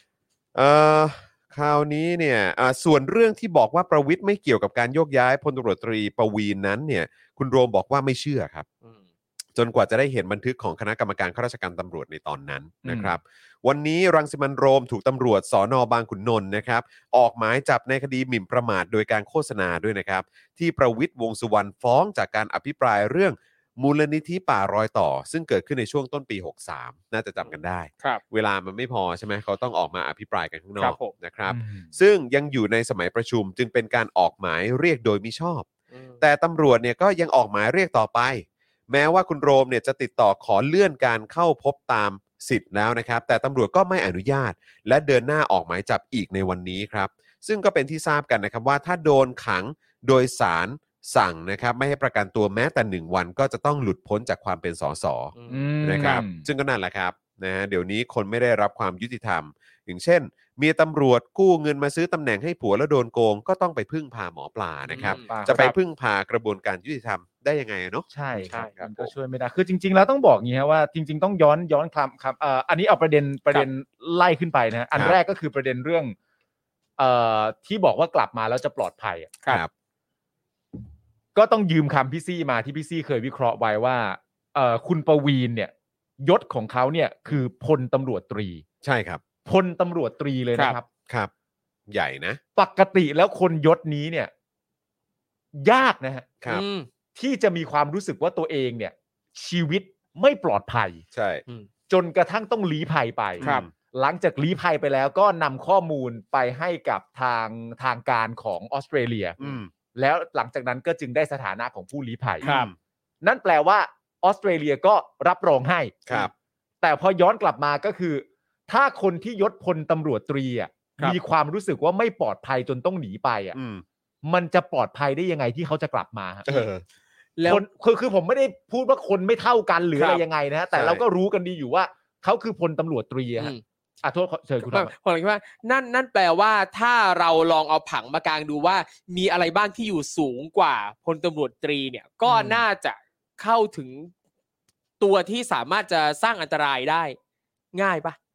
คราวนี้เนี่ยส่วนเรื่องที่บอกว่าประวิตรไม่เกี่ยวกับการโยกย้ายพลตำรวจตรีประวีณนั้นเนี่ยคุณโรมบอกว่าไม่เชื่อครับจนกว่าจะได้เห็นบันทึกของคณะกรรมการข้าราชการตำรวจในตอนนั้นนะครับวันนี้รังสิมันต์โรมถูกตำรวจสน.บางขุนนนท์นะครับออกหมายจับในคดีหมิ่นประมาทโดยการโฆษณาด้วยนะครับที่ประวิตรวงษ์สุวรรณฟ้องจากการอภิปรายเรื่องมูลนิธิป่ารอยต่อซึ่งเกิดขึ้นในช่วงต้นปี63น่าจะจำกันได้เวลามันไม่พอใช่ไหมเขาต้องออกมาอภิปรายกันข้างนอกนะครับซึ่งยังอยู่ในสมัยประชุมจึงเป็นการออกหมายเรียกโดยมิชอบแต่ตำรวจเนี่ยก็ยังออกหมายเรียกต่อไปแม้ว่าคุณโรมเนี่ยจะติดต่อขอเลื่อนการเข้าพบตามสิทธิ์แล้วนะครับแต่ตำรวจก็ไม่อนุญาตและเดินหน้าออกหมายจับอีกในวันนี้ครับซึ่งก็เป็นที่ทราบกันนะครับว่าถ้าโดนขังโดยศาลสั่งนะครับไม่ให้ประกันตัวแม้แต่1วันก็จะต้องหลุดพ้นจากความเป็นสสนะครับซึ่งก็นั่นแหละครับนะฮะเดี๋ยวนี้คนไม่ได้รับความยุติธรรมอย่างเช่นมีตำรวจกู้เงินมาซื้อตำแหน่งให้ผัวแล้วโดนโกงก็ต้องไปพึ่งพาหมอปลานะครับจะไปพึ่งพากระบวนการยุติธรรมได้ยังไงเนาะใช่ครับก็ช่วยไม่ได้คือจริงๆแล้วต้องบอกงี้ฮะว่าจริงๆต้องย้อนครับอันนี้เอาประเด็นไล่ขึ้นไปนะอันแรกก็คือประเด็นเรื่องที่บอกว่ากลับมาแล้วจะปลอดภัยครับก็ต้องยืมคำพี่ซี่มาที่พี่ซี่เคยวิเคราะห์ไว้ว่าคุณประวีณเนี่ยยศของเขาเนี่ยคือพลตำรวจตรีใช่ครับพลตำรวจตรีเลยนะครับครับใหญ่นะปกติแล้วคนยศนี้เนี่ยยากนะฮะที่จะมีความรู้สึกว่าตัวเองเนี่ยชีวิตไม่ปลอดภัยใช่จนกระทั่งต้องลี้ภัยไปหลังจากลี้ภัยไปแล้วก็นำข้อมูลไปให้กับทางการของออสเตรเลียแล้วหลังจากนั้นก็จึงได้สถานะของผู้ลี้ภัยนั่นแปลว่าออสเตรเลียก็รับรองให้แต่พอย้อนกลับมาก็คือถ้าคนที่ยศพลตำรวจตรีมีความรู้สึกว่าไม่ปลอดภัยจนต้องหนีไปมันจะปลอดภัยได้ยังไงที่เขาจะกลับมาแล้วคือผมไม่ได้พูดว่าคนไม่เท่ากันหรืออะไรยังไงนะแต่เราก็รู้กันดีอยู่ว่าเขาคือพลตำรวจตรีโทษเชิญคุณผมคิดว่านั่นแปลว่าถ้าเราลองเอาผังมากางดูว่ามีอะไรบ้างที่อยู่สูงกว่าพลตำรวจตรีเนี่ยก็น่าจะเข้าถึงตัวที่สามารถจะสร้างอันตรายได้ง่ายปะ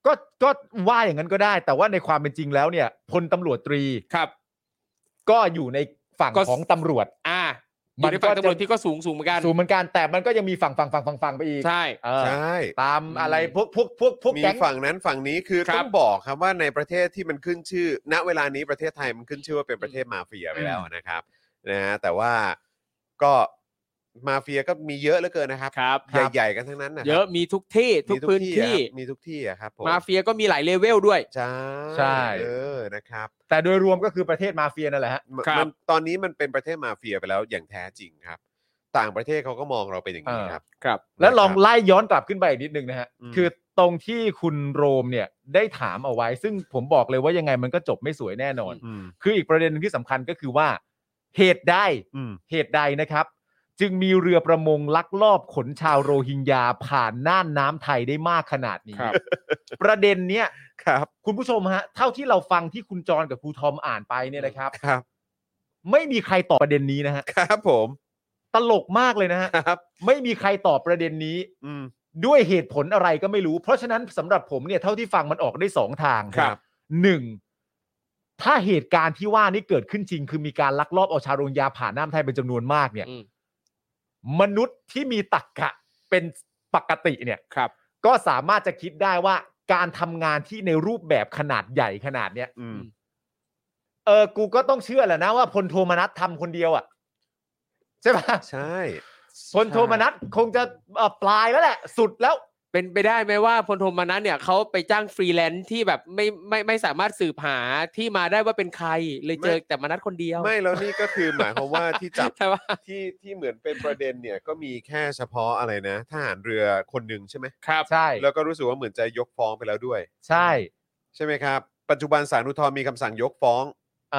ก็ว่าอย่างนั้นก็ได้แต่ว่าในความเป็นจริงแล้วเนี่ยพลตำรวจตรีครับก็อยู่ในฝั่งของตำรวจอยู่ในฝั่งตำรวจที่ก็สูงเหมือนกันแต่มันก็ยังมีฝั่งไปอีกใช่ใช่ตามอะไรพวกมีแก๊งฝั่งนั้นฝั่งนี้คือต้องบอกครับว่าในประเทศที่มันขึ้นชื่อณเวลานี้ประเทศไทยมันขึ้นชื่อว่าเป็นประเทศมาเฟียไปแล้วนะครับนะฮะแต่ว่าก็มาเฟียก็มีเยอะเหลือเกินนะครับใหญ่ๆกันทั้งนั้นนะเยอะมีทุกที่ทุกพื้นที่มีทุกที่ครับผมมาเฟียก็มีหลายเลเวลด้วยใช่นะครับแต่โดยรวมก็คือประเทศมาเฟียนั่นแหละฮะตอนนี้มันเป็นประเทศมาเฟียไปแล้วอย่างแท้จริงครับต่างประเทศเขาก็มองเราเป็นอย่างนี้ครับแล้วลองไล่ย้อนกลับขึ้นไปอีกนิดนึงนะฮะคือตรงที่คุณโรมเนี่ยได้ถามเอาไว้ซึ่งผมบอกเลยว่ายังไงมันก็จบไม่สวยแน่นอนคืออีกประเด็นนึงที่สำคัญก็คือว่าเหตุใดนะครับจึงมีเรือประมงลักลอบขนชาวโรฮิงญาผ่านน่านน้ำไทยได้มากขนาดนี้ประเด็นเนี้ยครับคุณผู้ชมฮะเท่าที่เราฟังที่คุณจรกับครูทอมอ่านไปเนี่ยนะครับ ไม่มีใครตอบประเด็นนี้นะฮะครับผมตลกมากเลยนะฮะไม่มีใครตอบประเด็นนี้ด้วยเหตุผลอะไรก็ไม่รู้เพราะฉะนั้นสำหรับผมเนี่ยเท่าที่ฟังมันออกได้2ทางครับ 1ถ้าเหตุการณ์ที่ว่านี้เกิดขึ้นจริงคือมีการลักลอบเอาชาวโรฮิงญาผ่านน้ำไทยเป็นจำนวนมากเนี่ยมนุษย์ที่มีตรรกะเป็นปกติเนี่ยก็สามารถจะคิดได้ว่าการทำงานที่ในรูปแบบขนาดใหญ่ขนาดเนี้ยกูก็ต้องเชื่อแหละนะว่าพลโทมนัสทำคนเดียวอ่ะใช่ปะใช่พลโทมนัสคงจะปลายแล้วแหละสุดแล้วเป็นไปได้ไหมว่าพลโทมนัสเนี่ยเขาไปจ้างฟรีแลนซ์ที่แบบไม่สามารถสืบหาที่มาได้ว่าเป็นใครเลยเจอแต่มนัสคนเดียวไม่แล้วนี่ก็คือหมายความว่าที่จับที่เหมือนเป็นประเด็นเนี่ยก็มีแค่เฉพาะอะไรนะทหารเรือคนหนึ่งใช่ไหมครับใช่แล้วก็รู้สึกว่าเหมือนจะยกฟ้องไปแล้วด้วยใช่ไหมครับปัจจุบันศาลอุทธรณ์มีคำสั่งยกฟ้อง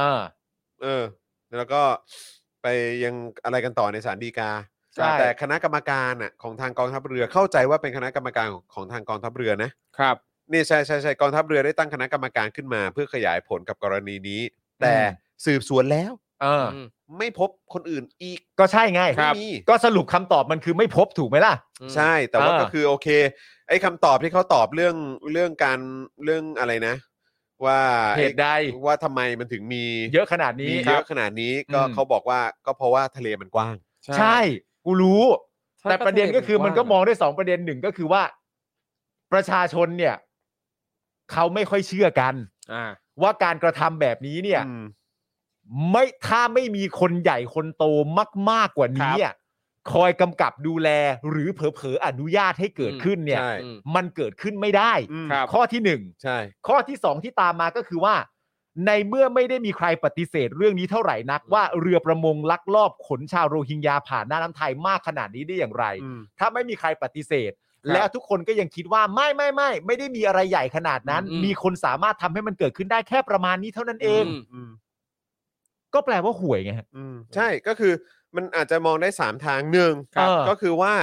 แล้วก็ไปยังอะไรกันต่อในศาลฎีกาแต่คณะกรรมการน่ะของทางกองทัพเรือเข้าใจว่าเป็นคณะกรรมการของทางกองทัพเรือนะครับนี่ใช่กองทัพเรือได้ตั้งคณะกรรมการขึ้นมาเพื่อขยายผลกับกรณีนี้แต่สืบสวนแล้วไม่พบคนอื่นอีกก็ใช่ไงก็สรุปคำตอบมันคือไม่พบถูกไหมล่ะใช่แต่ว่าก็คือโอเคไอ้คำตอบที่เขาตอบเรื่องอะไรนะว่าเหตุใดว่าทำไมมันถึงมีเยอะขนาดนี้ก็เขาบอกว่าก็เพราะว่าทะเลมันกว้างใช่กูรู้แต่ประเด็นก็คือมันก็มองได้2ประเด็นหนึ่งก็คือว่าประชาชนเนี่ยเขาไม่ค่อยเชื่อกันว่าการกระทำแบบนี้เนี่ยถ้าไม่มีคนใหญ่คนโตมากกว่านี้คอยกำกับดูแลหรือเผลอๆอนุญาตให้เกิดขึ้นเนี่ยมันเกิดขึ้นไม่ได้ข้อที่1 ใช่ข้อที่2ที่ตามมาก็คือว่าในเมื่อไม่ได้มีใครปฏิเสธเรื่องนี้เท่าไหร่นักว่าเรือประมงลักลอบขนชาวโรฮิงญาผ่านน่านน้ำไทยมากขนาดนี้ได้อย่างไรถ้าไม่มีใครปฏิเสธแล้วทุกคนก็ยังคิดว่าไม่ได้มีอะไรใหญ่ขนาดนั้นมีคนสามารถทำให้มันเกิดขึ้นได้แค่ประมาณนี้เท่านั้นเองก็แปลว่าห่วยไงฮะใช่ก็คือมันอาจจะมองได้3ทางหนึ่งก็คือว่า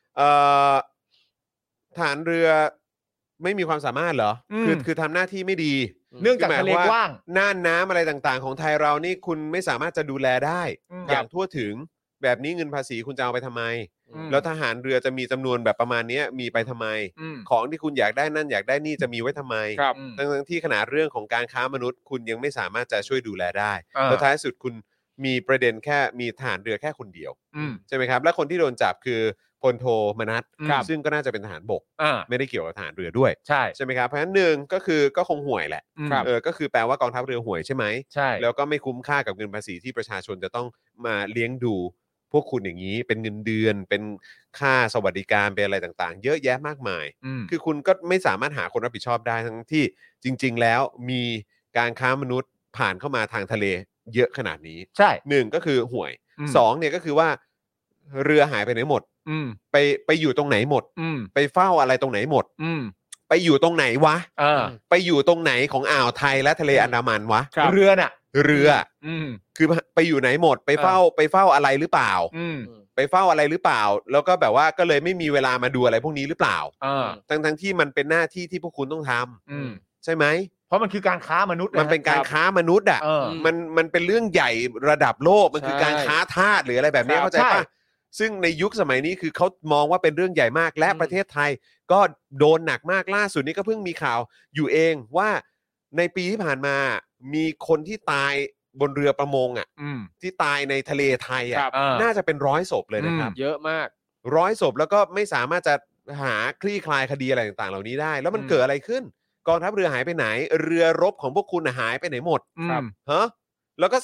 ฐานเรือไม่มีความสามารถเหรอคือทำหน้าที่ไม่ดีเนื่องจากทะเลกว้างน่านน้ำอะไรต่างๆของไทยเรานี่คุณไม่สามารถจะดูแลได้อย่างทั่วถึงแบบนี้เงินภาษีคุณจะเอาไปทำไมแล้วทหารเรือจะมีจำนวนแบบประมาณนี้มีไปทำไมของที่คุณอยากได้นั่นอยากได้นี่จะมีไว้ทำไมทั้งที่ขนาดเรื่องของการค้ามนุษย์คุณยังไม่สามารถจะช่วยดูแลได้แล้วท้ายสุดคุณมีประเด็นแค่มีทหารเรือแค่คนเดียวใช่ไหมครับและคนที่โดนจับคือพลโทมนัสซึ่งก็น่าจะเป็นทหารบกไม่ได้เกี่ยวกับทหารเรือด้วยใช่ไหมครับเพราะฉะนั้นหนึ่งก็คือก็คงห่วยแหละก็คือแปลว่ากองทัพเรือห่วยใช่ไหมแล้วก็ไม่คุ้มค่ากับเงินภาษีที่ประชาชนจะต้องมาเลี้ยงดูพวกคุณอย่างนี้เป็นเงินเดือนเป็นค่าสวัสดิการเป็นอะไรต่างๆเยอะแยะมากมายคือคุณก็ไม่สามารถหาคนรับผิดชอบได้ทั้งที่จริงๆแล้วมีการค้ามนุษย์ผ่านเข้ามาทางทะเลเยอะขนาดนี้ใช่ 1ก็คือห่วย2เนี่ยก็คือว่าเรือหายไปไหนหมดไปอยู่ตรงไหนหมดไปเฝ้าอะไรตรงไหนหมดไปอยู่ตรงไหนวะไปอยู่ตรงไหนของอ่าวไทยและทะเลอันดามันวะเรือน่ะคือไปอยู่ไหนหมดไปเฝ้าอะไรหรือเปล่าไปเฝ้าอะไรหรือเปล่าแล้วก็แบบว่าก็เลยไม่มีเวลามาดูอะไรพวกนี้หรือเปล่าทั้งที่มันเป็นหน้าที่ที่พวกคุณต้องทำใช่ไหมเพราะมันคือการค้ามนุษย์มันเป็นการค้ามนุษย์อ่ะมันเป็นเรื่องใหญ่ระดับโลกมันคือการค้าทาสหรืออะไรแบบนี้เข้าใจป่ะซึ่งในยุคสมัยนี้คือเขามองว่าเป็นเรื่องใหญ่มากและประเทศไทยก็โดนหนักมากล่าสุดนี้ก็เพิ่งมีข่าวอยู่เองว่าในปีที่ผ่านมามีคนที่ตายบนเรือประมงอ่ะที่ตายในทะเลไทยอ่ะน่าจะเป็น100 ศพเลยนะครับเยอะมาก 100 ศพแล้วก็ไม่สามารถจะหาคลี่คลายคดีอะไรต่างๆเหล่านี้ได้แล้วมันเกิดอะไรขึ้นกองทัพเรือหายไปไหนเรือรบของพวกคุณหายไปไหนหมดฮะแล้วก็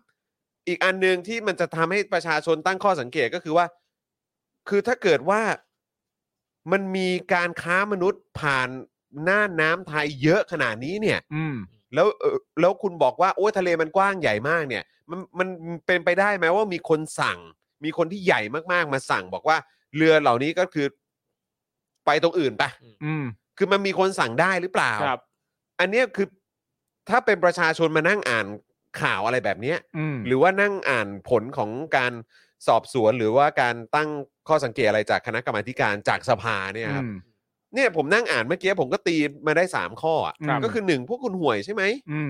3อีกอันนึงที่มันจะทำให้ประชาชนตั้งข้อสังเกตก็คือว่าคือถ้าเกิดว่ามันมีการค้ามนุษย์ผ่านน่านน้ำไทยเยอะขนาดนี้เนี่ยแล้วคุณบอกว่าโอ้ทะเลมันกว้างใหญ่มากเนี่ยมันเป็นไปได้ไหมว่ามีคนสั่งมีคนที่ใหญ่มากๆมาสั่งบอกว่าเรือเหล่านี้ก็คือไปตรงอื่นปะคือมันมีคนสั่งได้หรือเปล่าอันนี้คือถ้าเป็นประชาชนมานั่งอ่านข่าวอะไรแบบนี้หรือว่านั่งอ่านผลของการสอบสวนหรือว่าการตั้งข้อสังเกตอะไรจากคณะกรรมาธิการจากสภาเนี่ยครับเนี่ยผมนั่งอ่านเมื่อกี้ผมก็ตีมาได้3ข้อก็คือ1พวกคุณห่วยใช่ไหม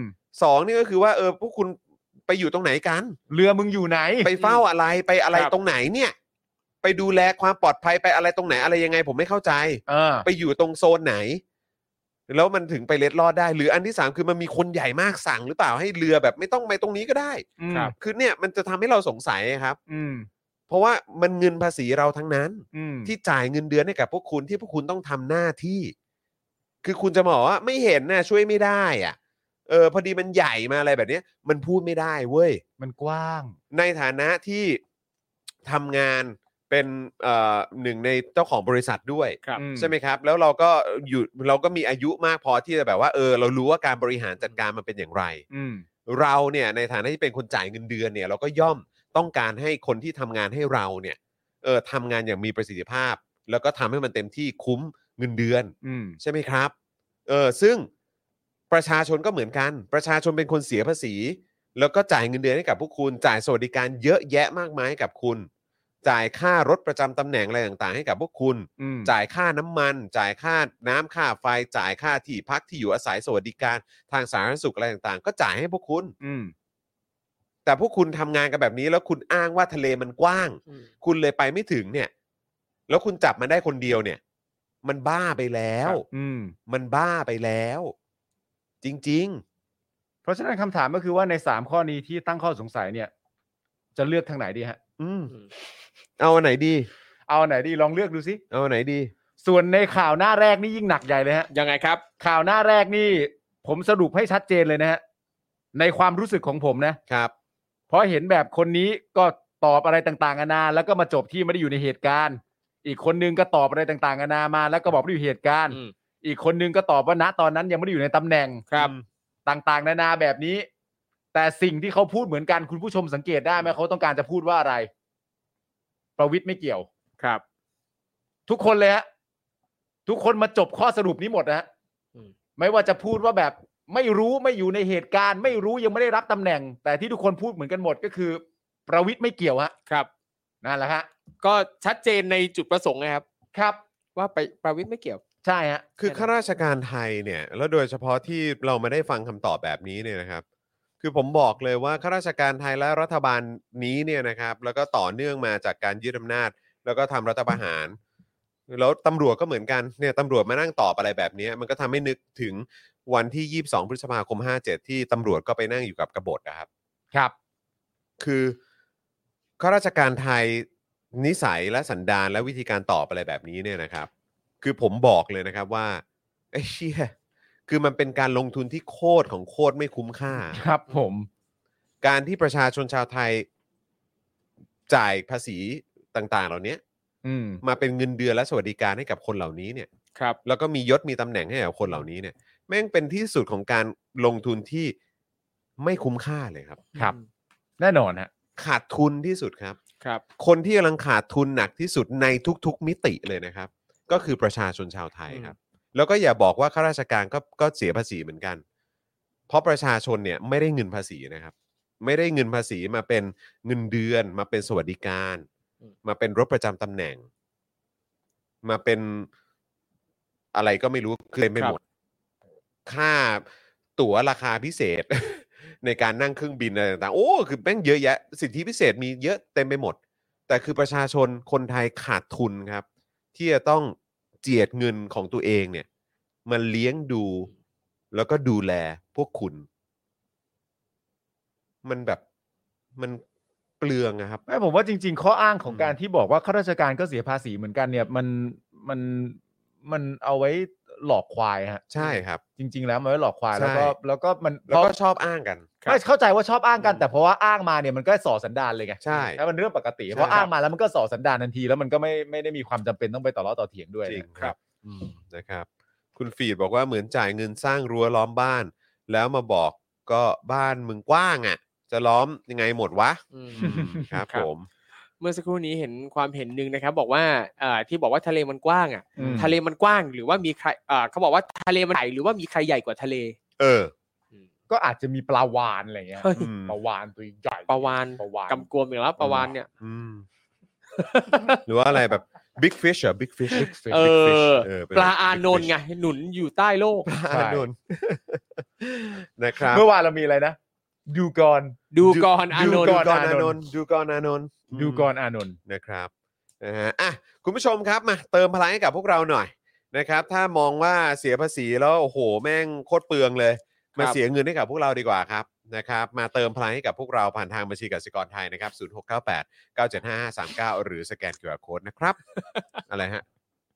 2นี่ก็คือว่าพวกคุณไปอยู่ตรงไหนกันเรือมึงอยู่ไหนไปเฝ้าอะไรไปอะไรตรงไหนเนี่ยไปดูแลความปลอดภัยไปอะไรตรงไหนอะไรยังไงผมไม่เข้าใจไปอยู่ตรงโซนไหนแล้วมันถึงไปเล็ดลอดได้หรืออันที่3คือมันมีคนใหญ่มากสั่งหรือเปล่าให้เรือแบบไม่ต้องไปตรงนี้ก็ได้คือเนี่ยมันจะทำให้เราสงสัยครับเพราะว่ามันเงินภาษีเราทั้งนั้นที่จ่ายเงินเดือนให้กับพวกคุณที่พวกคุณต้องทำหน้าที่คือคุณจะบอกว่าไม่เห็นนะช่วยไม่ได้อ่ะพอดีมันใหญ่มาอะไรแบบนี้มันพูดไม่ได้เว้ยมันกว้างในฐานะที่ทำงานเป็นหนึ่งในเจ้าของบริษัทด้วยใช่ไหมครับแล้วเราก็มีอายุมากพอที่จะแบบว่าเรารู้ว่าการบริหารจัดการมันเป็นอย่างไรเราเนี่ยในฐานะที่เป็นคนจ่ายเงินเดือนเนี่ยเราก็ย่อมต้องการให้คนที่ทำงานให้เราเนี่ยทำงานอย่างมีประสิทธิภาพแล้วก็ทำให้มันเต็มที่คุ้มเงินเดือนใช่ไหมครับซึ่งประชาชนก็เหมือนกันประชาชนเป็นคนเสียภาษีแล้วก็จ่ายเงินเดือนให้กับพวกคุณจ่ายสวัสดิการเยอะแยะมากมายให้กับคุณจ่ายค่ารถประจำตำแหน่งอะไรต่างๆให้กับพวกคุณจ่ายค่าน้ำมันจ่ายค่าน้ำค่าไฟจ่ายค่าที่พักที่อยู่อาศัยสวัสดิการทางสาธารณสุขอะไรต่างๆก็จ่ายให้พวกคุณแต่พวกคุณทำงานกันแบบนี้แล้วคุณอ้างว่าทะเลมันกว้างคุณเลยไปไม่ถึงเนี่ยแล้วคุณจับมันได้คนเดียวเนี่ยมันบ้าไปแล้วมันบ้าไปแล้วจริงๆเพราะฉะนั้นคำถามก็คือว่าใน3ข้อนี้ที่ตั้งข้อสงสัยเนี่ยจะเลือกทางไหนดีฮะเอาอันไหนดีลองเลือกดูสิเอาอันไหนดีส่วนในข่าวหน้าแรกนี่ยิ่งหนักใหญ่เลยฮะยังไงครับข่าวหน้าแรกนี่ผมสรุปให้ชัดเจนเลยนะฮะในความรู้สึกของผมนะครับเพราะเห็นแบบคนนี้ก็ตอบอะไรต่างๆนานาแล้วก็มาจบที่ไม่ได้อยู่ในเหตุการณ์อีกคนนึงก็ตอบอะไรต่างๆนานามาแล้วก็บอกไม่ได้อยู่เหตุการณ์อีกคนนึงก็ตอบว่าณตอนนั้นยังไม่ได้อยู่ในตำแหน่งครับต่างๆนานาแบบนี้แต่สิ่งที่เขาพูดเหมือนกันคุณผู้ชมสังเกตได้ไหมเขาต้องการจะพูดว่าอะไรประวิตรไม่เกี่ยวครับทุกคนเลยฮะทุกคนมาจบข้อสรุปนี้หมดนะฮะไม่ว่าจะพูดว่าแบบไม่รู้ไม่อยู่ในเหตุการณ์ไม่รู้ยังไม่ได้รับตำแหน่งแต่ที่ทุกคนพูดเหมือนกันหมดก็คือประวิตรไม่เกี่ยวฮะครับนั่นแหละฮะก็ชัดเจนในจุดประสงค์นะครับครับว่าไปประวิตรไม่เกี่ยวใช่ฮะคือข้าราชการไทยเนี่ยแล้วโดยเฉพาะที่เรามาได้ฟังคำตอบแบบนี้เนี่ยนะครับคือผมบอกเลยว่าข้าราชการไทยและรัฐบาลนี้เนี่ยนะครับแล้วก็ต่อเนื่องมาจากการยึดอำนาจแล้วก็ทำรัฐประหารแล้วตำรวจก็เหมือนกันเนี่ยตำรวจมานั่งตอบอะไรแบบนี้มันก็ทำให้นึกถึงวันที่22พฤษภาคม57ที่ตำรวจก็ไปนั่งอยู่กับกบฏนะครับครับคือข้าราชการไทยนิสัยและสันดานและวิธีการตอบอะไรแบบนี้เนี่ยนะครับคือผมบอกเลยนะครับว่าไอ้เชี่ยคือมันเป็นการลงทุนที่โคตรของโคตรไม่คุ้มค่าครับผมการที่ประชาชนชาวไทยจ่ายภาษีต่างๆเหล่านี้มาเป็นเงินเดือนและสวัสดิการให้กับคนเหล่านี้เนี่ยครับแล้วก็มียศมีตำแหน่งให้กับคนเหล่านี้เนี่ยแม่งเป็นที่สุดของการลงทุนที่ไม่คุ้มค่าเลยครับครับแน่นอนฮะขาดทุนที่สุดครับครับคนที่กำลังขาดทุนหนักที่สุดในทุกๆมิติเลยนะครับก็คือประชาชนชาวไทยครับแล้วก็อย่าบอกว่าข้าราชการก็เสียภาษีเหมือนกันเพราะประชาชนเนี่ยไม่ได้เงินภาษีนะครับไม่ได้เงินภาษีมาเป็นเงินเดือนมาเป็นสวัสดิการมาเป็นรถประจำตำแหน่งมาเป็นอะไรก็ไม่รู้เคลมไปหมดค่าตั๋วราคาพิเศษ ในการนั่งเครื่องบินอะไรต่างๆโอ้คือแม่งเยอะแยะสิทธิพิเศษมีเยอะเต็มไปหมดแต่คือประชาชนคนไทยขาดทุนครับที่จะต้องเจียดเงินของตัวเองเนี่ยมาเลี้ยงดูแล้วก็ดูแลพวกคุณมันแบบมันเปลืองอะครับไม่ผมว่าจริงๆข้ออ้างของการที่บอกว่าข้าราชการก็เสียภาษีเหมือนกันเนี่ยมันเอาไว้หลอกควายฮะใช่ครับจริงๆแล้วมันไว้หลอกควายใช่แล้วก็มันแล้วก็ชอบอ้างกันไม่เข้าใจว่าชอบอ้างกันแต่เพราะว่าอ้างมาเนี่ยมันก็ส่อสันดานเลยไงใช่แล้วมันเรื่องปกติใช่เพราะอ้างมาแล้วมันก็ส่อสันดานทันทีแล้วมันก็ไม่ได้มีความจำเป็นต้องไปต่อล้อต่อเถียงด้วยจริงนะครับนะครับคุณฟีดบอกว่าเหมือนจ่ายเงินสร้างรั้วล้อมบ้าน แล้วมาบอกก็บ้านมึงกว้างอ่ะจะล้อมยังไงหมดวะครับผมเมื่อสักครู่นี้เห็นความเห็นหนึ่งนะครับ บอกว่าที่บอกว่าทะเลมันกว้างอ่ะอืมทะเลมันกว้างหรือว่ามีใครเขาบอกว่าทะเลมันใหญ่หรือว่ามีใครใหญ่กว่าทะเลก็อาจจะมีปลาวาฬอะไรเงี้ยเฮ้ยปลาวาฬตัวใหญ่ปลาวาฬ กำกวมอย่างแล้วปลาวาฬเนี่ยหรือว่าอะไรแบบ big fish อ่ะ big fish ปลาอานนท์ไงหนุนอยู่ใต้โลกปลาอานนท์นะครับเมื่อวานเรามีอะไรนะดูก่อนดูกรอานนท์ดูกรอานนท์ดูกรอานนท์ดูก่อนอานนท์นะครับนะฮะอ่ะคุณผู้ชมครับมาเติมพลังให้กับพวกเราหน่อยนะครับถ้ามองว่าเสียภาษีแล้วโอ้โหแม่งโคตรเปลืองเลยมาเสียเงินให้กับพวกเราดีกว่าครับนะครับมาเติมพลังให้กับพวกเราผ่านทางบัญชีกสิกรไทยนะครับ0698 975 539หรือสแกน QR Code นะครับอะไรฮะ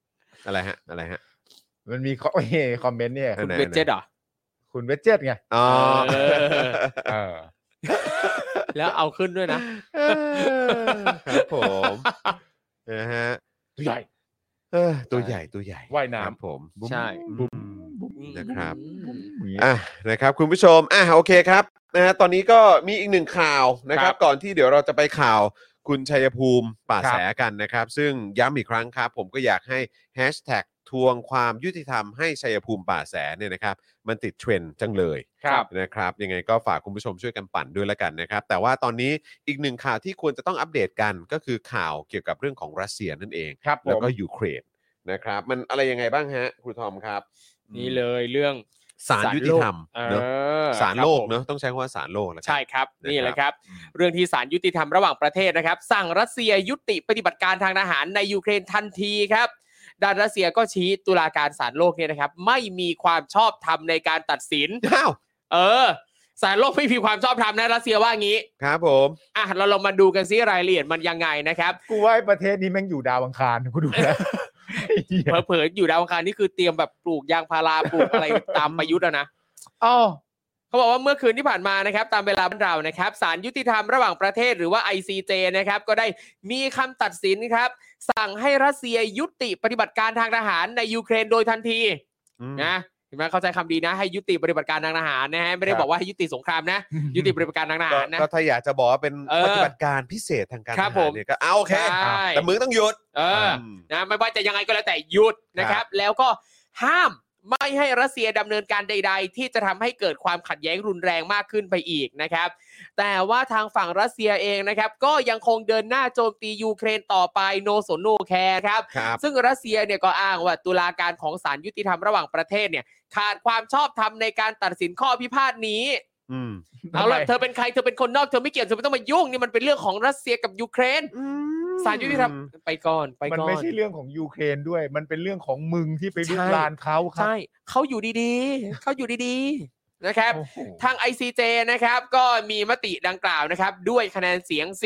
มันมีคอมเมนต์เนี่ยคุณเวจเจ็ตเหรอคุณเวจเจ็ตไงอ๋อเออแล้วเอาขึ้นด้วยนะครับผมนะฮะตัวใหญ่ตัวใหญ่ว่ายน้ำครับผมใช่นะครับอย่างเงี้ยนะครับคุณผู้ชมโอเคครับนะฮะตอนนี้ก็มีอีกหนึ่งข่าวนะครับก่อนที่เดี๋ยวเราจะไปข่าวคุณชัยภูมิป่าแสกันนะครับซึ่งย้ำอีกครั้งครับผมก็อยากให้แฮชแท็กทวงความยุติธรรมให้ชัยภูมิป่าแสเนี่ยนะครับมันติดเทรนด์จังเลยครับนะครับยังไงก็ฝากคุณผู้ชมช่วยกันปั่นด้วยแล้วกันนะครับแต่ว่าตอนนี้อีกหนึ่งข่าวที่ควรจะต้องอัปเดตกันก็คือข่าวเกี่ยวกับเรื่องของรัสเซียนั่นเองครับผมแล้วก็ยูเครนนะครับมันอะไรยังไงบ้างฮะครูทอมครับนี่เลยเรื่องศาลยุติธรรมเนอะศาลโลกเนอะต้องใช้คำว่าศาลโลกแล้วกันใช่ครับนะครับนี่แหละครับ เรื่องที่ศาลยุติธรรมระหว่างประเทศนะครับ สั่งรัสเซียยุติปฏิบัติการทางทหารในยูเครนทันทีครับด้านรัสเซียก็ชี้ตุลาการศาลโลกเนี่ยนะครับไม่มีความชอบธรรมในการตัดสินอ้าวศาลโลกไม่มีความชอบธรรมนะรัสเซียว่างี้ครับผมเราลองมาดูกันซิรายละเอียดมันยังไงนะครับกูว่าไอ้ประเทศนี้แม่งอยู่ดาวอังคารกูดูแล้วเผลอๆอยู่ดาวอังคารนี่คือเตรียมแบบปลูกยางพาราปลูกอะไรตามประยุทธ์นะอ๋อเขาบอกว่าเมื่อคืนที่ผ่านมานะครับตามเวลาบ้านเรานะครับศาลยุติธรรมระหว่างประเทศหรือว่า ICJ นะครับก็ได้มีคำตัดสินครับสั่งให้รัสเซียยุติปฏิบัติการทางทหารในยูเครนโดยทันทีนะเห็นไหมเข้าใจคำดีนะให้ยุติปฏิบัติการทางทหารนะฮะไม่ได้บอกว่าให้ยุติสงครามนะยุติปฏิบัติการทางทหารนะก็ถ้าอยากจะบอกว่าเป็นปฏิบัติการพิเศษทางการทครับหาผรมเนี่ยก็โอเคใช่แต่มึงต้องหยุดนะไม่ว่าจะยังไงก็แล้วแต่หยุดนะครับแล้วก็ห้ามไม่ให้รัสเซียดำเนินการใดๆที่จะทำให้เกิดความขัดแย้งรุนแรงมากขึ้นไปอีกนะครับแต่ว่าทางฝั่งรัสเซียเองนะครับก็ยังคงเดินหน้าโจมตียูเครนต่อไปโนสนโนแคร์ครับซึ่งรัสเซียเนี่ยก็อ้างว่าตุลาการของศาลยุติธรรมระหว่างประเทศเนี่ยขาดความชอบธรรมในการตัดสินข้อพิพาทนี้เอาล่ะเธอเป็นใครเธอเป็นคนนอกเธอไม่เกี่ยวเธอไม่ต้องมายุ่งนี่มันเป็นเรื่องของรัสเซียกับยูเครนศาลยุติธรรมไปก่อนมันไม่ใช่เรื่องของยูเครนด้วยมันเป็นเรื่องของมึงที่ไปลุกลานเขาครับใช่เขาอยู่ดีๆเขาอยู่ดีๆนะครับทาง ICJ นะครับก็มีมติดังกล่าวนะครับด้วยคะแนนเสียง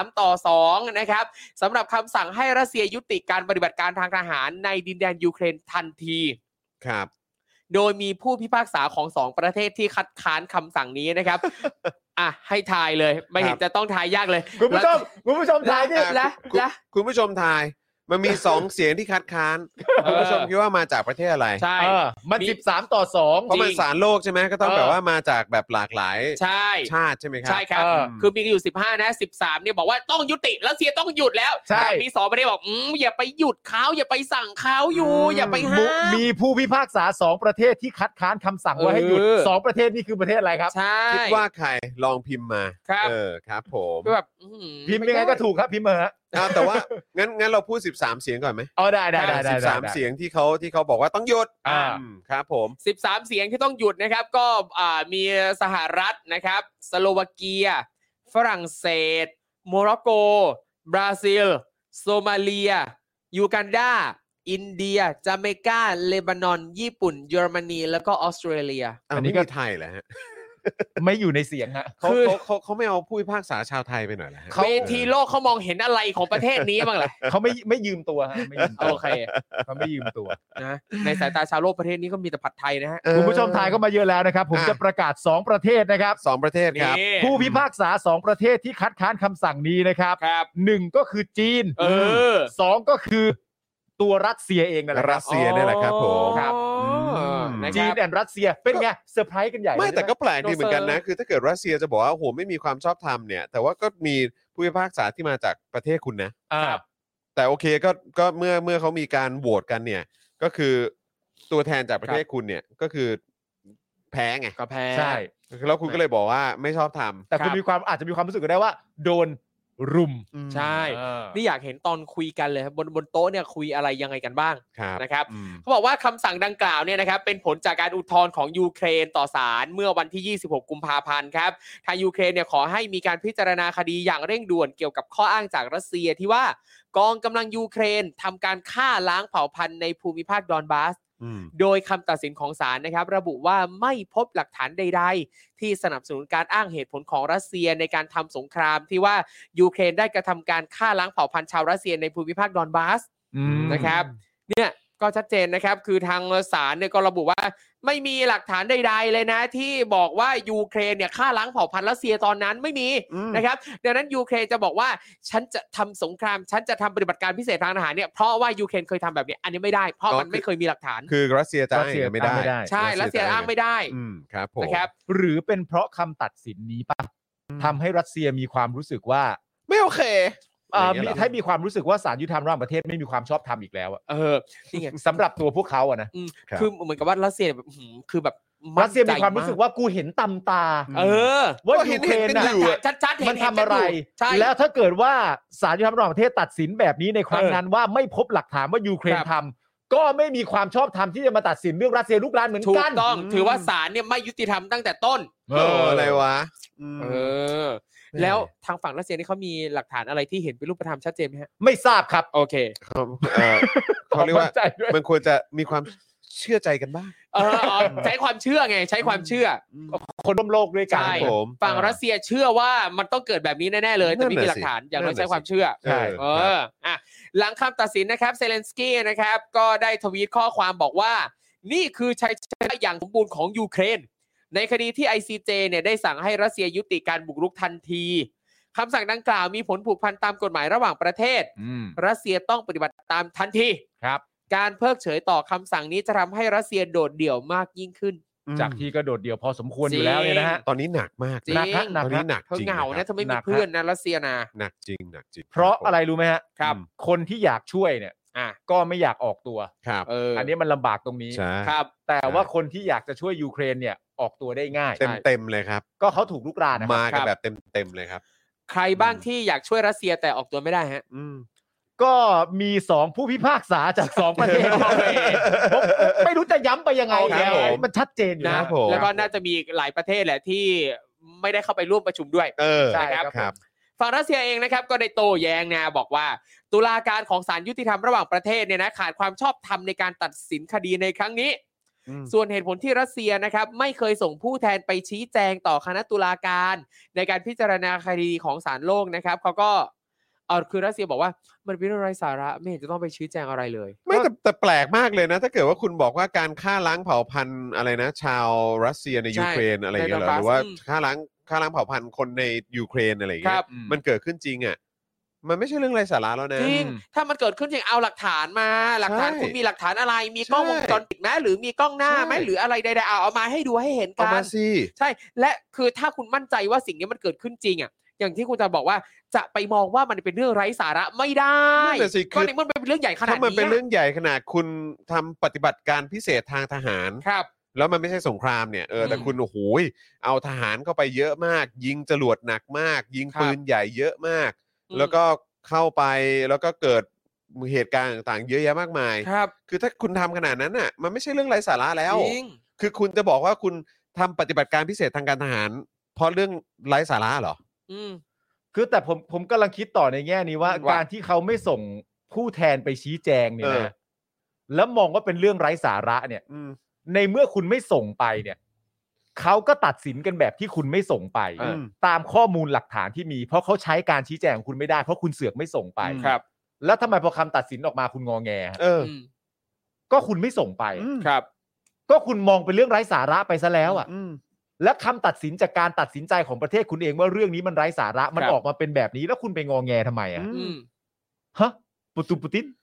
13-2นะครับสำหรับคำสั่งให้รัสเซียยุติการปฏิบัติการทางทหารในดินแดนยูเครนทันทีครับโดยมีผู้พิพากษาของ2ประเทศที่คัดค้านคำสั่งนี้นะครับ ให้ทายเลยไม่เห็นจะต้องทายยากเลยคุณผู้ชมทายดิคุณผู้ชมทายมันมี2เสียงที่คัดค้านคุณผู้ชมคิดว่ามาจากประเทศอะไรใช่มัน13-2 เพราะมันศาลโลกใช่ไหมก็ต้องแบบว่ามาจากแบบหลากหลายชาติใช่ไหมครับใช่ครับคือมีอยู่15นะ13เนี่ยบอกว่าต้องยุติรัสเซียต้องหยุดแล้วมี2ประเทศบอกอย่าไปหยุดเขาอย่าไปสั่งเขาอย่าไปห้ามมีผู้พิพากษา2ประเทศที่คัดค้านคำสั่งว่าให้หยุด2ประเทศนี่คือประเทศอะไรครับคิดว่าใครลองพิมพ์มาครับผมแบบพิมพ์ยังไงก็ถูกครับพิมพ์มาแต่ว่างั้นเราพูด13เสียงก่อนไหมได้ 13เสียงที่เขาบอกว่าต้องหยุดครับผม 13เสียงที่ต้องหยุดนะครับก็มีสหรัฐนะครับสโลวาเกียฝรั่งเศสโมร็อกโกบราซิลโซมาเลียยูกันดาอินเดียจาเมกาเลบานอนญี่ปุ่นเยอรมนีแล้วก็ออสเตรเลียอันนี้ก็ไทยแหละฮะไม่อยู่ในเสียงฮะเขาไม่เอาผู้พิพากษาชาวไทยไปหน่อยเหรอฮะเวทีโลกเขามองเห็นอะไรของประเทศนี้บ้างล่ะเขาไม่ยืมตัวฮะไม่ยืมตัวโอเคเขาไม่ยืมตัวนะในสายตาชาวโลกประเทศนี้ก็มีแต่ผัดไทยนะฮะคุณผู้ชมทายเข้ามาเยอะแล้วนะครับผมจะประกาศ2ประเทศนะครับ 2ประเทศครับผู้พิพากษา2ประเทศที่คัดค้านคำสั่งนี้นะครับ1ก็คือจีน2ก็คือตัวรัสเซียเองนั่นแหละรัสเซียนี่แหละครับผมครับจีนและรัสเซียเป็นไงเซอร์ไพรส์กันใหญ่ไม่แต่ก็แปลกดีเหมือนกันนะคือถ้าเกิดรัสเซียจะบอกว่าโอ้โหไม่มีความชอบธรรมเนี่ยแต่ว่าก็มีผู้พิพากษาที่มาจากประเทศคุณนะแต่โอเคก็เมื่อเขามีการโหวตกันเนี่ยก็คือตัวแทนจากประเทศคุณเนี่ยก็คือแพ้ไงก็แพ้ใช่แล้วคุณก็เลยบอกว่าไม่ชอบธรรมแต่คุณมีความอาจจะมีความรู้สึกก็ได้ว่าโดนรุมใช่นี่อยากเห็นตอนคุยกันเลยครับบนโต๊ะเนี่ยคุยอะไรยังไงกันบ้างนะครับเขาบอกว่าคำสั่งดังกล่าวเนี่ยนะครับเป็นผลจากการอุทธรณ์ของยูเครนต่อศาลเมื่อวันที่26กุมภาพันธ์ครับทางยูเครนเนี่ยขอให้มีการพิจารณาคดีอย่างเร่งด่วนเกี่ยวกับข้ออ้างจากรัสเซียที่ว่ากองกำลังยูเครนทำการฆ่าล้างเผ่าพันธุ์ในภูมิภาคดอนบาสโดยคำตัดสินของศาลนะครับระบุว่าไม่พบหลักฐานใดๆที่สนับสนุนการอ้างเหตุผลของรัสเซียในการทำสงครามที่ว่ายูเครนได้กระทำการฆ่าล้างเผ่าพันธุ์ชาวรัสเซียในภูมิภาคดอนบาสนะครับเนี่ยก็ชัดเจนนะครับคือทางศาลเนี่ยก็ระบุว่าไม่มีหลักฐานใดๆเลยนะที่บอกว่ายูเครนเนี่ยฆ่าล้างเผ่าพันธุ์รัสเซียตอนนั้นไม่มีนะครับดังนั้นยูเครนจะบอกว่าฉันจะทำสงครามฉันจะทำปฏิบัติการพิเศษทางทหารเนี่ยเพราะว่ายูเครนเคยทำแบบนี้อันนี้ไม่ได้เพราะมันไม่เคยมีหลักฐานคือรัสเซียจะอ้างไม่ได้ใช่รัสเซียอ้างไม่ได้ครับผมนะครับหรือเป็นเพราะคำตัดสินนี้ป่ะทำให้รัสเซียมีความรู้สึกว่าไม่โอเคถ้ามีความรู้สึกว่าศาลยุติธรรมระหว่างประเทศไม่มีความชอบธรรมอีกแล้วนี่ไงสำหรับตัวพวกเขาอะนะคือเหมือนกับว่ารัสเซียคือแบบรัสเซียมีความรู้สึกว่ากูเห็นตำตาว่ายูเครนชัดๆมันทำอะไรแล้วถ้าเกิดว่าศาลยุติธรรมระหว่างประเทศตัดสินแบบนี้ในครั้งนั้นว่าไม่พบหลักฐานว่ายูเครนทำก็ไม่มีความชอบธรรมที่จะมาตัดสินเรื่องรัสเซียลุกลานเหมือนกันถูกต้องถือว่าศาลเนี่ยไม่ยุติธรรมตั้งแต่ต้นอะไรวะแล้วทางฝั่งรัสเซียนี่เขามีหลักฐานอะไรที่เห็นเป็นรูปธรรมชัดเจนไหมฮะไม่ทราบครับโอเคเขาเรียกว่ามันควรจะมีความเชื่อใจกันบ้างใช้ความเชื่อไงใช้ความเชื่อคนร่วมโลกด้วยกันฝั่งรัสเซียเชื่อว่ามันต้องเกิดแบบนี้แน่ๆเลยแต่ไม่มีหลักฐานอย่างน้อยใช้ความเชื่อใช่หลังคำตัดสินนะครับเซเลนสกี้นะครับก็ได้ทวีตข้อความบอกว่านี่คือชัยชนะอย่างสมบูรณ์ของยูเครนในคดีที่ ICJ เนี่ยได้สั่งให้รัสเซียยุติการบุกรุกทันทีคำสั่งดังกล่าวมีผลผูกพันตามกฎหมายระหว่างประเทศรัสเซียต้องปฏิบัติตามทันทีครับการเพิกเฉยต่อคำสั่งนี้จะทำให้รัสเซียโดดเดี่ยวมากยิ่งขึ้นจากที่ก็โดดเดี่ยวพอสมควรอยู่แล้วเนี่ยนะฮะตอนนี้หนักมากหนักตอนนี้หนักจริงเหงานะถ้าไม่มีเพื่อนนะรัสเซียนะหนักจริงเพราะอะไรรู้ไหมฮะครับคนที่อยากช่วยเนี่ยก็ไม่อยากออกตัวครับอันนี้มันลำบากตรงนี้ครับแต่ว่าคนที่อยากจะช่วยยูเครนเนี่ยออกตัวได้ง่ายเต็มเลยครับก็เขาถูกลุกรานมากันแบบเต็มเลยครับใครบ้างที่อยากช่วยรัสเซียแต่ออกตัวไม่ได้ฮะก็มี2ผู้พิพากษาจาก2ประเทศไม่รู้จะย้ำไปยังไงมันชัดเจนอยู่นะแล้วก็น่าจะมีหลายประเทศแหละที่ไม่ได้เข้าไปร่วมประชุมด้วยใช่ครับฝั่งรัสเซียเองนะครับก็ได้โต้แย้งนะบอกว่าตุลาการของศาลยุติธรรมระหว่างประเทศเนี่ยนะขาดความชอบธรรมในการตัดสินคดีในครั้งนี้ส่วนเหตุผลที่รัสเซียนะครับไม่เคยส่งผู้แทนไปชี้แจงต่อคณะตุลาการในการพิจารณาคดีของศาลโลกนะครับเขาก็คือรัสเซียบอกว่ามันเป็นเรื่องไร้สาระไม่เห็นจะต้องไปชี้แจงอะไรเลยไม่แต่แปลกมากเลยนะถ้าเกิดว่าคุณบอกว่าการฆ่าล้างเผ่าพันธุ์อะไรนะชาวรัสเซียในยูเครนอะไรอย่างเงี้ยหรือว่าฆ่าล้างเผ่าพันธุ์คนในยูเครนอะไรอย่างเงี้ยมันเกิดขึ้นจริงอ่ะมันไม่ใช่เรื่องไร้สาระแล้วนะจริงถ้ามันเกิดขึ้นจริงเอาหลักฐานมาหลักฐานคุณมีหลักฐานอะไรมีกล้องวงจรปิดไหมหรือมีกล้องหน้าไหมหรืออะไรใดๆเอามาให้ดูให้เห็นกันใช่และคือถ้าคุณมั่นใจว่าสิ่งนี้มันเกิดขึ้นจริงอ่ะอย่างที่คุณจะบอกว่าจะไปมองว่ามันเป็นเรื่องไร้สาระไม่ได้ก็ในเมื่อมันเป็นเรื่องใหญ่ขนาดนี้ถ้ามันเป็นเรื่องใหญ่ขนาดคุณทำปฏิบัติการพิเศษทางทหารครับแล้วมันไม่ใช่สงครามเนี่ยแต่คุณโอ้โหเอาทหารเข้าไปเยอะมากยิงจรวดหนักมากยิงปืนใหญ่เยอะมากแล้วก็เข้าไปแล้วก็เกิดเหตุการณ์ต่างๆเยอะแยะมากมายคือถ้าคุณทำขนาดนั้นน่ะมันไม่ใช่เรื่องไร้สาระแล้วคือคุณจะบอกว่าคุณทำปฏิบัติการพิเศษทางการทหารเพราะเรื่องไร้สาระเหรอคือแต่ผมกำลังคิดต่อในแง่นี้ว่าการที่เขาไม่ส่งผู้แทนไปชี้แจงเนี่ยนะแล้วมองว่าเป็นเรื่องไร้สาระเนี่ยในเมื่อคุณไม่ส่งไปเนี่ยเขาก็ตัดสินกันแบบที่คุณไม่ส่งไปตามข้อมูลหลักฐานที่มีเพราะเขาใช้การชี้แจงของคุณไม่ได้เพราะคุณเสือกไม่ส่งไปครับแล้วทำไมพอคำตัดสินออกมาคุณงอแงก็คุณไม่ส่งไปครับก็คุณมองเป็นเรื่องไร้สาระไปซะแล้วอ่ะและคำตัดสินจากการตัดสินใจของประเทศคุณเองว่าเรื่องนี้มันไร้สาระมันออกมาเป็นแบบนี้แล้วคุณไปงอแงทำไมอ่ะฮะปูติน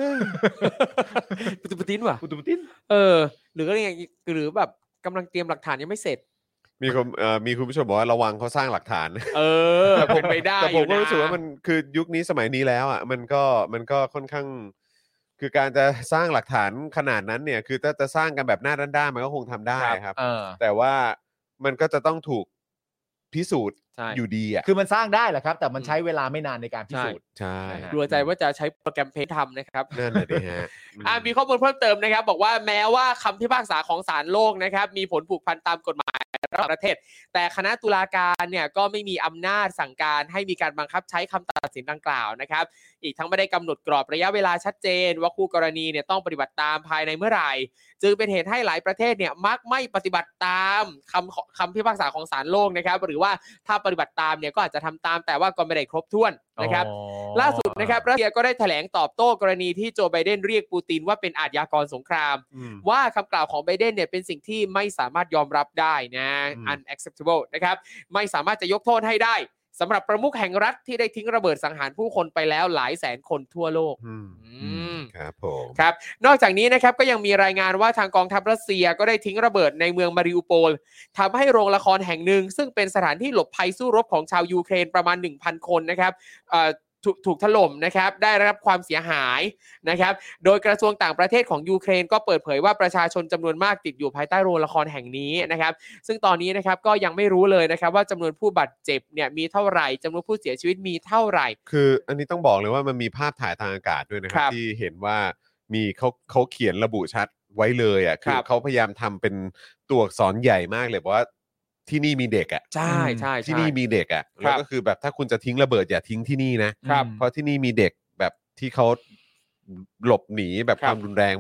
ปูตินว่ะปูตินหรือก็ยังหรือแบบกำลังเตรียมหลักฐานยังไม่เสร็จมีคุณผู้ชมบอกว่าระวังเขาสร้างหลักฐานเป็นไปได้แต่ผมก็รู้สึกว่ามันคือยุคนี้สมัยนี้แล้วอ่ะมันก็ค่อนข้างคือการจะสร้างหลักฐานขนาดนั้นเนี่ยคือถ้าจะสร้างกันแบบหน้าด้านๆมันก็คงทำได้ครับแต่ว่ามันก็จะต้องถูกพิสูจน์อยู่ดีอ่ะคือมันสร้างได้แหละครับแต่มันใช้เวลาไม่นานในการพิสูจน์ใช่กลัวใจว่าจะใช้โปรแกรมเพจทำนะครับนั่นแหละดิฮะมีข้อมูลเพิ่มเติมนะครับบอกว่าแม้ว่าคำพิพากษาของศาลโลกนะครับมีผลผูกพันตามกฎหมายระหว่างประเทศแต่คณะตุลาการเนี่ยก็ไม่มีอำนาจสั่งการให้มีการบังคับใช้คำตัดสินดังกล่าวนะครับอีกทั้งไม่ได้กำหนดกรอบระยะเวลาชัดเจนว่าคู่กรณีเนี่ยต้องปฏิบัติตามภายในเมื่อไหร่จึงเป็นเหตุให้หลายประเทศเนี่ยมักไม่ปฏิบัติตามคำพิพากษาของศาลโลกนะครับหรือว่าถ้าปฏิบัติตามเนี่ยก็อาจจะทำตามแต่ว่าก็ไม่ได้ครบถ้วนนะครับล่าสุดนะครับรัสเซียก็ได้แถลงตอบโต้กรณีที่โจไบเดนเรียกปูตินว่าเป็นอาชญากรสงครามว่าคำกล่าวของไบเดนเนี่ยเป็นสิ่งที่ไม่สามารถยอมรับได้นะ unacceptable นะครับไม่สามารถจะยกโทษให้ได้สำหรับประมุขแห่งรัฐที่ได้ทิ้งระเบิดสังหารผู้คนไปแล้วหลายแสนคนทั่วโลกครับผมครับนอกจากนี้นะครับก็ยังมีรายงานว่าทางกองทัพรัสเซียก็ได้ทิ้งระเบิดในเมืองมาริอูโปลทำให้โรงละครแห่งหนึ่งซึ่งเป็นสถานที่หลบภัยสู้รบของชาวยูเครนประมาณ 1,000 คนนะครับถูกถล่มนะครับได้รับความเสียหายนะครับโดยกระทรวงต่างประเทศของยูเครนก็เปิดเผยว่าประชาชนจำนวนมากติดอยู่ภายใต้โรงละครแห่งนี้นะครับซึ่งตอนนี้นะครับก็ยังไม่รู้เลยนะครับว่าจำนวนผู้บาดเจ็บเนี่ยมีเท่าไหร่จำนวนผู้เสียชีวิตมีเท่าไหร่คืออันนี้ต้องบอกเลยว่ามันมีภาพถ่ายทางอากาศด้วยนะครับที่เห็นว่ามีเขาเขียนระบุชัดไว้เลยอ่ะคือเขาพยายามทำเป็นตัวอักษรใหญ่มากเลยว่าที่นี่มีเด็กอ่ะใช่ที่นี่มีเด็กอ่ะแล้วก็คือแบบถ้าคุณจะทิ้งระเบิดอย่าทิ้งที่นี่นะเพราะที่นี่มีเด็กแบบที่เขาหลบหนีแบบความรุนแรง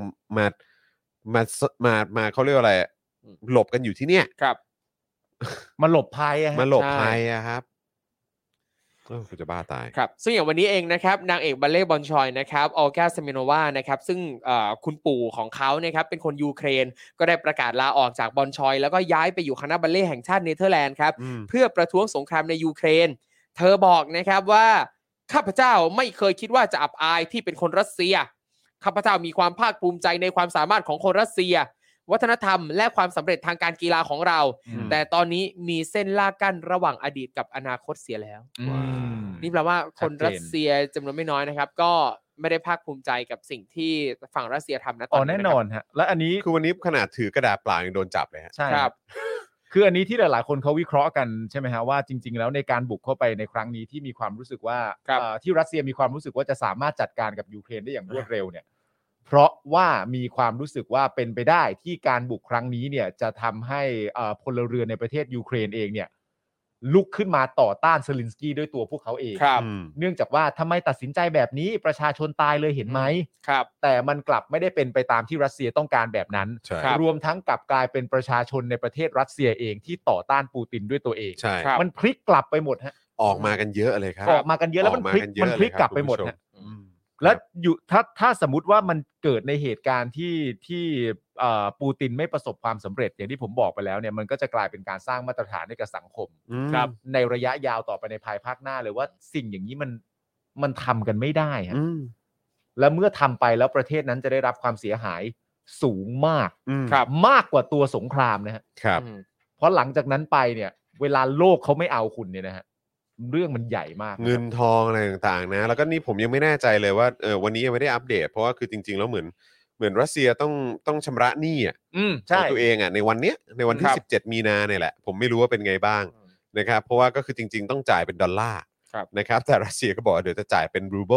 มาเขาเรียกว่าอะไรหลบกันอยู่ที่เนี่ยมาหลบภัยอะมาหลบภัยอะครับคุณจะบ้าตายครับซึ่งอย่างวันนี้เองนะครับนางเอกบัลเล่บอลชอยนะครับออลกาเซเมโนวานะครับซึ่งคุณปู่ของเขานะครับเป็นคนยูเครนก็ได้ประกาศลาออกจากบอลชอยแล้วก็ย้ายไปอยู่คณะบัลเล่แห่งชาติเนเธอร์แลนด์ครับเพื่อประท้วงสงครามในยูเครนเธอบอกนะครับว่าข้าพเจ้าไม่เคยคิดว่าจะอับอายที่เป็นคนรัสเซียข้าพเจ้ามีความภาคภูมิใจในความสามารถของคนรัสเซียวัฒนธรรมและความสำเร็จทางการกีฬาของเราแต่ตอนนี้มีเส้นลากกั้นระหว่างอดีตกับอนาคตเสียแล้วนี่แปลว่าคนรัสเซียจำนวนไม่น้อยนะครับก็ไม่ได้ภาคภูมิใจกับสิ่งที่ฝั่งรัสเซียทำนะตอนนี้แน่นอนฮะและอันนี้คือวันนี้ขนาดถือกระดาษเปล่ายังโดนจับเลยฮะใช่ครับคืออันนี้ที่หลายๆคนเขาวิเคราะห์กันใช่ไหมฮะว่าจริงๆแล้วในการบุกเข้าไปในครั้งนี้ที่มีความรู้สึกว่าที่รัสเซียมีความรู้สึกว่าจะสามารถจัดการกับยูเครนได้อย่างรวดเร็วเนี่ยเพราะว่ามีความรู้สึกว่าเป็นไปได้ที่การบุกครั้งนี้เนี่ยจะทำให้พลเรือนในประเทศยูเครนเองเนี่ยลุกขึ้นมาต่อต้านเซเลนสกี้ด้วยตัวพวกเขาเองเนื่องจากว่าทำไมตัดสินใจแบบนี้ประชาชนตายเลยเห็นไหมแต่มันกลับไม่ได้เป็นไปตามที่รัสเซียต้องการแบบนั้นรวมทั้งกลับกลายเป็นประชาชนในประเทศรัสเซียเองที่ต่อต้านปูตินด้วยตัวเองมันพลิกกลับไปหมดฮะออกมากันเยอะเลยครับออกมากันเยอะแล้วมันพลิกกลับไปหมดฮะแล้วอยู่ถ้าสมมุติว่ามันเกิดในเหตุการณ์ที่ปูตินไม่ประสบความสำเร็จอย่างที่ผมบอกไปแล้วเนี่ยมันก็จะกลายเป็นการสร้างมาตรฐานให้กับสังคมครับในระยะยาวต่อไปในภายภาคหน้าเลยว่าสิ่งอย่างนี้มันทำกันไม่ได้ฮะแล้วเมื่อทำไปแล้วประเทศนั้นจะได้รับความเสียหายสูงมากมากกว่าตัวสงครามนะฮะเพราะหลังจากนั้นไปเนี่ยเวลาโลกเขาไม่เอาคุณเนี่ยนะฮะเรื่องมันใหญ่มากเงินทองอะไรต่างๆนะแล้วก็นี่ผมยังไม่แน่ใจเลยว่าวันนี้ยังไม่ได้อัปเดตเพราะว่าคือจริงๆแล้วเหมือนรัสเซียต้องชำระหนี้อ่ะของตัวเองอ่ะในวันที่17มีนาเนี่ยแหละผมไม่รู้ว่าเป็นไงบ้างนะครับเพราะว่าก็คือจริงๆต้องจ่ายเป็นดอลลาร์นะครับแต่รัสเซียก็บอกเดี๋ยวจะจ่ายเป็นรูเบิล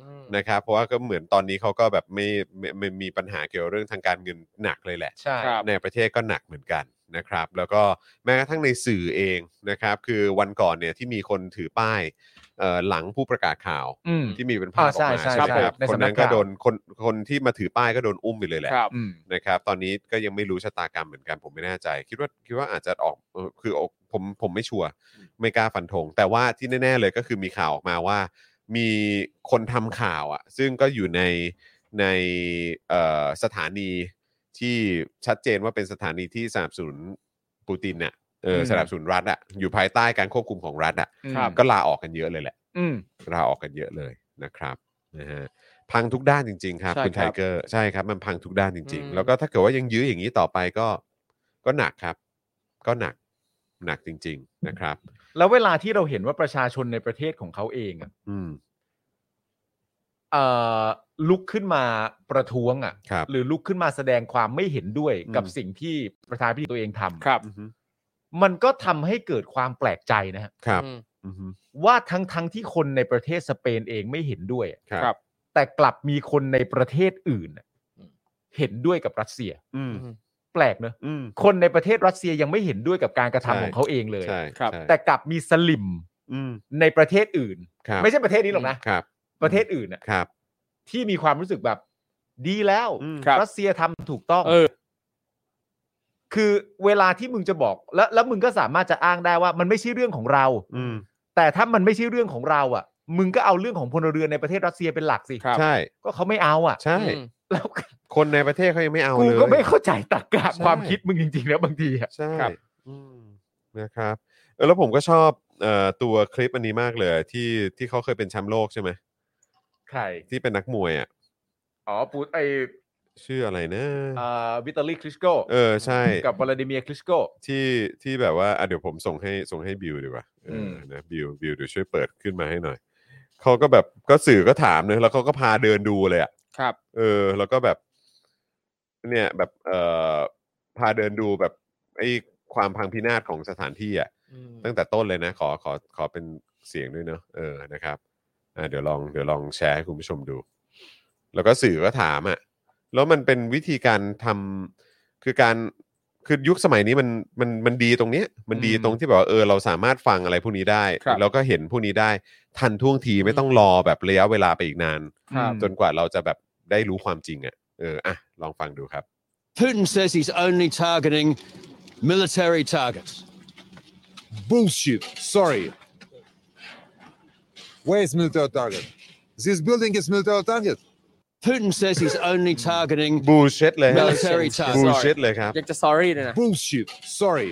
นะครับเพราะว่าก็เหมือนตอนนี้เขาก็แบบไม่มีปัญหาเกี่ยวกับเรื่องทางการเงินหนักเลยแหละใช่ในประเทศก็หนักเหมือนกันนะครับแล้วก็แม้กระทั่งในสื่อเองนะครับคือวันก่อนเนี่ยที่มีคนถือป้ายหลังผู้ประกาศข่าวที่มีเป็นภาพออกมาใช่ใช่ไหมครับในคนสำนันั้กนก็ข่าวโดนคนที่มาถือป้ายก็โดนอุ้มไปเลยแหละครับนะครับตอนนี้ก็ยังไม่รู้ชะตากรรมเหมือนกันผมไม่แน่ใจคิดว่าอาจจะออกคือผมไม่ชัวร์ไม่กล้าฟันธงแต่ว่าที่แน่ๆเลยก็คือมีข่าวออกมาว่ามีคนทำข่าวอ่ะซึ่งก็อยู่ในสถานีที่ชัดเจนว่าเป็นสถานีที่สนับสนุนปูตินเนี่ยสนับสนุนรัฐอ่ะอยู่ภายใต้การควบคุมของรัฐอ่ะครับก็ลาออกกันเยอะเลยแหละอืมลาออกกันเยอะเลยนะครับนะฮะพังทุกด้านจริงๆครับใช่คุณไทครับเกอร์ใช่ครับมันพังทุกด้านจริงอืมๆ แล้วก็ถ้าเกิดว่ายังยื้ออย่างนี้ต่อไปก็หนักครับ ก็หนักจริง ๆนะครับแล้วเวลาที่เราเห็นว่าประชาชนในประเทศของเขาเองอะอืมลุกขึ้นมาประท้วงอ่ะครับหรือลุกขึ้นมาแสดงความไม่เห็นด้วยกับอืมสิ่งที่ประธานาธิบดีตัวเองทำครับอือฮึมันก็ทำให้เกิดความแปลกใจนะฮะครับอืมอือฮึว่าทั้งที่คนในประเทศสเปนเองไม่เห็นด้วยอะครับครับแต่กลับมีคนในประเทศอื่นอะอืมเห็นด้วยกับรัสเซียอืมแปลกเนอะอืมคนในประเทศรัสเซียยังไม่เห็นด้วยกับการกระทำใช่ของเขาเองเลยใช่ครับใช่แต่กลับมีสลิมอืมในประเทศอื่นครับไม่ใช่ประเทศนี้หรอกนะครับประเทศอื่นน่ะครับที่มีความรู้สึกแบบดีแล้วอืมครับรัสเซียทำถูกต้องเออคือเวลาที่มึงจะบอกแล้วมึงก็สามารถจะอ้างได้ว่ามันไม่ใช่เรื่องของเราอืมแต่ถ้ามันไม่ใช่เรื่องของเราอ่ะ มึงก็เอาเรื่องของพลเรือนในประเทศรัสเซียเป็นหลักสิครับใช่ก็เขาไม่เอาอ่ะใช่อืมแล้วคนในประเทศเขายังไม่เอากูเลยก็ไม่เข้าใจตรรกะใช่ความคิดมึงจริงๆนะบางทีอ่ะใช่ครับอืมนะครับแล้วผมก็ชอบตัวคลิปอันนี้มากเลยที่เขาเคยเป็นแชมป์โลกใช่ไหมใครที่เป็นนักมวยอ่ะอ๋อปูไอชื่ออะไรนะวิตาลีคลิชโกใช่กับวลาดิเมียร์คลิชโกที่แบบว่าเดี๋ยวผมส่งให้บิวดีกว่ามนะบิวเดี๋ยวช่วยเปิดขึ้นมาให้หน่อยเขาก็แบบก็สื่อก็ถามเนอะแล้วเขาก็พาเดินดูเลยอ่ะครับแล้วก็แบบเนี่ยแบบพาเดินดูแบบไอ้ความพังพินาศของสถานที่อ่ะอืมตั้งแต่ต้นเลยนะขอเป็นเสียงด้วยเนอะนะครับเดี๋ยวลองแชร์ให้คุณผู้ชมดู แล้วก็สื่อก็ถามอ่ะแล้วมันเป็นวิธีการทำคือยุคสมัยนี้มันดีตรงเนี้ยมันดีตรงที่แบบว่าเราสามารถฟังอะไรพวกนี้ได้ครับแล้วก็เห็นพวกนี้ได้ทันท่วงทีไม่ต้องรอแบบระยะเวลาไปอีกนานครับจนกว่าเราจะแบบได้รู้ความจริงอ่ะลองฟังดูครับ Putin says he's only targeting military targets. Bullshit. Sorry. Where is military target? This building is military target. Putin says he's only targeting บูเชตเลยฮะ military บู targets. เชตเลยครับอยากจะ sorry เลยนะ Bullshit. Sorry.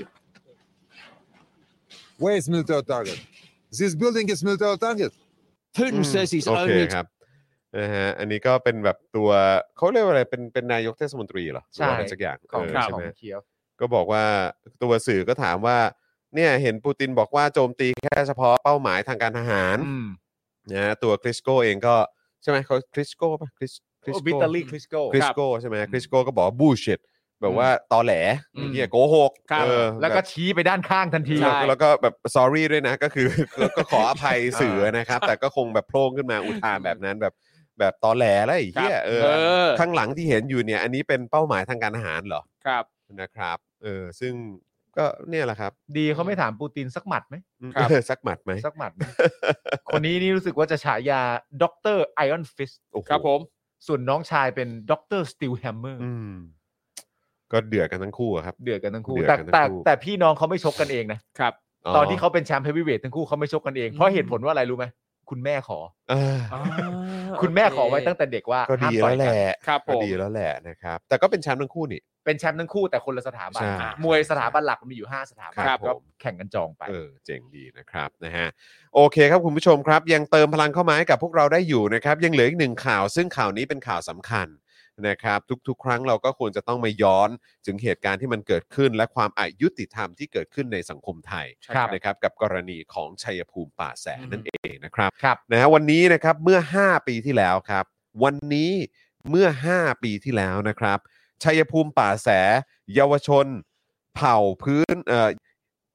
Where is military target? This building is military target. Putin says he's โอเค only ครับนะฮะอันนี้ก็เป็นแบบตัวเขาเรียกว่าอะไรเป็นนายกเทศมนตรีเหรอหรือว่าอะไรสักอย่างของใช่ของไหมเคียฟก็บอกว่าตัวสื่อก็ถามว่าเนี่ยเห็นปูตินบอกว่าโจมตีแค่เฉพาะเป้าหมายทางการทหารนะฮะตัวคริสโกเองก็ใช่ไหมเขาคริสโกป่ะคริสวิตาลีคลิชโกคริสโกใช่ไหมคริสโกก็บอกบูชิตแบบว่าตอแหลอืมเหี้ยโกหกครับแล้วก็ชี้ไปด้านข้างทันทีใช่แล้วก็แบบ sorry ด้วยนะก็คือ ก็ขออภัยสื่อนะครับ แต่ก็คงแบบโพล่งขึ้นมาอุทานแบบนั้นแบบตอแหลแล้วไอ้เหี้ยเออข้างหลังที่เห็นอยู่เนี่ย อันนี้เป็นเป้าหมายทางการทหารเหรอครับนะครับซึ่งก็เนี่ยแหละครับดีเขาไม่ถามปูตินสักหมัดไหมครับสักหมัดไหมสักหมัดไหม คนนี้นี่รู้สึกว่าจะฉายาด็อกเตอร์ไอออนฟิสโอ้โหครับผมส่วนน้องชายเป็นด็อกเตอร์สตีลแฮมเมอร์อืมก็เดือดกันทั้งคู่อะครับเดือดกันทั้งคู่เดือดแต่กันทั้แต่งคู่แต่พี่น้องเขาไม่ชกกันเองนะครับ ตอนที่เขาเป็นแชมป์เฮฟวีเวททั้งคู่เขาไม่ชกกันเอง เพราะเหตุผลว่าอะไรรู้ไหมคุณแม่ขอเออคุณแม่ขอไว้ตั้งแต่เด็กว่าก็ดีห้ามต่แล้อยวแหกันละครับผมก็ดีแล้วแหละนะครับ แต่ก็เป็นแชมป์ทั้งคู่นี่เป็นแชมป์ทั้งคู่แต่คนละสถาบันใช่มวยสถาบันหลักมันมีอยู่5สถาบันครับก็ผมแข่งกันจองไปเจ๋งดีนะครับนะฮะโอเคครับคุณผู้ชมครับ ยังเติมพลังเข้ามาให้กับพวกเราได้อยู่นะครับ ยังเหลืออีกหนึ่งข่าว ซึ่งข่าวนี้เป็นข่าวสำคัญนะครับ ทุกๆ ครั้งเราก็ควรจะต้องมาย้อนถึงเหตุการณ์ที่มันเกิดขึ้น และความอายุติธรรมที่เกิดขึ้นในสังคมไทยครับนะครับกับกรณีของชัยภูมิป่าแสนนั่นเองนะครับครับนะฮะวันนี้นะครับเมื่อ5ปีที่แล้วครับวันนี้เมื่อ5ปีที่แล้วนะครับชัยภูมิป่าแสเยาวชนเผ่าพื้น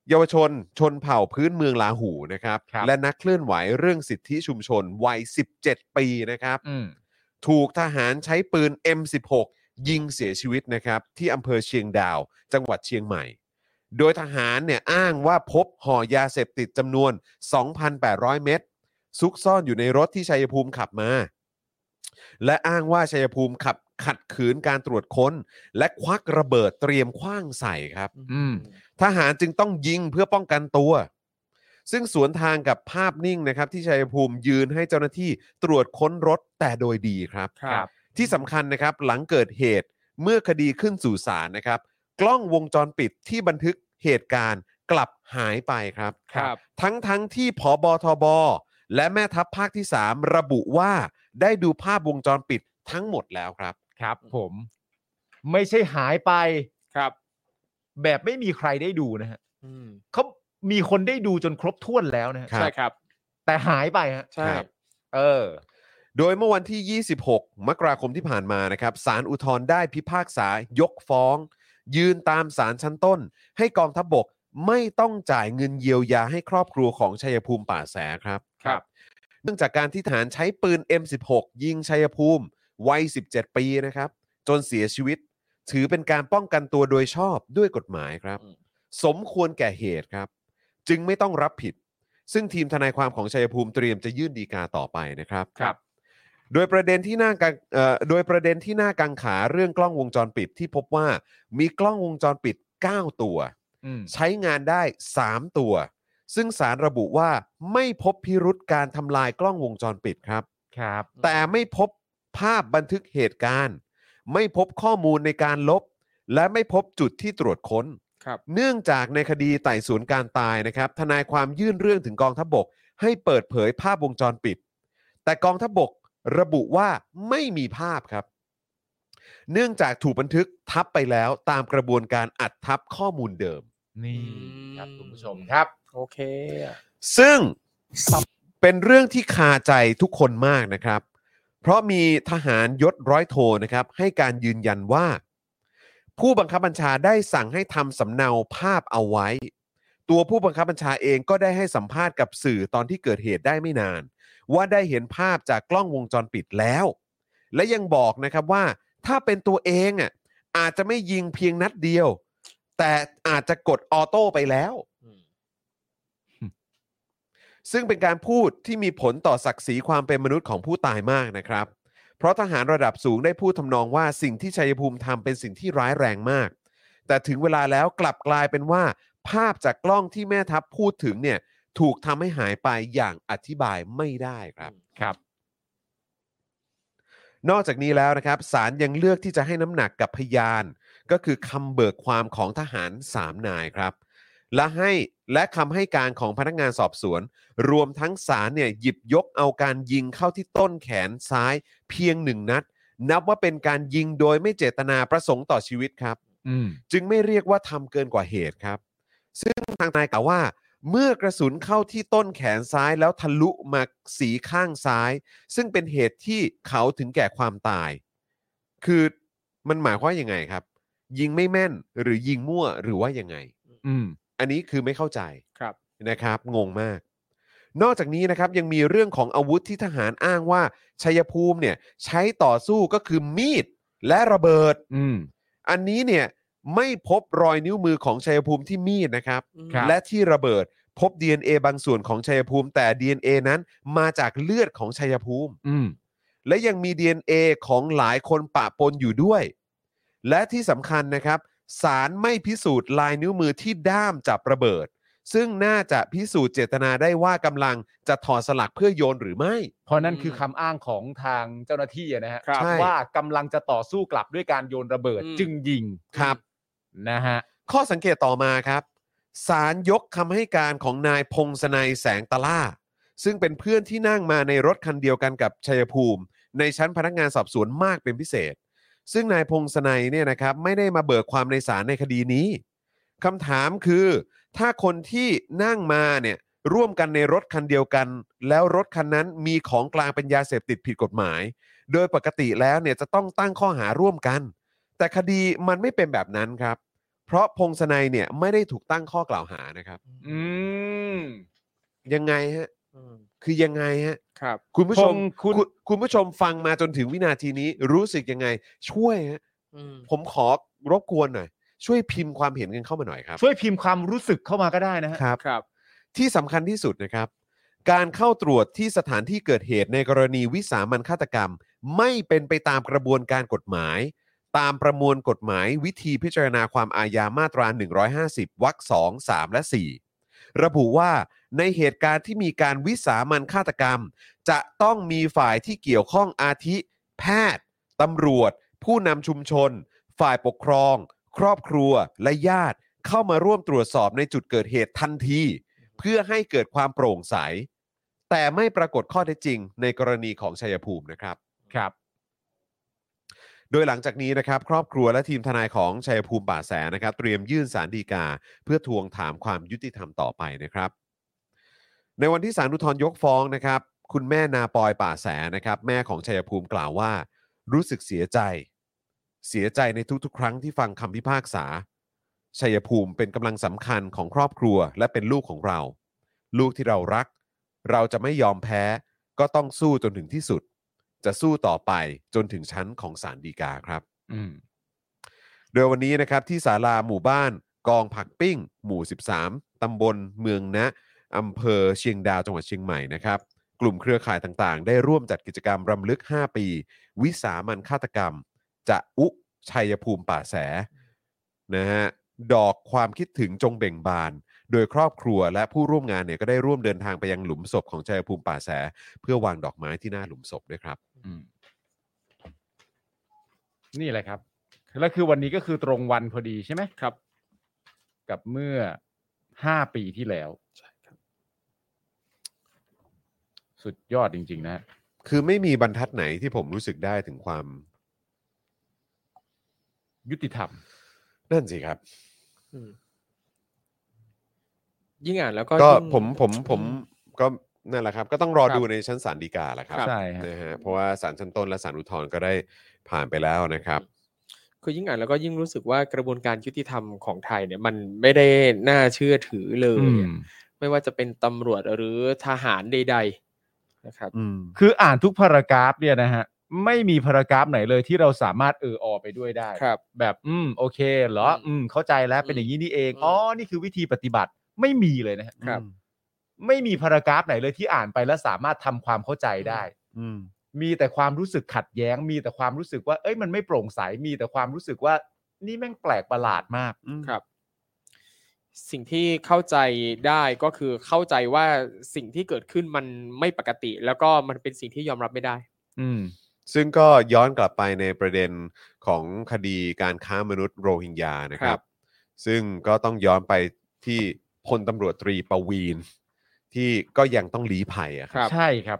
เยาวชนชนเผ่าพื้นเมืองลาหูนะครับและนักเคลื่อนไหวเรื่องสิทธิชุมชนวัย17 ปีนะครับถูกทหารใช้ปืน M16 ยิงเสียชีวิตนะครับที่อำเภอเชียงดาวจังหวัดเชียงใหม่โดยทหารเนี่ยอ้างว่าพบห่อยาเสพติดจำนวน 2,800 เม็ดซุกซ่อนอยู่ในรถที่ชัยภูมิขับมาและอ้างว่าชัยภูมิขัดขืนการตรวจค้นและควักระเบิดเตรียมขว้างใส่ครับทหารจึงต้องยิงเพื่อป้องกันตัวซึ่งสวนทางกับภาพนิ่งนะครับที่ชัยภูมิยืนให้เจ้าหน้าที่ตรวจค้นรถแต่โดยดีครับที่สำคัญนะครับหลังเกิดเหตุเมื่อคดีขึ้นสู่ศาลนะครับกล้องวงจรปิดที่บันทึกเหตุการณ์กลับหายไปครับทั้งที่ผบ.ทบ.และแม่ทัพภาคที่3ระบุว่าได้ดูภาพวงจรปิดทั้งหมดแล้วครับครับผมไม่ใช่หายไปครับแบบไม่มีใครได้ดูนะฮะเขามีคนได้ดูจนครบถ้วนแล้วนะใช่ครับแต่หายไปฮะใช่โดยเมื่อวันที่26มกราคมที่ผ่านมานะครับศาลอุทธรณ์ได้พิพากษายกฟ้องยืนตามศาลชั้นต้นให้กองทัพบกไม่ต้องจ่ายเงินเยียวยาให้ครอบครัวของชัยภูมิป่าแสครับเนื่องจากการที่ทหารใช้ปืน M16 ยิงชัยภูมิวัย17 ปีนะครับจนเสียชีวิตถือเป็นการป้องกันตัวโดยชอบด้วยกฎหมายครับสมควรแก่เหตุครับจึงไม่ต้องรับผิดซึ่งทีมทนายความของชัยภูมิเตรียมจะยื่นฎีกาต่อไปนะครับโดยประเด็นที่น่ากังขาเรื่องกล้องวงจรปิดที่พบว่ามีกล้องวงจรปิด9ตัวใช้งานได้3ตัวซึ่งศาลระบุว่าไม่พบพิรุธการทำลายกล้องวงจรปิดครับแต่ไม่พบภาพบันทึกเหตุการณ์ไม่พบข้อมูลในการลบและไม่พบจุดที่ตรวจค้นเนื่องจากในคดีไต่สวนการตายนะครับทนายความยื่นเรื่องถึงกองทัพบกให้เปิดเผยภาพวงจรปิดแต่กองทัพบกระบุว่าไม่มีภาพครับเนื่องจากถูกบันทึกทับไปแล้วตามกระบวนการอัดทับข้อมูลเดิมนี่ครับคุณผู้ชมครับโอเคซึ่งเป็นเรื่องที่คาใจทุกคนมากนะครับเพราะมีทหารยศร้อยโทนะครับให้การยืนยันว่าผู้บังคับบัญชาได้สั่งให้ทำสำเนาภาพเอาไว้ตัวผู้บังคับบัญชาเองก็ได้ให้สัมภาษณ์กับสื่อตอนที่เกิดเหตุได้ไม่นานว่าได้เห็นภาพจากกล้องวงจรปิดแล้วและยังบอกนะครับว่าถ้าเป็นตัวเองอ่ะอาจจะไม่ยิงเพียงนัดเดียวแต่อาจจะกดออโต้ไปแล้วซึ่งเป็นการพูดที่มีผลต่อศักดิ์ศรีความเป็นมนุษย์ของผู้ตายมากนะครับเพราะทหารระดับสูงได้พูดทำนองว่าสิ่งที่ชัยภูมิทำเป็นสิ่งที่ร้ายแรงมากแต่ถึงเวลาแล้วกลับกลายเป็นว่าภาพจากกล้องที่แม่ทัพพูดถึงเนี่ยถูกทำให้หายไปอย่างอธิบายไม่ได้ครับนอกจากนี้แล้วนะครับศาลยังเลือกที่จะให้น้ำหนักกับพยานก็คือคำเบิกความของทหาร3นายครับและคำให้การของพนักงานสอบสวนรวมทั้งศาลเนี่ยหยิบยกเอาการยิงเข้าที่ต้นแขนซ้ายเพียง1นัดนับว่าเป็นการยิงโดยไม่เจตนาประสงค์ต่อชีวิตครับจึงไม่เรียกว่าทำเกินกว่าเหตุครับซึ่งทางนายกล่าวว่าเมื่อกระสุนเข้าที่ต้นแขนซ้ายแล้วทะลุมาสีข้างซ้ายซึ่งเป็นเหตุที่เขาถึงแก่ความตายคือมันหมายความว่ายังไงครับยิงไม่แม่นหรือยิงมั่วหรือว่ายังไงอันนี้คือไม่เข้าใจนะครับงงมากนอกจากนี้นะครับยังมีเรื่องของอาวุธที่ทหารอ้างว่าชัยภูมิเนี่ยใช้ต่อสู้ก็คือมีดและระเบิดอันนี้เนี่ยไม่พบรอยนิ้วมือของชัยภูมิที่มีดนะครับและที่ระเบิดพบ DNA บางส่วนของชัยภูมิแต่ DNA นั้นมาจากเลือดของชัยภูมิและยังมี DNA ของหลายคนปะปนอยู่ด้วยและที่สำคัญนะครับศาลไม่พิสูจน์ลายนิ้วมือที่ด้ามจับระเบิดซึ่งน่าจะพิสูจน์เจตนาได้ว่ากำลังจะถอดสลักเพื่อโยนหรือไม่เพราะนั่นคือคำอ้างของทางเจ้าหน้าที่นะฮะว่ากำลังจะต่อสู้กลับด้วยการโยนระเบิดจึงยิงครับนะฮะข้อสังเกตต่อมาครับศาลยกคำให้การของนายพงศนัยแสงตะล่าซึ่งเป็นเพื่อนที่นั่งมาในรถคันเดียวกันกับชัยภูมิในชั้นพนักงานสอบสวนมากเป็นพิเศษซึ่งนายพงศนัยเนี่ยนะครับไม่ได้มาเบิกความในศาลในคดีนี้คำถามคือถ้าคนที่นั่งมาเนี่ยร่วมกันในรถคันเดียวกันแล้วรถคันนั้นมีของกลางเป็นยาเสพติดผิดกฎหมายโดยปกติแล้วเนี่ยจะต้องตั้งข้อหาร่วมกันแต่คดีมันไม่เป็นแบบนั้นครับเพราะพงษ์สนัยเนี่ยไม่ได้ถูกตั้งข้อกล่าวหานะครับอืมยังไงฮะ คือยังไงฮะครับคุณผู้ชมคุณผู้ชมฟังมาจนถึงวินาทีนี้รู้สึกยังไงช่วยฮะผมขอรบกวนหน่อยช่วยพิมพ์ความเห็นกันเข้ามาหน่อยครับช่วยพิมพ์ความรู้สึกเข้ามาก็ได้นะฮะครับที่สำคัญที่สุดนะครับ การเข้าตรวจที่สถานที่เกิดเหตุในกรณีวิสามัญฆาตกรรม ไม่เป็นไปตามกระบวนการกฎหมาย ตามประมวลกฎหมายวิธีพิจารณาความอาญามาตรา150วรรค2 3และ4ระบุว่าในเหตุการณ์ที่มีการวิสามัญฆาตกรรม จะต้องมีฝ่ายที่เกี่ยวข้องอาทิแพทย์ตำรวจ ผู้นำชุมชน ฝ่ายปกครอง ครอบครัวและญาติเข้ามาร่วมตรวจสอบในจุดเกิดเหตุทันทีเพื่อให้เกิดความโปร่งใสแต่ไม่ปรากฏข้อเท็จจริงในกรณีของชัยภูมินะครับครับโดยหลังจากนี้นะครับครอบครัวและทีมทนายของชัยภูมิป่าแสนะครับเตรียมยื่นศาลฎีกาเพื่อทวงถามความยุติธรรมต่อไปนะครับในวันที่ศาลอุทธรณ์ยกฟ้องนะครับคุณแม่นาปอยป่าแสนะครับแม่ของชัยภูมิกล่าวว่ารู้สึกเสียใจในทุกๆครั้งที่ฟังคำพิพากษาชัยภูมิเป็นกำลังสำคัญของครอบครัวและเป็นลูกของเราลูกที่เรารักเราจะไม่ยอมแพ้ก็ต้องสู้จนถึงที่สุดจะสู้ต่อไปจนถึงชั้นของศาลฎีกาครับโดยวันนี้นะครับที่ศาลาหมู่บ้านกองผักปิ้งหมู่13ตำบลเมืองนะอำเภอเชียงดาวจังหวัดเชียงใหม่นะครับกลุ่มเครือข่ายต่างๆได้ร่วมจัดกิจกรรมรำลึก5ปีวิสามัญฆาตกรรมจะอุชัยภูมิป่าแสนะฮะดอกความคิดถึงจงเบ่งบานโดยครอบครัวและผู้ร่วมงานเนี่ยก็ได้ร่วมเดินทางไปยังหลุมศพของชัยภูมิป่าแสเพื่อวางดอกไม้ที่หน้าหลุมศพด้วยครับนี่แหละครับแล้วคือวันนี้ก็คือตรงวันพอดีใช่ไหมครับกับเมื่อ5 ปีที่แล้วใช่ครับสุดยอดจริงๆนะคือไม่มีบรรทัดไหนที่ผมรู้สึกได้ถึงความยุติธรรมนั่นสิครับยิ่งอ่านแล้วก็ผมก็นั่นแหละครับก็ต้องรอดูในชั้นศาลฎีกาแหละครับใช่นะฮะเพราะว่าศาลชั้นต้นและศาลอุทธรณ์ก็ได้ผ่านไปแล้วนะครับคือยิ่งอ่านแล้วก็ยิ่งรู้สึกว่ากระบวนการยุติธรรมของไทยเนี่ยมันไม่ได้น่าเชื่อถือเลยไม่ว่าจะเป็นตำรวจหรือทหารใดๆนะครับคืออ่านทุกพารากราฟเนี่ยนะฮะไม่มีพารากราฟไหนเลยที่เราสามารถอไปด้วยได้แบบโอเคเหรอเข้าใจแล้วเป็นอย่างนี้นี่เองอ๋อนี่คือวิธีปฏิบัติไม่มีเลยนะครับไม่มีพารากราฟไหนเลยที่อ่านไปแล้วสามารถทำความเข้าใจได้มีแต่ความรู้สึกขัดแย้งมีแต่ความรู้สึกว่าเอ้ยมันไม่โปร่งใสมีแต่ความรู้สึกว่านี่แม่งแปลกประหลาดมากครับสิ่งที่เข้าใจได้ก็คือเข้าใจว่าสิ่งที่เกิดขึ้นมันไม่ปกติแล้วก็มันเป็นสิ่งที่ยอมรับไม่ได้ซึ่งก็ย้อนกลับไปในประเด็นของคดีการค้ามนุษย์โรฮิงญานะครับซึ่งก็ต้องย้อนไปที่พลตำรวจตรีประวีณที่ก็ยังต้องลี้ภัยครับใช่ครับ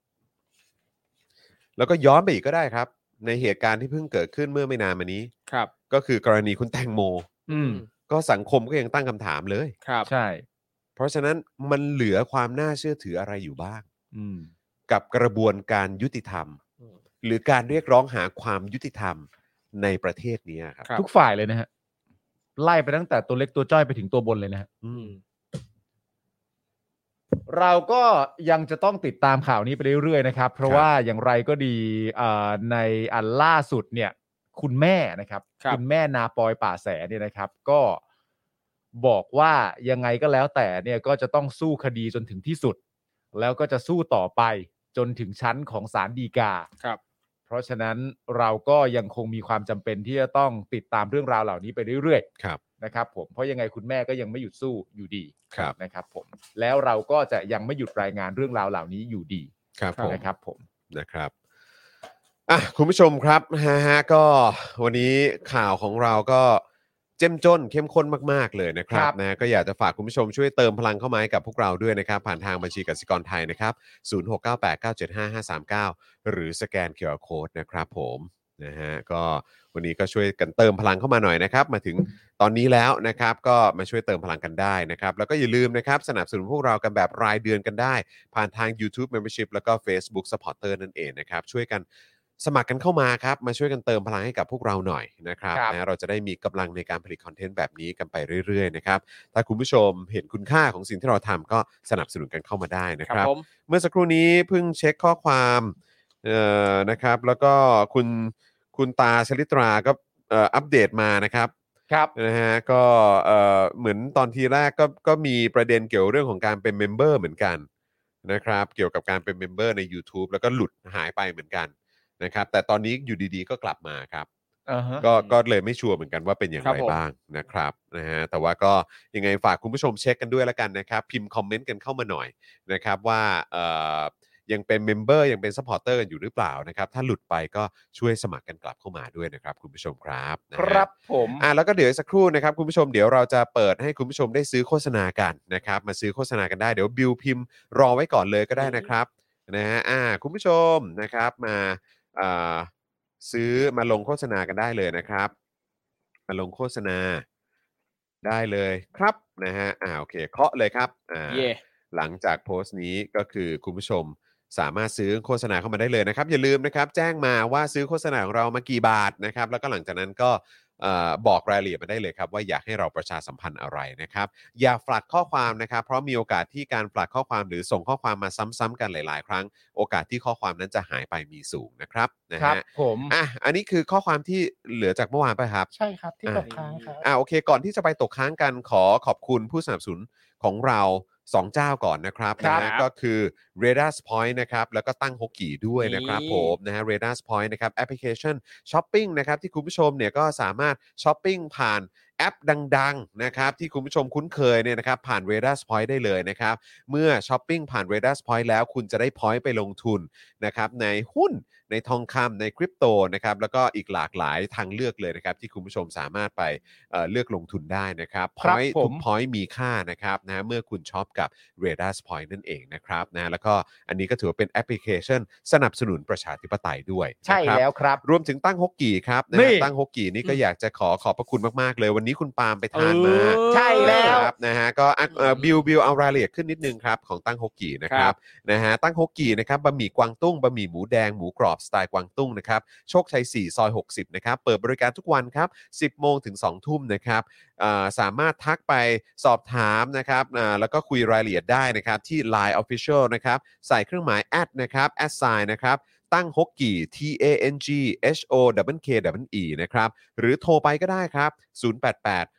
แล้วก็ย้อนไปอีกก็ได้ครับในเหตุการณ์ที่เพิ่งเกิดขึ้นเมื่อไม่นานมานี้ครับก็คือกรณีคุณแตงโมก็สังคมก็ยังตั้งคำถามเลยครับใช่เพราะฉะนั้นมันเหลือความน่าเชื่อถืออะไรอยู่บ้างกับกระบวนการยุติธรรมหรือการเรียกร้องหาความยุติธรรมในประเทศนี้ครับทุกฝ่ายเลยนะฮะไล่ไปตั้งแต่ตัวเล็กตัวจ้อยไปถึงตัวบนเลยนะฮะเราก็ยังจะต้องติดตามข่าวนี้ไปเรื่อยๆนะครับเพราะว่าอย่างไรก็ดีในอันล่าสุดเนี่ยคุณแม่นะครับคุณแม่นาปอยป่าแสเนี่ยนะครับก็บอกว่ายังไงก็แล้วแต่เนี่ยก็จะต้องสู้คดีจนถึงที่สุดแล้วก็จะสู้ต่อไปจนถึงชั้นของศาลฎีกาครับเพราะฉะนั้นเราก็ยังคงมีความจำเป็นที่จะต้องติดตามเรื่องราวเหล่านี้ไปเรื่อยๆนะครับผมเพราะยังไงคุณแม่ก็ยังไม่หยุดสู้อยู่ดีนะครับผมแล้วเราก็จะยังไม่หยุดรายงานเรื่องราวเหล่านี้อยู่ดีนะครับผมนะครับคุณผู้ชมครับฮะก็วันนี้ข่าวของเราก็เจ้มจนเข้มข้นมากๆเลยนะครับนะก็อยากจะฝากคุณผู้ชมช่วยเติมพลังเข้ามาให้กับพวกเราด้วยนะครับผ่านทางบัญชีกสิกรไทยนะครับ0698975539หรือสแกน QR Code นะครับผมนะฮะก็วันนี้ก็ช่วยกันเติมพลังเข้ามาหน่อยนะครับมาถึงตอนนี้แล้วนะครับก็มาช่วยเติมพลังกันได้นะครับแล้วก็อย่าลืมนะครับสนับสนุนพวกเรากันแบบรายเดือนกันได้ผ่านทาง YouTube Membership แล้วก็ Facebook Supporter นั่นเองนะครับช่วยกันสมัครกันเข้ามาครับมาช่วยกันเติมพลังให้กับพวกเราหน่อยนะครับครับนะเราจะได้มีกำลังในการผลิตคอนเทนต์แบบนี้กันไปเรื่อยๆนะครับถ้าคุณผู้ชมเห็นคุณค่าของสิ่งที่เราทำก็สนับสนุนกันเข้ามาได้นะคครัรับบ ผมเมื่อสักครู่นี้เพิ่งเช็คข้อความนะครับแล้วก็คุณตาชลิตราก็อัปเดตมานะครับครับนะฮะก็เหมือนตอนทีแรกก็มีประเด็นเกี่ยวเรื่องของการเป็นเมมเบอร์เหมือนกันนะครับเกี่ยวกับการเป็นเมมเบอร์ใน YouTube แล้วก็หลุดหายไปเหมือนกันนะครับแต่ตอนนี้อยู่ดีๆก็กลับมาครับ ก็เลยไม่ชัวร์เหมือนกันว่าเป็นอย่างครัไรบผมบ้างนะครับนะฮะแต่ว่าก็ยังไงฝากคุณผู้ชมเช็คกันด้วยแล้วกันนะครับพิมพ์คอมเมนต์กันเข้ามาหน่อยนะครับว่ายังเป็นเมมเบอร์ยังเป็นซัพพอร์เตอร์กันอยู่หรือเปล่านะครับถ้าหลุดไปก็ช่วยสมัครกันกลับเข้ามาด้วยนะครับคุณผู้ชมครับนะคฮะรับผมแล้วก็เดี๋ยวอีกสักครู่นะครับคุณผู้ชมเดี๋ยวเราจะเปิดให้คุณผู้ชมได้ซื้อโฆษณากันนะครับมาซื้อโฆษณากันได้เดี๋ยวบิวพิมพ์รอไว้ก่อนเลยก็ได้นะครับนะฮะคุณผู้ชมนะครับมาซื้อมาลงโฆษณากันได้เลยนะครับมาลงโฆษณาได้เลยครับนะฮะโอเคเคาะเลยครับเย่หลังจากโพสต์นี้ก็คือคุณผู้ชมสามารถซื้อโฆษณาเข้ามาได้เลยนะครับอย่าลืมนะครับแจ้งมาว่าซื้อโฆษณาของเรามากี่บาทนะครับแล้วก็หลังจากนั้นก็บอกรายละเอียดมาได้เลยครับว่าอยากให้เราประชาสัมพันธ์อะไรนะครับอย่าฝลักข้อความนะครับเพราะมีโอกาสที่การฝลักข้อความหรือส่งข้อความมาซ้ำๆกันหลายๆครั้งโอกาสที่ข้อความนั้นจะหายไปมีสูงนะครับนะครับผมอันนี้คือข้อความที่เหลือจากเมื่อวานป่ะครับใช่ครับที่ตกค้างครับโอเคก่อนที่จะไปตกค้างกันขอบคุณผู้สนับสนุนของเรา2เจ้าก่อนนะครับครันะบฮะก็คือ Radar Point นะครับแล้วก็ตั้งฮกกี่ด้วยนะครับนี่ผมนะฮะ Radar Point นะครับแอปพลิเคชันช้อปปิ้งนะครับที่คุณผู้ชมเนี่ยก็สามารถช้อปปิ้งผ่านแอปดังๆนะครับที่คุณผู้ชมคุ้นเคยเนี่ยนะครับผ่าน Radar Point ได้เลยนะครับเมื่อช้อปปิ้งผ่าน Radar Point แล้วคุณจะได้ point ไปลงทุนนะครับในหุ้นในทองคำในคริปโตนะครับแล้วก็อีกหลากหลายทางเลือกเลยนะครับที่คุณผู้ชมสามารถไปเลือกลงทุนได้นะครับครับ point ผมทุก point มีค่านะครับนะเมื่อคุณช็อปกับ Radar Point นั่นเองนะครับนะแล้วก็อันนี้ก็ถือว่าเป็นแอปพลิเคชันสนับสนุนประชาธิปไตยด้วยใช่นะครับแล้วครับรวมถึงตั้งฮกกี่ครับนะนี่ฮะตั้งฮกกี่นี่ก็อยากจะขอบพระคุณมากๆเลยวันนี้คุณปาล์มไปทานมาใช่แล้วครับนะฮะก็บิวเอารายละเอียดขึ้นนิดนึงครับของตั้งฮกกี่นะคครัรับบ นะฮะตั้งฮกกี่นะครับบะหมี่กวางตุ้งบะหมี่หมูแดงหมูกรอบสไตล์กวางตุ้งนะครับโชคชัย4ซอย60นะครับเปิดบริการทุกวันครับ10โมงถึง2ทุ่มนะครับสามารถทักไปสอบถามนะครับแล้วก็คุยรายละเอียดได้นะครับที่ Line Official นะครับใส่เครื่องหมายแอดนะครับแอดไซน์นะครับตั้งฮกกี่ TANGHOKKE นะครับหรือโทรไปก็ได้ครับ088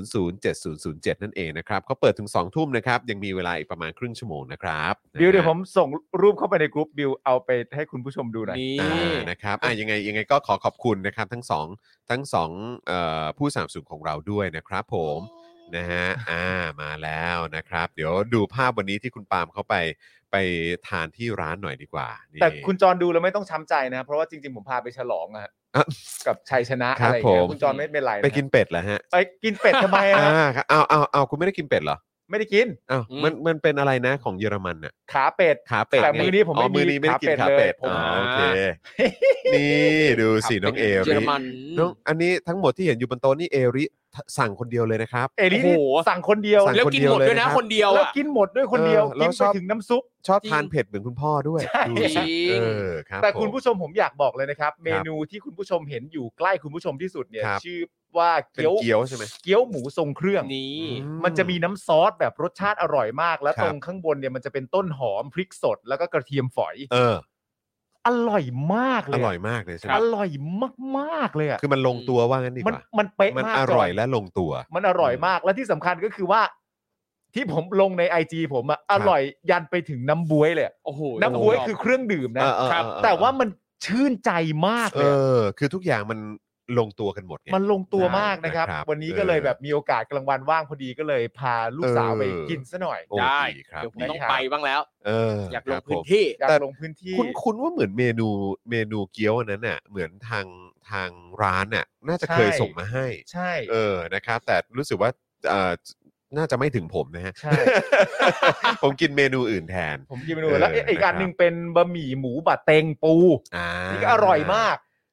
600 7007 นั่นเองนะครับเขาเปิดถึง2ทุ่มนะครับยังมีเวลาอีกประมาณครึ่งชั่วโมงนะครับบิวเดี๋ยวนะผฮะมส่งรูปเข้าไปในกรุ๊ปบิวเอาไปให้คุณผู้ชมดูหน่อยนี่นะครับยังไงก็ขอบคุณนะครับทั้งสองผู้สนับสนุนของเราด้วยนะครับผมนะฮะมาแล้วนะครับเดี๋ยวดูภาพวันนี้ที่คุณปาล์มเขาไปทานที่ร้านหน่อยดีกว่านี่แต่คุณจรดูแล้วไม่ต้องช้ำใจนะ เพราะว่าจริงๆผมพาไปฉลองอะฮะอ่ะกับชัยชนะครัอะบไรอย่างเงี้ผยมคุณจรไม่เป็นไรนะไปกินเป็ดเหรอฮะไปกินเป็ดทำไมอะครับเอาคุณไม่ได้กินเป็ดเหรอไม่ได้กินอ้าวอืมมันเป็นอะไรนะของเยอรมันน่ะขาเป็ดขาเป็ดแต่ไงมื้อนี้ผมไม่มื้อนี้ไม่ได้กินขาขาเป็เป็ดดเลยผมโอเคนี่ดูสิน้องเอเยอริรมันน้องอันนี้ทั้งหมดที่เห็นอยู่บนโต๊ะนี่เอริสั่งคนเดียวเลยนะครับเอลินี่โอ้โหสั่งคนเดียวสั่งแล้วกินหมดด้วยนะคนเดียวแล้วอ่ะกินหมดด้วยคนเดียวแล้กิวน ชไปอบถึงน้ำซุปชอบจริงทานเผ็ดเหมือนคุณพ่อด้วยใช่ดูสิจริงครับแต่คุณผมผู้ชมผมอยากบอกเลยนะครับ เมนูที่คุณผู้ชมเห็นอยู่ใกล้คุณผู้ชมที่สุดเนี่ยครับชื่อว่าเป็นเกี๊ยวเกี๊ยวใช่ไหมเกี๊ยวหมูทรงเครื่องนี่มันจะมีน้ำซอสแบบรสชาติอร่อยมาก แล้วครับตรงข้างบนเนี่ยมันจะเป็นต้นหอมพริกสดแล้วก็กระเทียมฝอย อร่อยมากเลอย ร่อยมากเลยใช่ไหมอร่อยมากๆเลยอ่ะคือมันลงตัวว่างั้นดีกมันว่ามันเป๊ะมันมากอร่อยจและลงตัวมันอร่อยมากและที่สำคัญก็คือว่า ที่ผมลงใน IG ผมอะอร่อยยันไปถึงน้ำบ๊วยเลยอะโอ้โหน้ำบ๊วยคือเครื่องดื่มนะครับแต่ว่ามันชื่นใจมากเลยอะคือทุกอย่างมันลงตัวกันหมดไงมันลงตัวมากนะครับนะครับวันนี้ก็เลยแบบมีโอกาสกลางวันว่างพอดีก็เลยพาลูกสาวไปกินซะหน่อยโอ้ได้ดีครับเดี๋ยวผมดีต้องครับไปบ้างแล้ว อยากลคงรับพื้ผนมที่อยากแต่ลงพื้นที่คุณว่าเหมือนเมนูเกี๊ยวอันนั้นน่ะเหมือนทางร้านน่ะน่าจะเคยใช่ส่งมาให้ใช่นะครับ แต่รู้สึกว่าน่าจะไม่ถึงผมนะฮะใช่ผมกินเมนูอื่นแทนผมกินเมนูแล้วอีกอันนะครับหนึ่งเป็นบะหมี่หมูบะเต็งปูอ่านี่ก็อร่อยมาก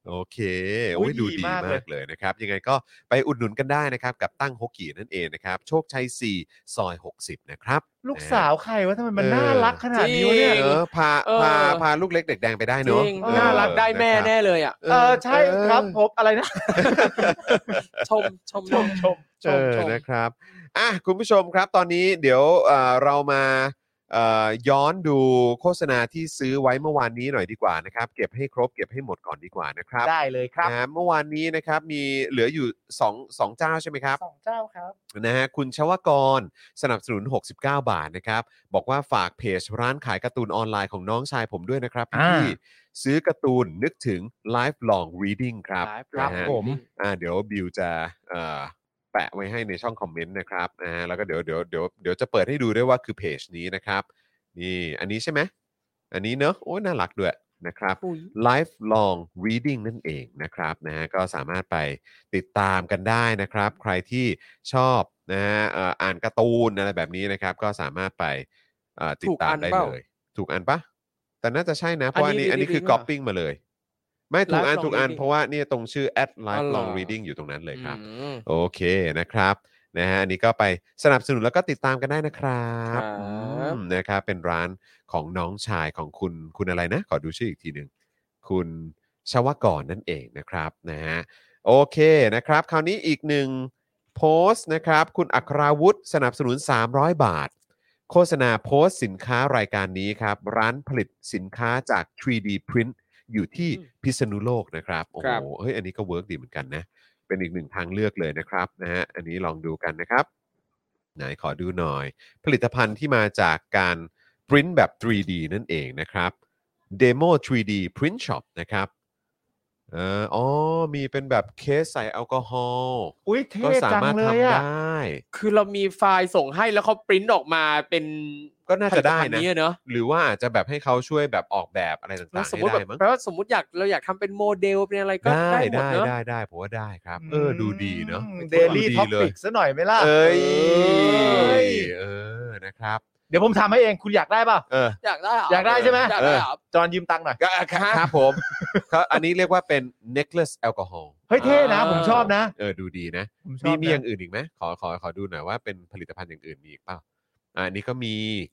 โอเคโอ้ยดูดีมากเลยนะครับยังไงก็ไปอุดหนุนกันได้นะครับกับตั้งฮกกี้นั่นเองนะครับโชคชัย4ซอย60นะครับลูกสาวใครวะทำไมมันน่ารักขนาดนี้วะเนี่ยพาลูกเล็กเด็กแดงไปได้จเนอะริงน่ารักได้แม่แน่เลยอ่ะใช่ครับผมอะไรนะชมนะครับคุณผู้ชมครับตอนนี้เดี๋ยวเรามาย้อนดูโฆษณาที่ซื้อไว้เมื่อวานนี้หน่อยดีกว่านะครับเก็บให้ครบเก็บให้หมดก่อนดีกว่านะครับได้เลยครับเมื่อวานนี้นะครับมีเหลืออยู่2เจ้าใช่ไหมครับ 2 เจ้าครับนะฮะคุณชวกรสนับสนุน69 บาทนะครับบอกว่าฝากเพจร้านขายการ์ตูนออนไลน์ของน้องชายผมด้วยนะครับพี่ซื้อการ์ตูนนึกถึง lifelong reading ครับนะฮะเดี๋ยวบิวจะแปะไว้ให้ในช่องคอมเมนต์นะครับแล้วก็เดี๋ยวจะเปิดให้ดูด้วยว่าคือเพจนี้นะครับนี่อันนี้ใช่ไหมอันนี้เนอะโอ้น่ารักด้วยนะครับ lifelong reading นั่นเองนะครับนะฮะก็สามารถไปติดตามกันได้นะครับใครที่ชอบนะฮะอ่านการ์ตูนอะไรแบบนี้นะครับก็สามารถไปติดตามได้เลยถูกอันปะแต่น่าจะใช่นะเพราะอันนี้คือ copying มาเลยไม่ถูกอันเพราะว่านี่ตรงชื่อ @lifelong reading อยู่ตรงนั้นเลยครับโอเคนะครับนะฮะอันนี้ก็ไปสนับสนุนแล้วก็ติดตามกันได้นะครับนะครับเป็นร้านของน้องชายของคุณอะไรนะขอดูชื่ออีกทีหนึ่งคุณชวกรนั่นเองนะครับนะฮะโอเคนะครับคราวนี้อีกหนึ่งโพสต์นะครับคุณอัคราวุธสนับสนุน300 บาทโฆษณาโพสต์สินค้ารายการนี้ครับร้านผลิตสินค้าจาก 3D Print อยู่ที่พิษณุโลกนะครับโอ้โหเฮ้ยอันนี้ก็เวิร์กดีเหมือนกันนะเป็นอีกหนึ่งทางเลือกเลยนะครับนะฮะอันนี้ลองดูกันนะครับไหนขอดูหน่อยผลิตภัณฑ์ที่มาจากการปริ้นแบบ 3D นั่นเองนะครับ Demo 3D Print Shop นะครับมีเป็นแบบเคสใส่แอลกอฮอล์ก็สามารถทำได้คือเรามีไฟล์ส่งให้แล้วเขาปริ้นออกมาเป็นก็น่าจะได้นะหรือว่าอาจจะแบบให้เขาช่วยแบบออกแบบอะไรต่างๆให้ได้มั้งแปลว่าสมมติเราอยากทำเป็นโมเดลเป็นอะไรก็ได้หมดเนอะได้ผมว่าได้ครับดูดีเนาะ Daily Topic ซะหน่อยไหมล่ะนะครับเดี๋ยวผมทำให้เองคุณอยากได้ป่ะอยากได้ใช่ไหมจอนยืมตังค์หน่อยครับผมอันนี้เรียกว่าเป็น necklace แอลกอฮอล์เฮ้ยเท่นะผมชอบนะดูดีนะมีอย่างอื่นอีกไหมขอดูหน่อยว่าเป็นผลิตภัณฑ์อย่างอื่นมีอีกเปล่าอันนี้ก็มี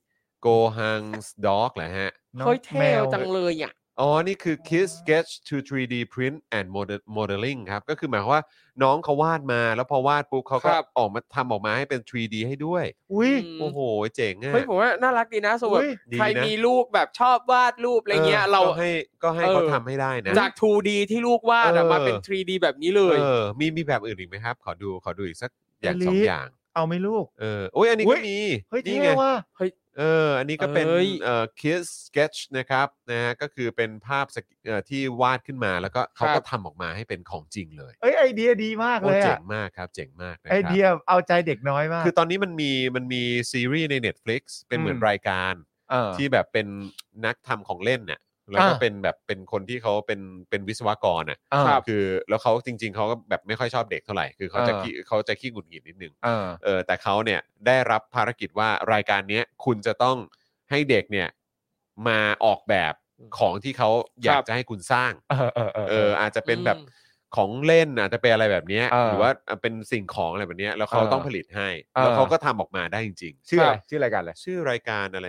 Gohan's Dog แหละฮะเฮ้ยเท่จังเลยอ่ะนี่คือ Kids Sketch to 3D Print and Modeling ครับก็คือหมายความว่าน้องเขาวาดมาแล้วพอวาดปุ๊บเขาก็ออกมาให้เป็น 3D ให้ด้วยโอ้โหเจ๋งอ่ะเฮ้ยผมว่าน่ารักดีนะสมมติใครมีลูกแบบชอบวาดรูปอะไรเงี้ยเราก็ให้เขาทำให้ได้นะจาก 2D ที่ลูกวาดมาเป็น 3D แบบนี้เลยมีแบบอื่นอีกไหมครับขอดูอีกสักอย่าง2อย่างเอาไหมลูกโอ้ยอันนี้ก็มีนี่ไงเฮ้ยอันนี้ก็เป็นKids Sketch นะครับนะฮะก็คือเป็นภาพที่วาดขึ้นมาแล้วก็เขาก็ทำออกมาให้เป็นของจริงเลยไอเดียดีมากเลยเจ๋งมากครับเจ๋งมากไอเดียเอาใจเด็กน้อยมากคือตอนนี้มันมีซีรีส์ใน Netflix เป็นเหมือนรายการที่แบบเป็นนักทำของเล่นเนี่ยแล้วก็เป็นคนที่เขาเป็นวิศวกรคือแล้วเขาจริงๆเขาก็แบบไม่ค่อยชอบเด็กเท่าไหร่คือเขาจะขี้หงุดหงิดนิดนึงแต่เขาเนี่ยได้รับภารกิจว่ารายการนี้คุณจะต้องให้เด็กเนี่ยมาออกแบบของที่เขาอยากจะให้คุณสร้างอาจจะเป็นแบบของเล่นอาจจะเป็นอะไรแบบนี้หรือว่าเป็นสิ่งของอะไรแบบนี้แล้วเขาต้องผลิตให้แล้วเขาก็ทำออกมาได้จริงๆชื่อรายการอะไรชื่อรายการอะไร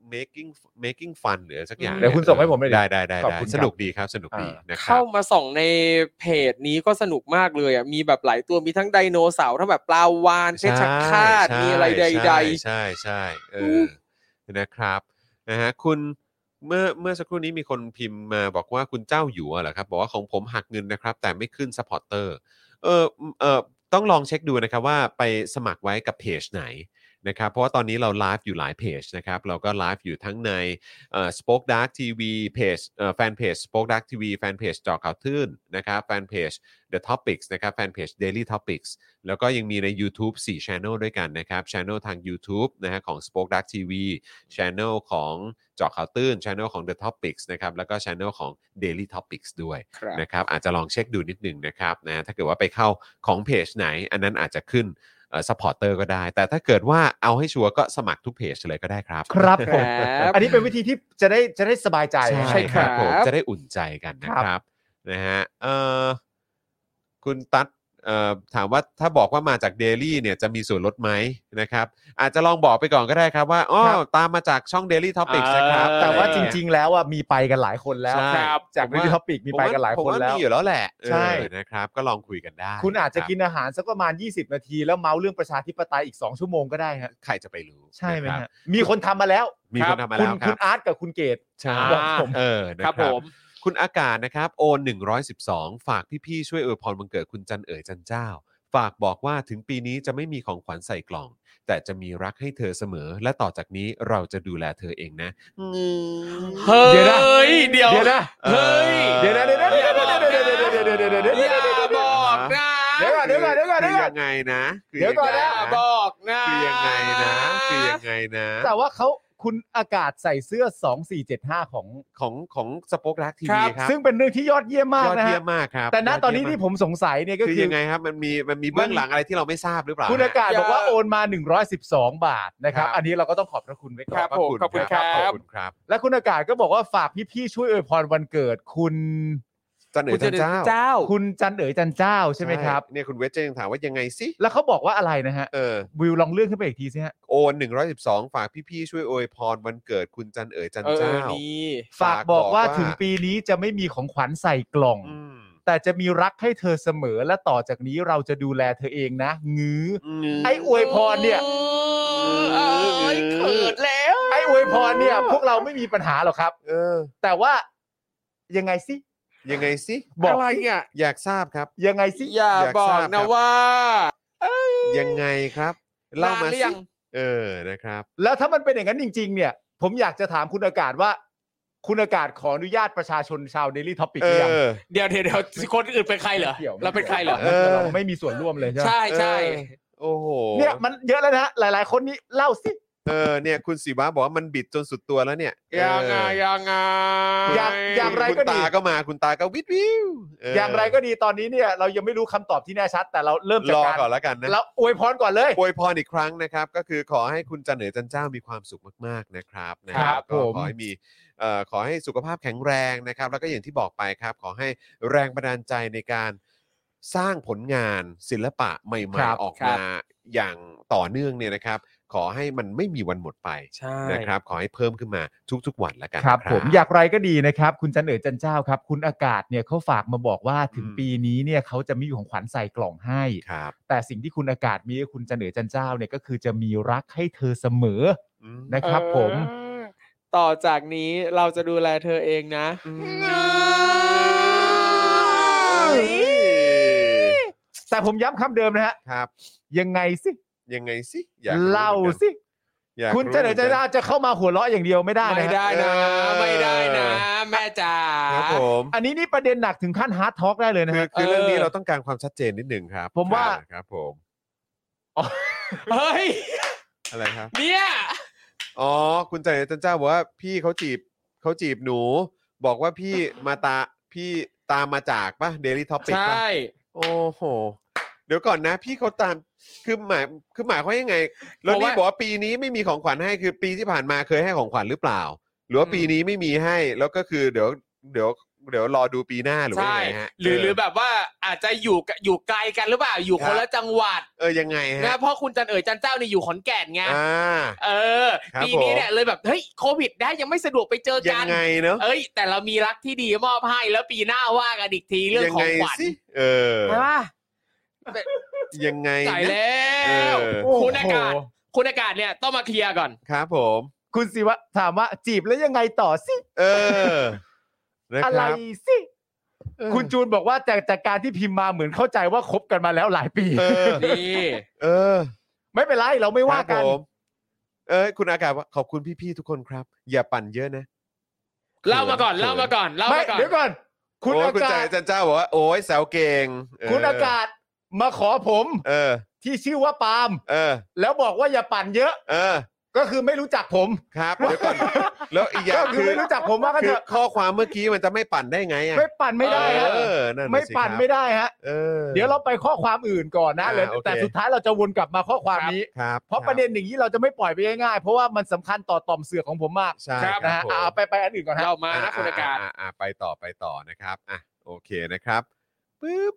making fun หรือสักอย่างเดี๋ยวคุณส่งให้ผมได้สนุกดีครับสนุกดีนะครับเข้ามาส่องในเพจนี้ก็สนุกมมากเลยอ่ะมีแบบหลายตัวมีทั้งไดโนเสาร์ทั้งแบบปลาวาฬเพชฌฆาตมีอะไรใดๆใช่นะครับนะฮะคุณเมื่อสักครู่นี้มีคนพิมพ์มาบอกว่าคุณเจ้าอยู่เหรอครับบอกว่าของผมหักเงินนะครับแต่ไม่ขึ้นซัพพอร์ตเตอร์ต้องลองเช็คดูนะครับว่าไปสมัครไว้กับเพจไหนนะครับเพราะว่าตอนนี้เราไลฟ์อยู่หลายเพจนะครับเราก็ไลฟ์อยู่ทั้งในSpoke Dark TV เพจแฟนเพจ Spoke Dark TV แฟนเพจเจาะข่าวตื้นนะครับแฟนเพจ The Topics นะครับแฟนเพจ Daily Topics แล้วก็ยังมีใน YouTube 4 Channel ด้วยกันนะครับ Channel ทาง YouTube นะฮะของ Spoke Dark TV Channel ของเจาะข่าวตื้น Channel ของ The Topics นะครับแล้วก็ Channel ของ Daily Topics ด้วยนะครับอาจจะลองเช็คดูนิดนึงนะครับนะถ้าเกิดว่าไปเข้าของเพจไหนอันนั้นอาจจะขึ้นซัพพอร์ตเตอร์ก็ได้แต่ถ้าเกิดว่าเอาให้ชัวร์ก็สมัครทุกเพจเลยก็ได้ครับครับอันนี้เป็นวิธีที่จะได้สบายใจใช่ครับผมจะได้อุ่นใจกันนะครับนะฮะคุณตั๊ดถามว่าถ้าบอกว่ามาจาก Daily เนี่ยจะมีส่วนลดไหมนะครับอาจจะลองบอกไปก่อนก็ได้ครับว่าอ๋อตามมาจากช่อง Daily Topics นะครับแต่ว่าจริงๆแล้วอ่ะมีไปกันหลายคนแล้วใช่จาก Daily Topic มีไปกันหลายคนแล้วผมว่ามีอยู่แล้วแหละใช่นะครับก็ลองคุยกันได้คุณอาจจะกินอาหารสักประมาณ20นาทีแล้วเมาเรื่องประชาธิปไตยอีก2ชั่วโมงก็ได้ฮะใครจะไปรู้ใช่ไหมนะครับฮะมีคนทำมาแล้วมีคนทำมาคุแล้ณวคคุรับณอาร์ตกับคุณเกตใช่บอกผมนะครับผมคุณอากาศนะครับโอน112ฝากพี่ๆช่วยอวยพรวันเกิดคุณจันเอ๋ยจันเจ้าฝากบอกว่าถึงปีนี้จะไม่มีของขวัญใส่กล่องแต่จะมีรักให้เธอเสมอและต่อจากนี้เราจะดูแลเธอเองนะเฮ้ยเดี๋ยวนะเดี๋ยวเดี๋ยวนะเฮ้ยเดี๋ยวนะเดี๋ยวนะอย่าบอกนะอย่าบอกนะอย่าบอกนะเดี๋ยวก่อนเดี๋ยวก่อนเดี๋ยวก่อนคือยังไงนะคืเดี๋ยวก่อนอย่าบอกนะคือยังไงนะคือยังไงนะแต่ว่าคุณอากาศใส่เสื้อ2475ของสป็อคดักทีครัวีบครับซึ่งเป็นเรื่องที่ยอดเยี่ยมมากยอดนะเยี่ฮะยมมากครับแต่ณตอนนี้ยดเยี่ที่ยมผมสงสัยเนี่ยก็คือคือยังไงครับมันมีเบื้องหลังอะไรที่เราไม่ทราบหรือเปล่าคุณอากาศบอกว่าโอนมา112 บาทนะครับครับอันนี้เราก็ต้องขอบพระคุณไว้ก่อนครับผมขอบคุณครับขอบคุณครับและคุณอากาศก็บอกว่าฝากพี่ๆช่วยอวยพรวันเกิดคุณจันเอ๋ยจันเจ้าเจ้าคุณจันเอ๋ยจันเจ้าใช่ไหมครับเนี่ยคุณเวชเจยังถามว่ายังไงสิแล้วเขาบอกว่าอะไรนะฮะ วิวลองเลื่อนขึ้นไปอีกทีสิฮะโอน112ฝากพี่ๆช่วยอวยพรวันเกิดคุณจันเอ๋ยจันเจ้านี่ฝากบอกว่าถึงปีนี้จะไม่มีของขวัญใส่กล่องอืมแต่จะมีรักให้เธอเสมอและต่อจากนี้เราจะดูแลเธอเองนะงื้อ ไอ้อวยพรเนี่ยเอ้ยเขินแล้วไอ้อวยพรเนี่ย พวกเราไม่มีปัญหาหรอกครับ แต่ว่ายังไงสิยังไงสิบอกอะไรอ่ะอยากทราบครับยังไงสิอย่าอยากบอทราก บนะครับ ว่ายังไงครับเล่ามาหรือสิยังนะครับแล้วถ้ามันเป็นอย่างนั้นจริง ๆ เนี่ย ผมอยากจะถามคุณอากาศว่า คุณอากาศขออนุญาตประชาชนชาว Daily Topic หรือยังเดี๋ยวคนอื่นเป็นใครเหรอ เราเป็นใครเหรอเราไม่มีส่วนร่วมเลยใช่ไหมใช่ใช่โอ้โหเนี่ยมันเยอะแล้วนะฮะหลาย ๆ คนนี้เล่าสิเนี่ยคุณศิวะบอกว่ามันบิดจนสุดตัวแล้วเนี่ยยังไงอย่างไรคุณก็ดีตาก็มาคุณตาก็วิวอย่างไรก็ดีตอนนี้เนี่ยเรายังไม่รู้คำตอบที่แน่ชัด แต่เราเริ่มจากรอการก่อนแล้วกันนะเราอวยพรก่อนเลยอวยพรอีกครั้งนะครับ ก็คือขอให้คุณจันเอ๋ยจันเจ้ามีความสุขมากๆนะครับนะครับ ก็ผมขอให้มีขอให้สุขภาพแข็งแรงนะครับ แล้วก็อย่างที่บอกไปครับ ขอให้แรงบันดาลใจในการสร้างผลงานศิลปะใหม่ครับๆออกมาอย่างต่อเนื่องเนี่ยนะครับ ขอให้มันไม่มีวันหมดไปใช่นะครับ ขอให้เพิ่มขึ้นมาทุกๆวันแล้วกันครับนะผมอย่างไรก็ดีนะครับ คุณจันเอ๋ยจันเจ้าครับ คุณอากาศเนี่ยเขาฝากมาบอกว่าถึงปีนี้เนี่ยเขาจะมีของขวัญใส่กล่องให้ครับแต่สิ่งที่คุณอากาศมีให้คุณจันเอ๋ยจันเจ้าเนี่ยก็คือจะมีรักให้เธอเสมออืมนะครับผมต่อจากนี้เราจะดูแลเธอเองนะแต่ผมย้ำคำเดิมนะฮะครับยังไงสิยังไงสิอยากรู้เล่าหมือนกันสิอยากคุณรู้จันเอ๋ยจันหมืเจ้าจะเข้ามาหัวเราะอย่างเดียวไม่ได้นะไม่ฮะได้นะ ไม่ได้นะ แม่จ๋าครับผมอันนี้นี่ประเด็นหนักถึงขั้นฮาร์ดทอล์กได้เลยนะคือฮะคือเรื่องนี้เราต้องการความชัดเจนนิดหนึ่งครับผมว่าครับผมเฮ้ยอะไรครับเนี่ยอ๋อคุณจันเอ๋ยจันเจ้าบอกว่าพี่เขาจีบหนู บอกว่าพี่ตามมาจากป่ะ Daily Topic ใช่ป่ะโอ้โหเดี๋ยวก่อนนะ พี่เขาตามคือหมายเขามยังไงแล้วนี่บอกว่าปีนี้ไม่มีของขวัญให้คือปีที่ผ่านมาเคยให้ของขวัญหรือเปล่า หรือว่าปีนี้ไม่มีให้แล้วก็คือเดี๋ยวรอดูปีหน้าหรือว่าใช่ยังไงฮะหรือแบบว่าอาจจะอยู่ไกลกันหรือเปล่า อยู่คนละจังหวัดยังไงฮะนะเพราะคุณจันเอ๋ยจันเจ้านี่อยู่ขอนแก่นไงครับปีนี้เนี่ยเลยแบบเฮ้ยโควิดได้ยังไม่สะดวกไปเจอยักังนไงเนอะแต่เรามีรักที่ดีมอบให้แล้วปีหน้าว่ากันอีกทีเรื่องของขวัญยังไงสิใช่ปะยังไงจ่ายนะแล้วโอ้โหคุณอากาศเนี่ยต้องมาเคลียร์ก่อนครับผมคุณศิวะถามว่าจีบแล้วยังไงต่อสินะอะคไรรับสิ คุณจูนบอกว่าจากการที่พิมพ์มาเหมือนเข้าใจว่าคบกันมาแล้วหลายปีนี่ไม่เป็นไรเราไม่ว่ากันครับผมคุณอากาศว่าขอบคุณพี่ๆทุกคนครับ อย่าปั่นเยอะนะเล่ามาก่อนไม่เดี๋ยวก่อน คุณอาคุณกาใจศจันเจ้าบอกว่าโอ้ยแซวเก่งคุณอากาศมาขอผม ที่ชื่อว่าปาล์มแล้วบอกว่าอย่าปั่นเยอะก็คือไม่รู้จักผมครับเดี๋ยวก่อนแล้วอีกอย่างก็คือไม่รู้จักผมว่ากันคืเถออะข้อความเมื่อกี้มันจะไม่ปั่นได้ไงอ่ะไม่ปั่นไม่ได้ฮะนั่นน่ะไม่สิปั่นครับไม่ได้ฮะ เดี๋ยวเราไปข้อความอื่นก่อนนะโอเคแต่สุดท้ายเราจะวนกลับมาข้อความนี้ครับเพราะประเด็นอย่างนี้เราจะไม่ปล่อยไปง่ายๆเพราะว่ามันสำคัญต่อต่อมเสือกของผมมากใช่นะฮะผมเอาไปอันอื่นก่อนฮะเล่ามานะคุณอากาศไปต่อนะครับโโอเคนะครับปึ๊บ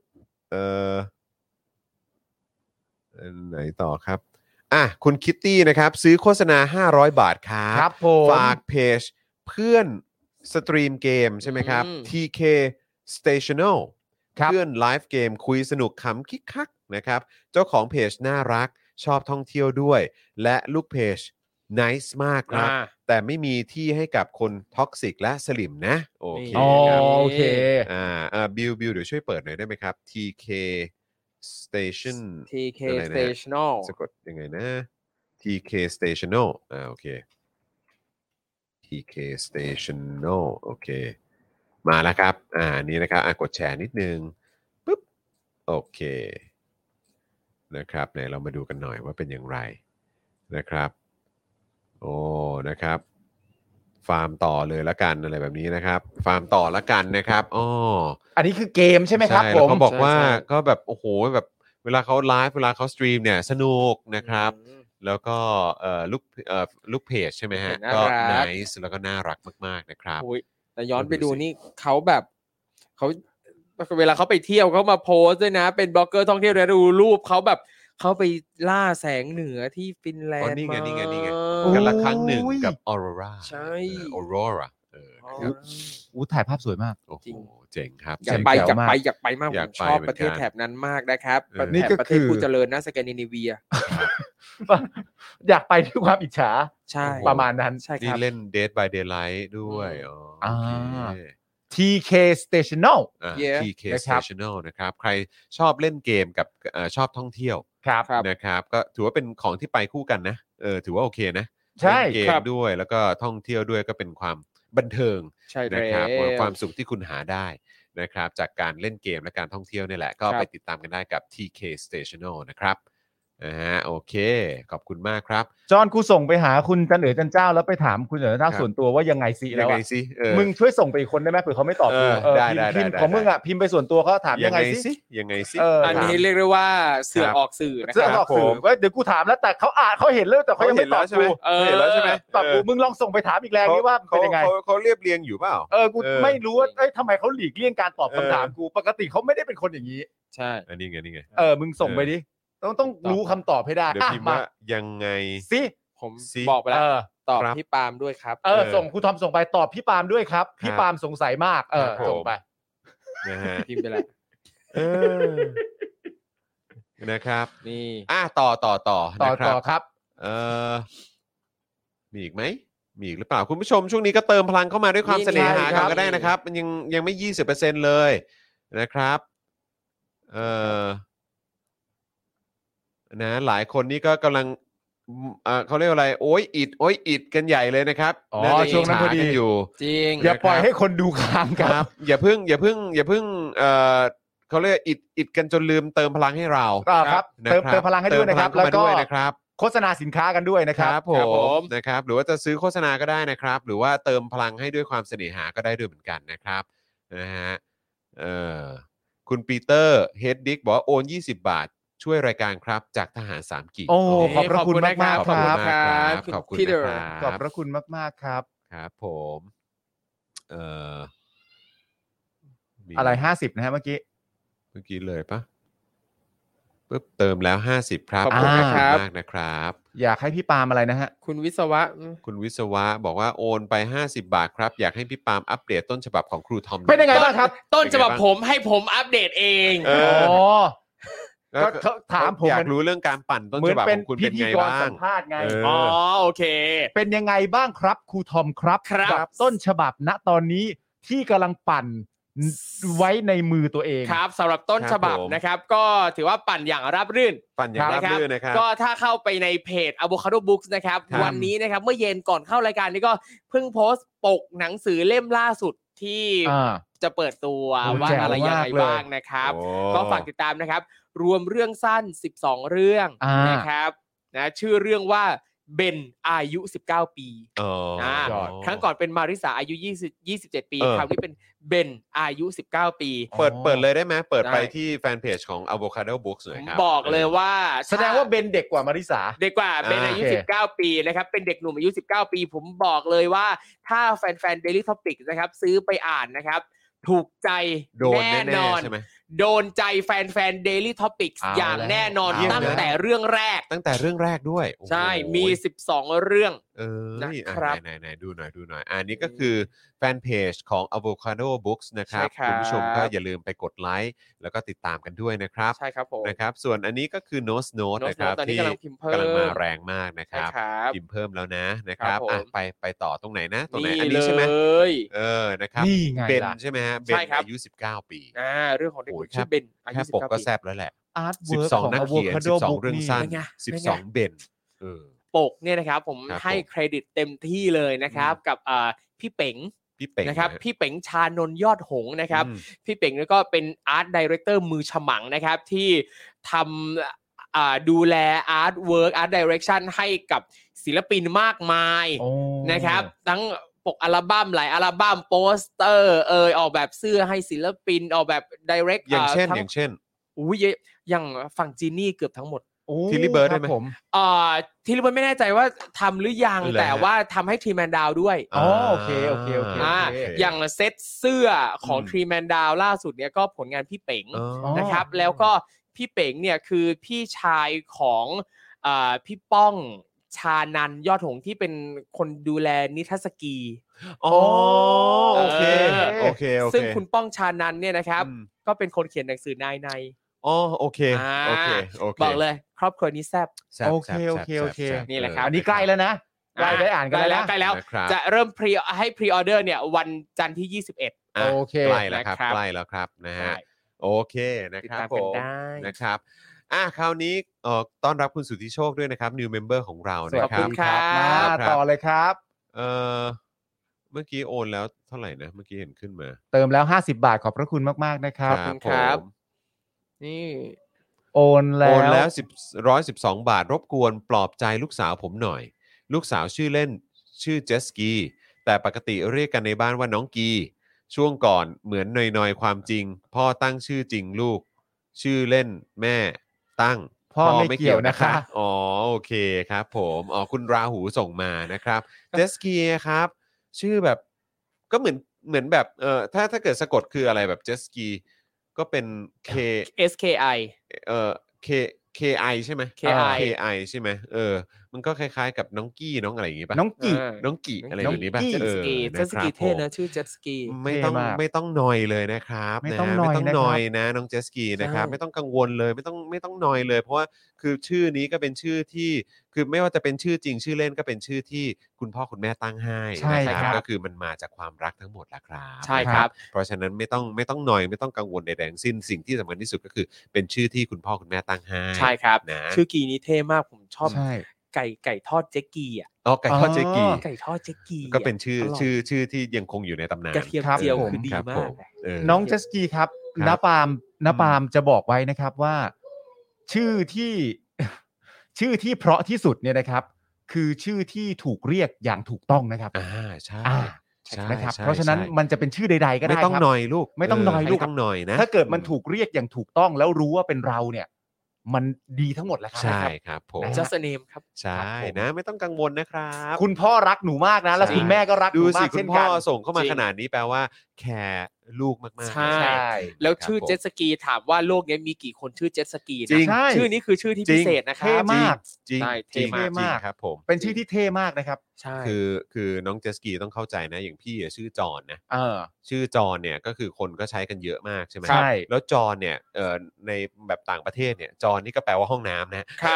ไหนต่อครับคุณคิตตี้นะครับซื้อโฆษณา500 บาทครับผมฝากเพจเพื่อนสตรีมเกมใช่ไหมครับ TK Stational เพื่อนไลฟ์เกมคุยสนุกขำคิกคักนะครับเจ้าของเพจน่ารักชอบท่องเที่ยวด้วยและลูกเพจ nice มากครับแต่ไม่มีที่ให้กับคนท็อกซิกและสลิมนะโอเคครับโอเคบิลเดี๋ยวช่วยเปิดหน่อยได้ไหมครับ TK Station TK Stational สะกดยังไงนะ TK Stationalโอเค TK Stational โอเคมาแล้วครับนี่นะครับกดแชร์นิดนึงปึ๊บโอเคนะครับไหนเรามาดูกันหน่อยว่าเป็นอย่างไรนะครับโอ้นะครับฟาร์มต่อเลยละกันอะไรแบบนี้นะครับฟาร์มต่อละกันนะครับอันนี้คือเกมใช่ไหมครับผมแล้วเขาบอกว่าก็แบบโอ้โหแบบเวลาเขาไลฟ์เวลาเขาสตรีมเนี่ยสนุกนะครับแล้วก็ลูกเพจใช่ไหมฮะก็ nice แล้วก็น่ารักมากๆนะครับแต่ย้อนไปดูนี่เขาแบบเขาเวลาเขาไปเที่ยวเขามาโพสด้วยนะเป็นบล็อกเกอร์ท่องเที่ยวแล้วดูรูปเขาแบบเขาไปล่าแสงเหนือที่ฟินแลนด์นี่ไงกันละครั้งหนึ่งกับออโรราใช่ออโรราครับถ่ายภาพสวยมากโอ้โหเจ๋งครับอยากไปมากผมชอบประเทศแถบนั้นมากนะครับประเทศผู้เจริญนะสแกนดิเนเวียอยากไปด้วยความอิจฉาใช่ประมาณนั้นใช่ครับนี่เล่น Dead by Daylight ด้วย TK Stational TK Stational นะครับใครชอบเล่นเกมกับชอบท่องเที่ยวนะครับก็ถือว่าเป็นของที่ไปคู่กันนะถือว่าโอเคนะใช่เกมด้วยแล้วก็ท่องเที่ยวด้วยก็เป็นความบันเทิงนะครับความสุขที่คุณหาได้นะครับจากการเล่นเกมและการท่องเที่ยวนี่แหละก็ไปติดตามกันได้กับ TK Stational นะครับโอเคขอบคุณมากครับจอนกูส่งไปหาคุณจันเอ๋อจันเจ้าแล้วไปถามคุณจันเอ๋อเจ้าส่วนตัวว่ายังไงสิแล้วมึงช่วยส่งไปอีกคนได้ไหมเผื่อเขาไม่ตอบกูพิมพ์ของมึงอ่ะพิมพ์ไปส่วนตัวเขาถามยังไงสิอันนี้เรียกได้ว่าเสือออกสื่อนะเสือออกสื่อว่าเดี๋ยวกูถามแล้วแต่เขาอ่านเขาเห็นแล้วแต่เขายังไม่ตอบกูเห็นแล้วใช่ไหมตอบกูมึงลองส่งไปถามอีกแรงนี่ว่าเป็นยังไงเขาเรียบเรียงอยู่เปล่ากูไม่รู้ว่าทำไมเขาหลีกเลี่ยงการตอบคำถามกูปกติเขาไม่ได้เป็นคนอย่างนี้ใช่นี่ไงมึงส่งไปดิต้องรู้คำตอบให้ได้เดี๋ยวพิมพ์ว่ายังไงสิผมบอกไปแล้วตอบพี่ปาล์มด้วยครับส่งครูทอมส่งไปตอบพี่ปาล์มด้วยครับพี่ปาล์มสงสัยมากส่งไปนะฮะพิมพ์ไปแล้วนะครับนี่ต่อครับมีอีกไหมมีอีกหรือเปล่าคุณผู้ชมช่วงนี้ก็เติมพลังเข้ามาด้วยความเสน่หาก็ได้นะครับมันยังไม่ 20% เลยนะครับนะหลายคนนี่ก็กำลังเขาเรียกอะไรโอ้ยอิดกันใหญ่เลยนะครับช่วงนั้นพอดีอยู่จริงอย่าปล่อยให้คนดูค้างครับอย่าเพิ่งเขาเรียกอิดกันจนลืมเติมพลังให้เราครับเติมพลังให้ด้วยนะครับแล้วก็โฆษณาสินค้ากันด้วยนะครับผมนะครับหรือว่าจะซื้อโฆษณาก็ได้นะครับหรือว่าเติมพลังให้ด้วยความเสน่หาก็ได้ด้วยเหมือนกันนะครับนะฮะคุณปีเตอร์เฮดดิกบอกว่าโอน20 บาทช่วยรายการครับจากทหาร3กีบขอบพระคุณมากๆครับขอบคุณนะครับขอบพระคุณมากๆครับครับผมอะไร50นะฮะเมื่อกี้เลยปะปึ๊บเติมแล้ว50ครับขอบคุณมากนะครับอยากให้พี่ปาล์มอะไรนะฮะคุณวิศวะบอกว่าโอนไป50 บาทครับอยากให้พี่ปาล์มอัปเดตต้นฉบับของครูทอมเป็นยังไงบ้างครับต้นฉบับผมให้ผมอัปเดตเองก็ถามผมอยากรู้เรื่องการปั่นต้นฉบับของคุณเป็นไงบ้างสัมภาษณ์ไงโอเคเป็นยังไงบ้างครับครูทอมครับกับต้นฉบับณตอนนี้ที่กำลังปั่นไว้ในมือตัวเองครับสำหรับต้นฉบับนะครับก็ถือว่าปั่นอย่างราบรื่นนะครับก็ถ้าเข้าไปในเพจ Avocado Books นะครับวันนี้นะครับเมื่อเย็นก่อนเข้ารายการนี้ก็เพิ่งโพสต์ปกหนังสือเล่มล่าสุดที่จะเปิดตัวว่าอะไรยังไงบ้างนะครับก็ฝากติดตามนะครับรวมเรื่องสั้น12เรื่องนะครับนะชื่อเรื่องว่าเบนอายุ19ปีครั้งก่อนเป็นมาริสาอายุ27ปีคราวนี้เป็นเบนอายุ19ปีเปิดเลยได้ไหมเปิดไปที่แฟนเพจของ Avocado Books หน่อยครับบอกเลยว่าแสดงว่าเบนเด็กกว่ามาริสาเด็กกว่าเบนอายุ19ปีนะครับเป็นเด็กหนุ่มอายุ19ปีผมบอกเลยว่าถ้าแฟนๆ Daily Topic นะครับซื้อไปอ่านนะครับถูกใจโดนแน่แน่นอนๆใช่ไหมโดนใจแฟน Daily Topics เอาอย่างแน่นอนแล้วตั้งแต่เรื่องแรกตั้งแต่เรื่องแรกด้วยโอ้โหใช่มี12เรื่องนะครับ ไหนดูหน่อยอันนี้ก็คือแฟนเพจของ Avocado Books นะครับใช่ครับคุณผู้ชมก็อย่าลืมไปกดไลค์แล้วก็ติดตามกันด้วยนะครับใช่ครับผมนะครับส่วนอันนี้ก็คือ Note Note นะครับตอนนี้ที่กำลังพิมพ์เพิ่มกำลังมาแรงมากนะคใช่รับครับพิมพ์เพิ่มแล้วนะครับครับผมไปต่อตรงไหนนะตรงไหนนี่อันนี้ใช่ไหมเลยนะครับนี่ไงเบนล่ะใช่ไหมฮะเบใช่นครับอายุ19 ปีเรื่องของเด็กโอ้ยชื่อเบนอายุแค่ปก 19 ก็ปีแซบแล้วแหละอาร์ตเวิร์กของ 12 นักเขียน Avocado 12 Book เรื่องสั้นเป็นไง 12 เบนปกเนี่ยนะครับผมครับให้เครดิตเต็มที่เลยนะครับกับพี่เป๋งพี่เป๋งนะครับฮพี่เป๋งชานนท์ยอดหงส์นะครับอืมพี่เป๋งนี่ก็เป็นอาร์ตไดเรคเตอร์มือฉมังนะครับที่ทำดูแลอาร์ตเวิร์กอาร์ตไดเรคชั่นให้กับศิลปินมากมายโอ้นะครับทั้งปกอัลบั้มหลายอัลบั้มโปสเตอร์ออกแบบเสื้อให้ศิลปินออกแบบไดเรกอย่างเช่นอุ้ยอย่างฝั่งจีนี่เกือบทั้งหมดโอ้ Tilly Bird ได้ไหมครับผมทีละคนไม่แน่ใจว่าทำหรือยังเหรอฮะแต่ว่าทำให้ทีแมนดาวด้วยอ๋อโอเคอย่างเซตเสื้อของอืมทรีแมนดาวล่าสุดเนี่ยก็ผลงานพี่เป๋งอ๋อนะครับแล้วก็พี่เป๋งเนี่ยคือพี่ชายของพี่ป้องชานันท์ยอดหงส์ที่เป็นคนดูแลนิทรรศกีอ๋อโอเคซึ่งคุณป้องชานันท์เนี่ยนะครับอืมก็เป็นคนเขียนหนังสือนายในอ๋อโอเคบอกเลยครอบครัวนี้แซ่บแซ่บโอเคแซ่บโอเคโอเคแซ่บนี่แหละครับอันนี้ใกล้แล้วนะใกล้ได้อ่านกันแล้วนะใกล้แล้วนะครับจะเริ่มให้พรีออเดอร์เนี่ยวันจันทร์ที่ 21 อ่ะโอเคใกล้แล้วครับนะครับใกล้แล้วครับนะฮะใช่โอเคนะครับติดตามผกันมได้นะครับคราวนี้ต้อนรับคุณสุทธิโชคด้วยนะครับ new member ของเราสนะวัสครัดีบครับครัมาบต่อเลยครับเมื่อกี้โอนแล้วเท่าไหร่นะเมื่อกี้เห็นขึ้นมาเติมแล้ว50 บาทขอบพระคุณมากๆนะครับขอบคุณครับผมนี่โอนโอนแล้แล้ว ว112 บาทรบกวนปลอบใจลูกสาวผมหน่อย ลูกสาวชื่อเล่นชื่อเจสกีแต่ปกติเรียกกันในบ้านว่าน้องกีช่วงก่อนเหมือนหนอยๆความจริง พ่อตั้งชื่อจริงลูก ชื่อเล่นแม่ตั้งพ่อไม่เกี่ยวนะคะอ๋อโอเคครับผมคุณราหูส่งมานะครับเจสกีครับ ชื่อแบบก็เหมือนแบบถ้าเกิดสะกดคืออะไรแบบเจสกีก็เป็น SKI K KI ใช่ไหม KI KI ใช่ไหมมันก็คล้ายๆกับน้องกี้น้องอะไรอย่างงี้ป่ะน้องกี่น้องกี่อะไรแบบนี้ป่ะน้องกี้เจ็ตสกีเจ็ตสกีเท่นะชื่อเจ็ตสกีไม่ต้องเท่มากไม่ต้องนอยเลยนะครับไม่ต้องะนอยไม่ต้องนะครับนอยนะน้องเจสกีนะครับใช่ไม่ต้องกังวลเลยไม่ต้องนอยเลย เพราะว่าคือชื่อนี้ก็เป็นชื่อที่คือไม่ว่าจะเป็นชื่อจริงชื่อเล่นก็เป็นชื่อที่คุณพ่อคุณแม่ตั้งให้ใช่นะครับ ก็คือมันมาจากความรักทั้งหมดแหละครับใช่ครับเพราะฉะนั้นไม่ต้องนอยไม่ต้องกังวลใดๆทั้งสิ้นสิ่งที่สำคัญที่สุดก็คือเป็นชื่อที่คุณพ่อคุณแม่ตั้งให้ใช่ครับนะชื่อกีนี้เท่มากผมชอบใช่ไก่ทอดเจ๊กีอ่ะไก่ทอดเจกีไก่ทอดเจ๊กีก็เป็นชื่อร่ยชื่อที่ยังคงอยู่ในตำนานกระเทียมครับเจียวผมคือดีครับมาผกน้องเจสกี้ครับครับน้าปาล์มจะบอกไว้นะครับว่า ชื่อที่ ชื่อที่เพราะที่สุดเนี่ยนะครับ คือชื่อที่ถูกเรียกอย่างถูกต้องนะครับใช่อ่าใช่นะครับใช่เพราะฉะนั้นใช่มันจะเป็นชื่อใดๆก็ได้ไม่ต้องครับหน่อยลูกไม่ต้องหน่อยลูกไม่ต้องหน่อยนะถ้าเกิดมันถูกเรียกอย่างถูกต้องแล้วรู้ว่าเป็นเราเนี่ย มันดีทั้งหมดแล้วครัใช่นะครับครับผมนะ just a name ครับใช่นะไม่ต้องกังวลนะครับคุณพ่อรักหนูมากนะ แล้วใช่คุณแม่ก็รักหดูนูสิมากคุเช่ณนพ่กัอน ส่งเข้ามาจริงขนาดนี้แปลว่าแคร์ลูกมากๆใช่นะแล้วชื่อครับผมเจ็ตสกีถามว่าโลกนี้มีกี่คนชื่อเจ็ตสกีจริงนะใช่ชื่อนี้คือชื่อที่จริพิงเศษนะครัเท่บมากจริงใช่จริงเท่มากจริงครับผมเป็นชื่อที่เท่มากนะครับใช่คือน้องเจสกี้ต้องเข้าใจนะอย่างพี่ชื่อจอนนะเออชื่อจอนเนี่ยก็คือคนก็ใช้กันเยอะมากใช่ไหมใช่แล้วจอนเนี่ยในแบบต่างประเทศเนี่ยจอนนี่ก็แปลว่าห้องน้ำนะครับ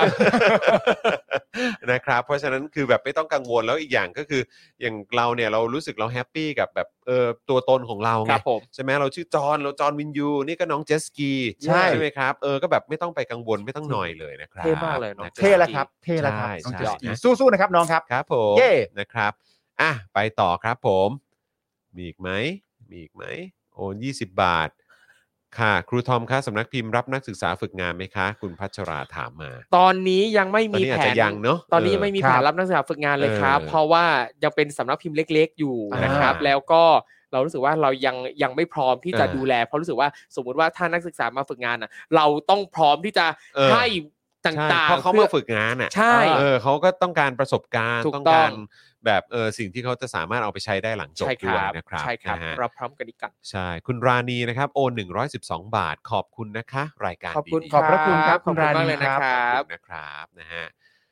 นะครับเพราะฉะนั้นคือแบบไม่ต้องกังวลแล้วอีกอย่างก็คืออย่างเราเนี่ยเรารู้สึกเราแฮปปี้กับแบบตัวตนของเราคไงรับผมใช่ไหมเราชื่อจอนวินยูนี่ก็น้องเจสกี้ใช่ไหมครับก็แบบไม่ต้องไปกังวลไม่ต้องหนอยเลยนะครับเท่มากเลยน้องะครับเท่แล้วครับ เท่แล้วครับใช่น้องใช่เจสกี้นะสู้ๆนะครับน้องครับครับผมเย้นะครับไปต่อครับผมมีอีกไหมโอน20 บาทค่ะครูทอมคะสำนักพิมพ์รับนักศึกษาฝึกงานไหมคะ คุณพัชราถามมาตอนนี้ยังไม่ตอนมีนี้อาจแผจะนยังเนอะตอนนี้ยังไม่มีครัแผบนรับนักศึกษาฝึกงานเลยครับเออเพราะว่ายังเป็นสำนักพิมพ์เล็กๆอยู่นะครับ แล้วก็เรารู้สึกว่าเรายังไม่พร้อมที่จะดูแลเพราะรู้สึกว่าสมมุติว่าถ้านักศึกษามาฝึกงานเราต้องพร้อมที่จะให้ต่างๆเพราะเขามาฝึกงานอ่ะใช่เขาก็ต้องการประสบการณ์ถูกต้องการแบบสิ่งที่เขาจะสามารถเอาไปใช้ได้หลังจบใช่คด้วยรับนะครับใช่ครับนะฮะรับพร้อมกันอีกกันใช่คุณราณีนะครับโอน112 บาทขอบคุณนะคะ รายการขอบคุณดีๆขอบพระคุณครับขอบคุณมากเลยนะคขรัอบบ คุณนะครับนะฮะ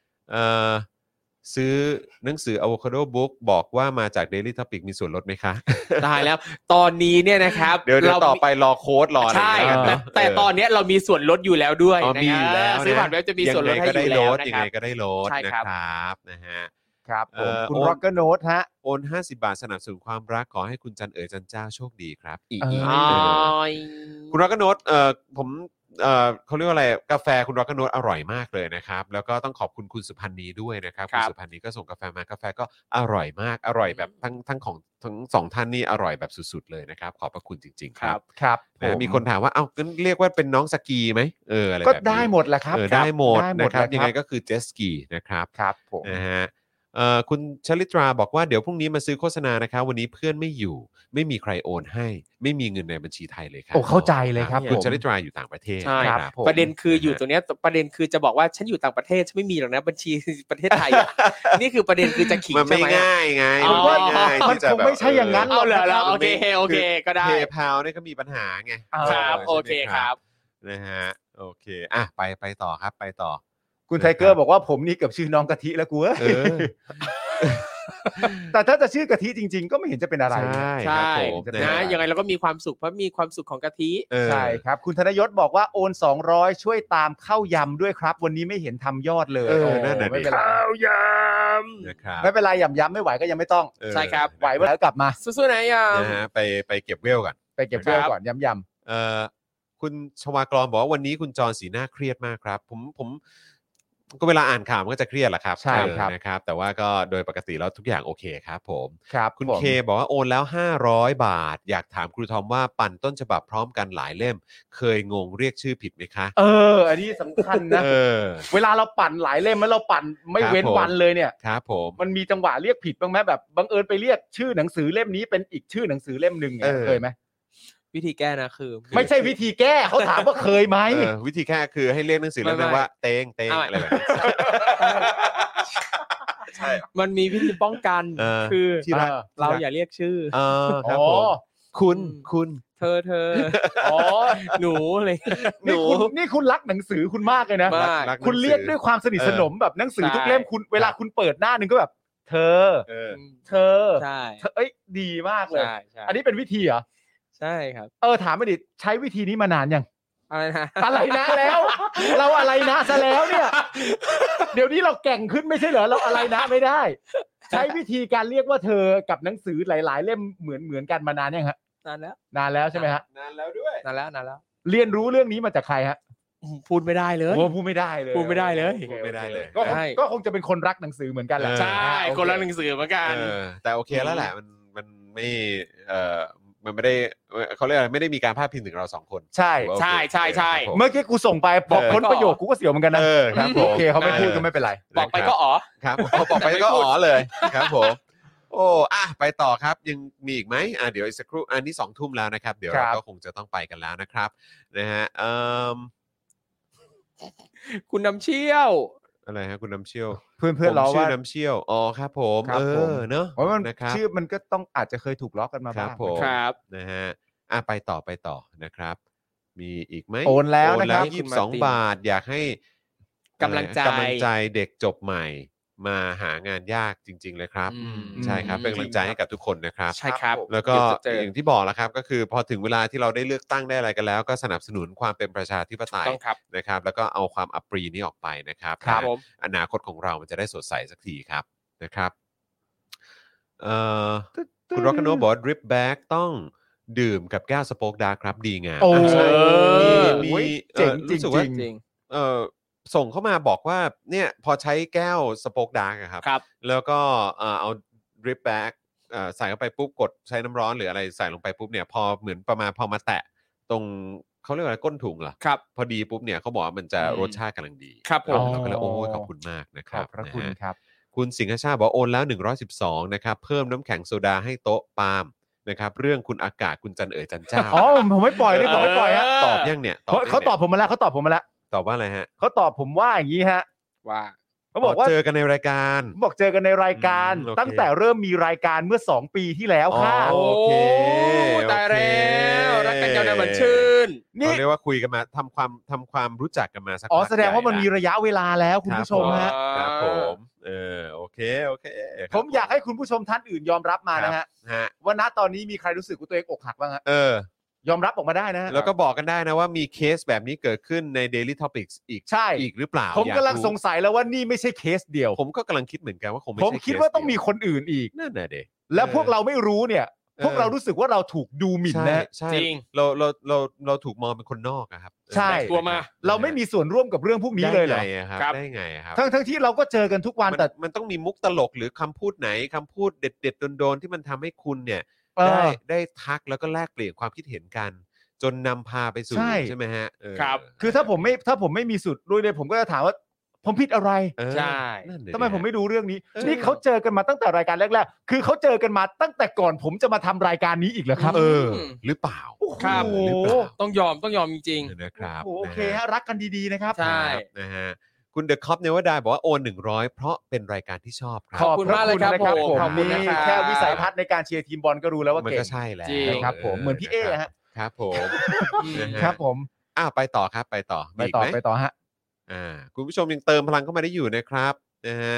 ซื้อหนังสือ Avocado Book บอกว่ามาจาก Daily Topic มีส่วนลดไหมคะตายแล้วตอนนี้เนี่ยนะครับเดี๋ยวต่อไปรอโค้ดรออะไรใช่อย่างเงี้ยกันแต่เนาะแต่ตอนเนี้ยเรามีส่วนลดอยู่แล้วด้วยอ๋อนะมีคอยู่แล้วรับซื้อผ่านเว็บจะมีส่วนลดให้อยู่แล้วนะยังคไงรับก็ได้ลดใช่นะครับครับนะฮะครับผม คุณโอน Rocker Note ฮะโอน50 บาทสนับสนุนความรักขอให้คุณจันเอ๋ยจันเจ้าโชคดีครับอีเอออ๋อคุณรักโนตผมเขาเรียกว่าอะไรกาแฟคุณรักโนตอร่อยมากเลยนะครับแล้วก็ต้องขอบคุณคุณสุพันธ์นีด้วยนะครับครัคุณบสุพันธ์นีก็ส่งกาแฟมากาแฟก็อร่อยมากอร่อยแบบทั้งของทั้งสองท่านนี่อร่อยแบบสุดๆเลยนะครับขอบพระคุณจริงๆครับครับนะมีคนถามว่าเอ้างั้นเรียกว่าเป็นน้องสกีไหมอะไรก็แบบนี้ได้หมดแหละครับได้หมดได้หมนะดครับแหละยังไงก็คือเจสกีนะครับครับผมนะฮะคุณชลิตราบอกว่าเดี๋ยวพรุ่งนี้มาซื้อโฆษณานะครับวันนี้เพื่อนไม่อยู่ไม่มีใครโอนให้ไม่มีเงินในบัญชีไทยเลยครัโอ้เข้าใจเลยครับคุณผมชลิตราอยู่ต่างประเทศใช่นะครับผมประเด็นคืออยู่ตรงเนี้ยประเด็นคือจะบอกว่าฉันอยู่ต่างประเทศฉันไม่มีหรอกนะบัญชีประเทศไทยอะ นี่คือประเด็นคือจะขิงมันใช่ไม่ไหมง่ายไงอ๋อมันไม่ง่ายมันที่จะคงไม่ใช่อย่างนั้นเอาเหรอแล้วโอเคโอเคก็ได้เพย์พาวเนี่ยก็มีปัญหาไงครับใช่ไหมโอเคครับนะฮะโอเคอ่ะไปต่อครับไปต่อคุณไทเกอร์บอกว่าผมนี่เกับชื่อน้องกะทิแล้วกูเอ้ยเออแต่ถ้าจะชื่อกะทิจริง ๆ ก็ไม่เห็นจะเป็นอะไรใช่ใช่ครับผมนะยังไงเราก็มีความสุขเพราะมีความสุขของกะทิเออใช่ครับ คุณธนยศบอกว่าโอน200ช่วยตามเข้ายำด้วยครับ วันนี้ไม่เห็นทำยอดเลยเออโอ้นั่นน่ะดิไม่เป็นไรนะครับไม่เป็นไรย้ำไม่ไหวก็ยังไม่ต้องเออใช่ครับไหวเมื่อไหร่ก็กลับมาสู้ๆนะยามนะฮะไปเก็บเวลก่อนไปเก็บเรื่องก่อนย้ำคุณชวากรบอกว่าวันนี้คุณจรสีหน้าเครียดมากครับผมก็เวลาอ่านข่าวมันก็จะเครียดแหละครับใช่ครับนะครับแต่ว่าก็โดยปกติแล้วทุกอย่างโอเคครับผมๆครับคุณผมเคบอกว่าโอนแล้ว500 บาท อยากถามครูทอมว่าปั่นต้นฉบับพร้อมกันหลายเล่ม เคยงงเรียกชื่อผิดไหมคะอันนี้สำคัญนะเออเวลาเราปั่นหลายเล่มแล้วเราปั่นไม่ครับเว้นผมวันเลยเนี่ยครับผมมันมีจังหวะเรียกผิดบ้างไหมแบบบังเอิญไปเรียกชื่อหนังสือเล่มนี้เป็นอีกชื่อหนังสือเล่มหนึ่งเนี่ยเคยไหมวิธีแก้นะคือไม่ใช่วิธีแก้เขาถามว่าเคยไหมวิธีแค่คือให้เรียกหนังสือเล่มนั้นว่าเตงอะไรแบบนี้ใช่มันมีวิธีป้องกันเออคือที่รักเราอย่าเรียกชื่อครับผมคุณเธออ๋อหนูเลยนี่คุณรักหนังสือคุณมากเลยนะมากรักหนังสือคุณเรียกด้วยความสนิทสนมแบบหนังสือทุกเล่มคุณเวลาคุณเปิดหน้าหนึ่งก็แบบ เธอเออเธอใช่เอ้ยดีมากเลยใช่ใช่อันนี้เป็นวิธีเหรอใช่ครับถามไปดิใช้วิธีนี้มานานยังอะไรนะอะไรนะแล้ว เราอะไรนะซะแล้วเนี่ย เดี๋ยวนี้เราแก่งขึ้นไม่ใช่เหรอเราอะไรนะไม่ได้ ใช้วิธีการเรียกว่าเธอกับหนังสือหลาย ๆ เล่มเหมือนกันมานานยังฮะนานแล้วนานแล้วใช่ไหมฮะนานแล้วด้วยนานแล้วเรียนรู้เรื่องนี้มาจากใครฮะพูดไม่ได้เลยโอ้พูดไม่ได้เลยพูดไม่ได้เลยโอคพูดไม่ได้เลยก็คงใช่ก็คงจะเป็นคนรักหนังสือเหมือนกันแหละใช่โอเคนละหนังสือเหมือนกันแต่โอเคแล้วแหละมันไม่มันไม่ได้เขาเรียกอะไรไม่ได้มีการพาดพิงถึงเราสองคนใช่ถือว่าโอเคใช่ครับผมเมื่อกี้กูส่งไปพอเออพ้นประโยคกูก็เสียวเหมือนกันนะครับผมโอเคเขาไม่พูดก็ไม่เป็นไรบอกไปก็อ๋อครับบอกไปก็อ๋อเลยครับผมโอ้ไปต่อครับยังมีอีกไหมเดี๋ยวอีกสักครู่อันนี้2 ทุ่มแล้วนะครับเดี๋ยวเราก็คงจะต้องไปกันแล้วนะครับนะฮะคุณน้ำเชี่ยวอะไรฮะคุณน้ำเชี่ยวเพื่อนๆเราผมชื่ว่าอน้ำเชี่ยวอ๋อครับผมครับผมเนอะเพราะมันนะครับชื่อมันก็ต้องอาจจะเคยถูกล็อกกันมาครับ้าบงผมครับนะฮะไปต่อนะครับ มีอีกไหมโอนแล้วนะครับ 22 บาทอยากให้กำลังใจกำลังใจเด็กจบใหม่มาหางานยากจริง ๆ เลยครับอืมใช่ครับเป็นกำลังใจให้กับทุกคนนะครับใช่ครับแล้วก็เดี๋ยวจะเจออย่างที่บอกแล้วครับก็คือพอถึงเวลาที่เราได้เลือกตั้งได้อะไรกันแล้ว ก็สนับสนุนความเป็นประชาธิปไตยต้องครับนะครับ แล้วก็เอาความอัปรีนี้ออกไปนะครับครับนะผมอนาคตของเรามันจะได้สดใสสักทีครับนะครับคุณร็อกโนบอกว่าดริปแบ็กต้องดื่มกับแก้วสโป๊กดาร์กครับดีงามโอ้ใช่โหมีเจ๋งจริรู้สึกว่างจริงส่งเข้ามาบอกว่าเนี่ยพอใช้แก้วสโป๊กดาร์กครับครับแล้วก็เอาดริปแบ็กใส่เข้าไปปุ๊บกดใช้น้ำร้อนหรืออะไรใส่ลงไปปุ๊บเนี่ยพอเหมือนประมาณพอมาแตะตรงเขาเรียกว่าอะไรก้นถุงเหรอครับพอดีปุ๊บเนี่ยเขาบอกว่ามันจะรสชาติกำลังดีครับผมเราก็เลยโอ้ยขอบคุณมากนะคขรัอบบพระคุณนะฮะครับคุณสิงห์ชาติบอกโอนแล้ว112นะครับเพิ่มน้ำแข็งโซดาให้โต๊ะปาล์มนะครับเรื่องคุณอากาศคุณจันเอ๋ยจันเจ้าอ๋อผมไม่ปล่อยเลยผมไม่ปล่อยฮะตอบยังเนี่ยเขาตอบผมมาแล้วเขาตอบผมมาแล้วตอบว่าอะไรฮะเขาตอบผมว่าอย่างนี้ฮะว่าเขาบอกว่าเจอกันในรายการบอกเจอกันในรายการโอเคตั้งแต่เริ่มมีรายการเมื่อ2 ปีที่แล้วค่ะโอเคตายแล้วรักกันยาวนานเหมือนชื่นนี่เขาเรียกว่าคุยกันมาทำความรู้จักกันมาสักอ๋อพักแสดงว่ามันใหญ่มีระยะเวลาแล้วคุณผู้ชมฮะครับผมโอเคครับผมอยากให้คุณผู้ชมท่านอื่นยอมรับมานะฮะฮะว่าณตอนนี้มีใครรู้สึกว่าตัวเองอกหักบ้างฮะ ยอมรับออกมาได้นะฮะแล้วก็บอกกันได้นะว่ามีเคสแบบนี้เกิดขึ้นใน Daily Topics อีกใช่อีกหรือเปล่าผมกำลังอยารู้สงสัยแล้วว่านี่ไม่ใช่เคสเดียวผมก็กำลังคิดเหมือนกันว่าคงไม่ผมใช่คิดเคสว่าต้องเดีมียวคนอื่นอีกนั่นน่ะเด็กแล้วพวกเราไม่รู้เนี่ย พวกเรารู้สึกว่าเราถูกดูหมิ่นนะใช่จริงเราถูกมองเป็นคนนอกอะครับใช่ตัวมาเราไม่มีส่วนร่วมกับเรื่องพวกนี้เลยเหรอได้ไงอะครับครับได้ไงอะครับทั้งที่เราก็เจอกันทุกวันแต่มันต้องมีมุกตลกหรือคำพูดไหนคำพูดเด็ดๆโดนๆที่มันทำให้คุณเนี่ยเออได้ทักแล้วก็แลกเปลี่ยนความคิดเห็นกัน จนนำพาไปสู่ใช่ไหมฮะครับคือถ้าผมไม่มีสุดด้วยเลยผมก็จะถามว่าผมผิดอะไรใช่นั่นดิทำไมผมไม่รู้เรื่องนี้เออนี่เขาเจอกันมาตั้งแต่รายการแรกๆคือเขาเจอกันมาตั้งแต่ก่อนผมจะมาทำรายการนี้อีกเหรอครับหรือเปล่าครับโอ้โหหรือเปล่าต้องยอมจริงนะครับโอเคฮะรักกันดีๆนะครับใช่นะฮะคุณเดอะคอปเนวดาบอกว่าโอน100เพราะเป็นรายการที่ชอบครัขอบคุณมากเลยครับขอบผมคุณขอบคุณนี่นะครับแค่วิสัยทัศน์ในการเชียร์ทีมบอลก็รู้แล้วว่ามันเก่ก็งใช่แล้วจริงนะครับผมเหมือนพี่เอฮะครับผมนะฮะครับผมไปต่อครับไปต่อไปมีกต่อหมไปต่อฮะคุณผู้ชมยังเติมพลังเข้ามาได้อยู่นะครับนะฮะ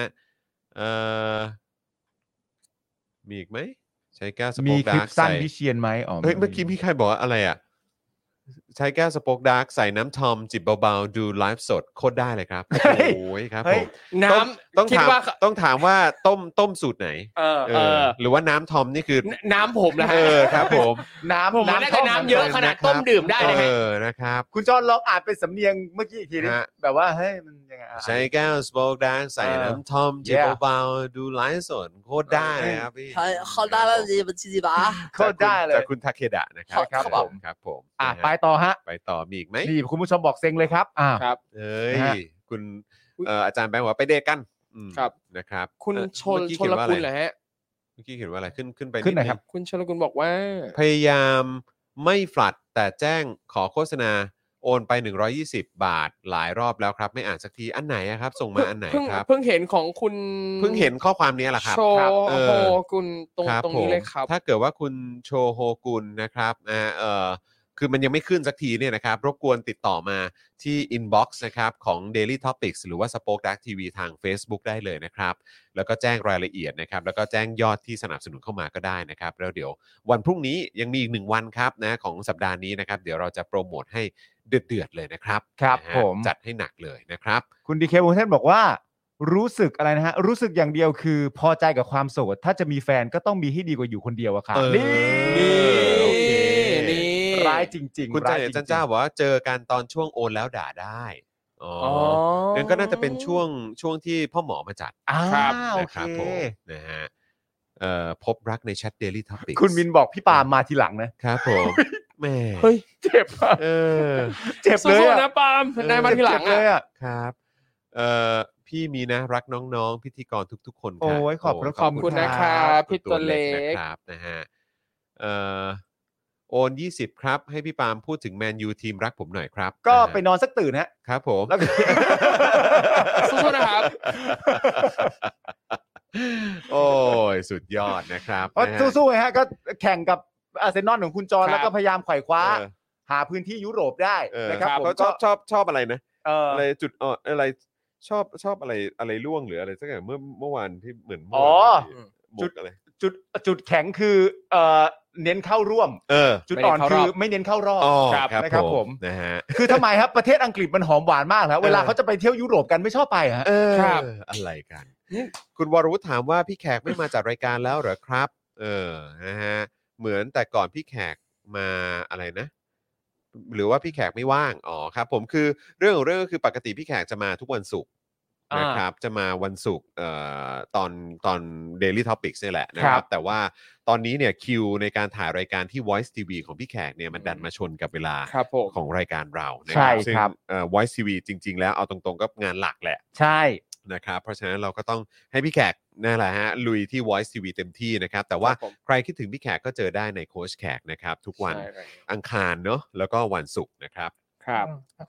มีอีกไหมใช้แก้วสมีโป๊กคลิดาปร์กสั้นใส่พี่เชียนไหมอ๋อเฮ้ยเมื่อกี้พี่ใครบอกว่าอะไรอ่ะใช้แก้วสโป๊กดาร์กใส่น้ำทอมจิบเบาๆดูไลฟ์สดโคตรได้เลยครับโอ้ยครับเฮ้ผยมน้ต้องำคิดถามว่าต้องถามว่าต้มสูตรไหนเออหรือว่าน้ำทอมนี่คือน้ำผมนะฮะครับผมผมว่าน่าจะน้ำเยอะขนาดต้มดื่มได้นะฮะนะครับคุณจอนลองอ่านเป็นสำเนียงเมื่อกี้อีกทีนึงฮะแบบว่าเฮ้ยมันยังไงอ่ะใช้แก้วสโป๊กดาร์กใส่เออน้ำทอมจิบ Yeah เบาๆดูไลฟ์สดโคตรได้เลยครับพี่好大的你们自己吧。 โคตรได้เลยจากคุณทาเคดะนะครับครับผมครับผมอ่ะนะฮะไปต่อฮะไปต่อมีอีกไหมนี่คุณผู้ชมบอกเซ็งเลยครับครับเอ้ยนะฮะคุณอาจารย์แบงค์บอกว่าไปเดทกันครับนะครับคุณเมื่อกี้ชเขียลนว่ากุอะลเหรไรอฮะเมื่อกี้เขียนว่าอะไรขึ้นไปขึ้นไหนดงครับคุณชลกุลบอกว่าพยายามไม่ฟลัดแต่แจ้งขอโฆษณาโอนไป120 บาทหลายรอบแล้วครับ ไม่อ่านสักทีอันไหนอะครับ ส่งมาอันไหนครับเพิ่งเห็นของคุณเพิ่งเห็นข้อความนี้แหละครับโชครับโฮกุลตรงครับตรงนี้ผมเลยครับถ้าเกิดว่าคุณโชโฮกุลนะครับคือมันยังไม่ขึ้นสักทีเนี่ยนะครับรบกวนติดต่อมาที่ inbox นะครับของ Daily Topics หรือว่า Spoke Dark TV ทาง Facebook ได้เลยนะครับแล้วก็แจ้งรายละเอียดนะครับแล้วก็แจ้งยอดที่สนับสนุนเข้ามาก็ได้นะครับแล้วเดี๋ยววันพรุ่งนี้ยังมีอีก1วันครับนะของสัปดาห์นี้นะครับเดี๋ยวเราจะโปรโมทให้เดือดๆเลยนะครับครับนะฮะผมจัดให้หนักเลยนะครับคุณดีเควงเทนบอกว่า รู้สึกอะไรนะฮะ รู้สึกอย่างเดียวคือพอใจกับความโสด ถ้าจะมีแฟนก็ต้องมีให้ดีกว่าอยู่คนเดียวอะครับนี่ โอเคนี่ร้ายจริงๆคุณร้เจยเน็ตจันเจ้าบอกว่าเจอกันตอนช่วงโอนแล้วด่าได้อ๋ออ๋อนั่นก็น่าจะเป็นช่วงที่พ่อหมอมาจัดครับโอนะเคครับผมนะฮะพบรักในแชท Daily Topics คุณมินบอกพี่ปาล์มมาทีหลังนะครับผมแหม่เฮ้ยเจ็บอะเออเจ็บสู้เลยๆอะนะปาล์มนายมาทีหลังเจ็บเลยอ่ะอะครับพี่มีนะรักน้องๆ พิธีกรทุกๆ คนค่ะโอ้ยขอบพระขอบคุณนะครับขอพี่ตัวเล็กนะครับนะฮะโอน20 ครับ ให้พี่ปาล์มพูดถึงแมนยูทีมรักผมหน่อยครับก็นะฮะไปนอนสักตื่นฮะครับผมแล้วก็สู้ๆนะครับโอ้ยสุดยอดนะครับก็นะฮะสู้ๆไงฮะก็แข่งกับอาร์เซนอลของคุณจอห์นครับแล้วก็พยายามไขว่คว้าเออหาพื้นที่ยุโรปได้เออนะครับผมเขาก็ชอบอะไรนะอะไรจุดอะไรชอบอะไรล่วงหรืออะไรสักอย่างเมื่อวานที่เหมือนอ๋อจุดอะไรจุดแข็งคือเน้นเข้าร่วม จุดอ่อนไม่เน้นเข้ารอบคือไม่เน้นเข้ารอบอ๋อครับครับนะครับผผม มนะฮะคือทำไมครับประเทศอังกฤษมันหอมหวานมากแล้วเวลาเขาจะไปเที่ยวยุโรปกันไม่ชอบไปฮะครับอะไรกัน คุณวรวุฒิถามว่าพี่แขกไม่มาจัดรายการแล้วเหรอครับ นะฮะเหมือนแต่ก่อนพี่แขกมาอะไรนะ หรือว่าพี่แขกไม่ว่างอ๋อครับผมคือเรื่องของเรื่องก็คือปกติพี่แขกจะมาทุกวันศุกร์นะครับจะมาวันศุกร์ตอน Daily Topics นี่แหละนะคครัรับบ แต่ว่าตอนนี้เนี่ยคิวในการถ่ายรายการที่ Voice TV ของพี่แขกเนี่ยมันดันมาชนกับเวลาครับผมของรายการเรานะใช่ซึ่งครับ Voice TV จริง ๆ แล้วเอาตรงๆก็งานหลักแหละใช่นะครับเพราะฉะนั้นเราก็ต้องให้พี่แขกนั่นแหละฮะลุยที่ Voice TV เต็มที่นะครับแต่ว่าครับผมใครคิดถึงพี่แขกก็เจอได้ในโค้ชแขกนะครับทุกวันใช่ครับอังคารเนาะแล้วก็วันศุกร์นะครับครับแต่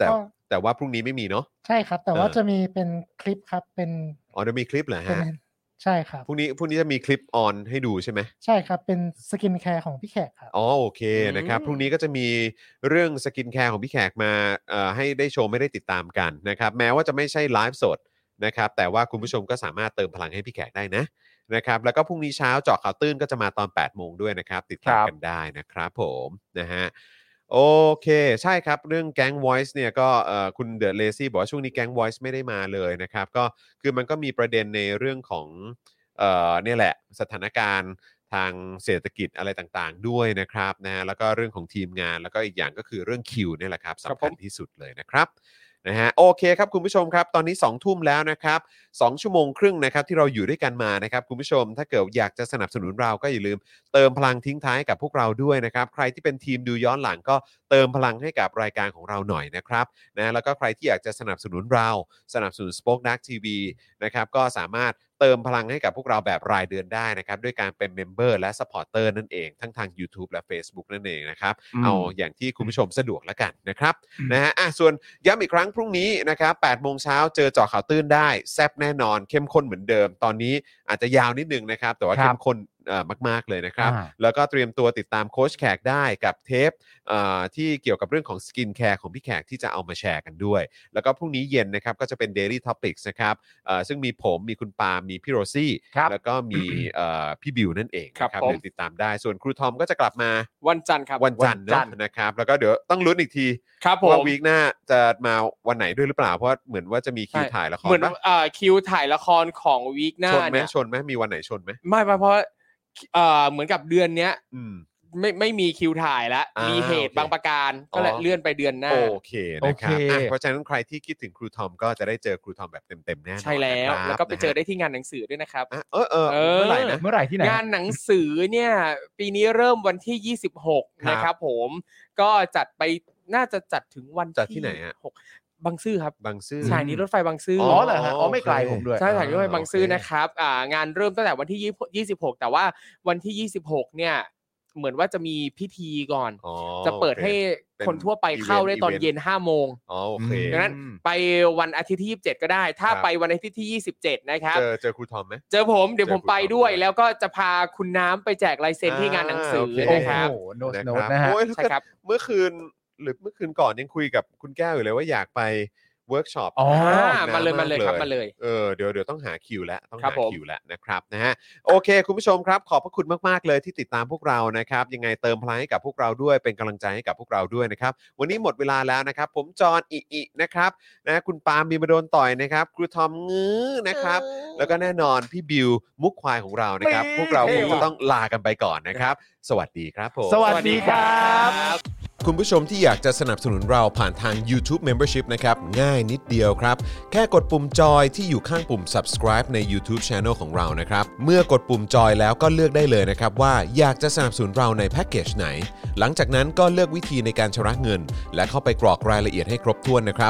แต่ว่าพรุ่งนี้ไม่มีเนาะใช่ครับแต่ว่าจะมีเป็นคลิปครับเป็นเดี๋ยวมีคลิปเหรอฮะใช่ครับพรุ่งนี้จะมีคลิปออนให้ดูใช่ไหมใช่ครับเป็นสกินแคร์ของพี่แขกครับโอเคนะครับพรุ่งนี้ก็จะมีเรื่องสกินแคร์ของพี่แขกมาให้ได้ชมไม่ได้ติดตามกันนะครับแม้ว่าจะไม่ใช่ไลฟ์สดนะครับแต่ว่าคุณผู้ชมก็สามารถเติมพลังให้พี่แขกได้นะครับแล้วก็พรุ่งนี้เช้าเจาะข่าวตื้นก็จะมาตอน 8 โมงด้วยนะครับติดตามกันได้นะครับผมนะฮะโอเคใช่ครับเรื่องแก๊ง Voice เนี่ยก็คุณเดอะเลซี่บอกว่าช่วงนี้แก๊ง Voice ไม่ได้มาเลยนะครับก็คือมันก็มีประเด็นในเรื่องของเนี่ยแหละสถานการณ์ทางเศรษฐกิจอะไรต่างๆด้วยนะครับนะแล้วก็เรื่องของทีมงานแล้วก็อีกอย่างก็คือเรื่องคิวเนี่ยแหละครับสำคัญที่สุดเลยนะครับนะฮะโอเคครับคุณผู้ชมครับตอนนี้2 ทุ่มแล้วนะครับ2 ชั่วโมงครึ่งนะครับที่เราอยู่ด้วยกันมานะครับคุณผู้ชมถ้าเกิดอยากจะสนับสนุนเราก็อย่าลืมเติมพลังทิ้งท้ายกับพวกเราด้วยนะครับใครที่เป็นทีมดูย้อนหลังก็เติมพลังให้กับรายการของเราหน่อยนะครับนะแล้วก็ใครที่อยากจะสนับสนุนเราสนับสนุน Spoke Dark TV นะครับก็สามารถเติมพลังให้กับพวกเราแบบรายเดือนได้นะครับด้วยการเป็นเมมเบอร์และซัพพอร์เตอร์นั่นเองทั้งทาง YouTube และ Facebook นั่นเองนะครับเอาอย่างที่คุณผู้ชมสะดวกแล้วกันนะครับนะฮะส่วนย้ำอีกครั้งพรุ่งนี้นะครับ 8 โมงเช้าเจอเจาะข่าวตื้นได้แซ่บแน่นอนเข้มข้นเหมือนเดิมตอนนี้อาจจะยาวนิดนึงนะครับแต่ว่าเข้มข้นมากๆเลยนะครับแล้วก็เตรียมตัวติดตามโค้ชแขกได้กับเทปที่เกี่ยวกับเรื่องของสกินแคร์ของพี่แขกที่จะเอามาแชร์กันด้วยแล้วก็พรุ่งนี้เย็นนะครับก็จะเป็น Daily Topics นะครับซึ่งมีผมมีคุณปามีพี่โรซี่แล้วก็มีพี่บิวนั่นเองนะครับเดี๋ยวติดตามได้ส่วนครูทอมก็จะกลับมาวันจันทร์ครับวันจันทร์นะครับแล้วก็เดี๋ยวต้องลุ้นอีกทีว่าวีคหน้าจะมาวันไหนด้วยหรือเปล่าเพราะเหมือนว่าจะมีคิวถ่ายละครเหมือนคิวถ่ายละครของวีคหน้าชนไหมมีวันไหนชนไหมไม่เพราะเหมือนกับเดือนเนี้ยไม่มีคิวถ่ายแล้วมีเหตุบางประการก็เลยเลื่อนไปเดือนหน้าโอเคนะครับเพราะฉะนั้นใครที่คิดถึงครูทอมก็จะได้เจอครูทอมแบบเต็มๆแน่นอนใช่แล้วก็ไปเจอได้ที่งานหนังสือด้วยนะครับเมื่อไหร่ที่ไหนงานหนังสือเนี่ยปีนี้เริ่มวันที่26นะครับผมก็จัดไปน่าจะจัดถึงวันที่ไหนฮะบางซื่อครับบางซื่อสถานีรถไฟบางซื่อเหรอฮะไม่ไกลผมด้วยใช่สถานีรถไฟบางซื่อนะครับงานเริ่มตั้งแต่วันที่26แต่ว่าวันที่26เนี่ยเหมือนว่าจะมีพิธีก่อนจะเปิดให้คนทั่วไปเข้าได้ตอนเย็น 5 โมงโอเคดังนั้นไปวันอาทิตย์ที่27ก็ได้ถ้าไปวันอาทิตย์ที่27นะครับเจอครูทอมมั้ยเจอผมเดี๋ยวผมไปด้วยแล้วก็จะพาคุณน้ำไปแจกลายเซ็นที่งานหนังสือนะครับโอ้โหโน้ตนะฮะใช่ครับเมื่อคืนก่อนยังคุยกับคุณแก้วอยู่เลยว่าอยากไปเวิร์กช็อปมาเลยครับมาเลยเดี๋ยวต้องหาคิวแล้วต้องหาคิวแล้วนะครับนะฮะโอเคคุณผู้ชมครับขอบพระคุณมากๆเลยที่ติดตามพวกเรานะครับยังไงเติมพลังให้กับพวกเราด้วยเป็นกำลังใจให้กับพวกเราด้วยนะครับวันนี้หมดเวลาแล้วนะครับผมจอห์นอินะครับนะคุณปาล์มมีมาโดนต่อยนะครับครูทอมงื้อนะครับแล้วก็แน่นอนพี่บิวมุกควายของเรานะครับพวกเราคงจะต้องลากันไปก่อนนะครับสวัสดีครับผมสวัสดีครับคุณผู้ชมที่อยากจะสนับสนุนเราผ่านทาง YouTube Membership นะครับง่ายนิดเดียวครับแค่กดปุ่มจอยที่อยู่ข้างปุ่ม subscribe ใน YouTube Channel ของเรานะครับเมื่อกดปุ่มจอยแล้วก็เลือกได้เลยนะครับว่าอยากจะสนับสนุนเราในแพ็กเกจไหนหลังจากนั้นก็เลือกวิธีในการชำระเงินและเข้าไปกรอกรายละเอียดให้ครบถ้วนนะครับ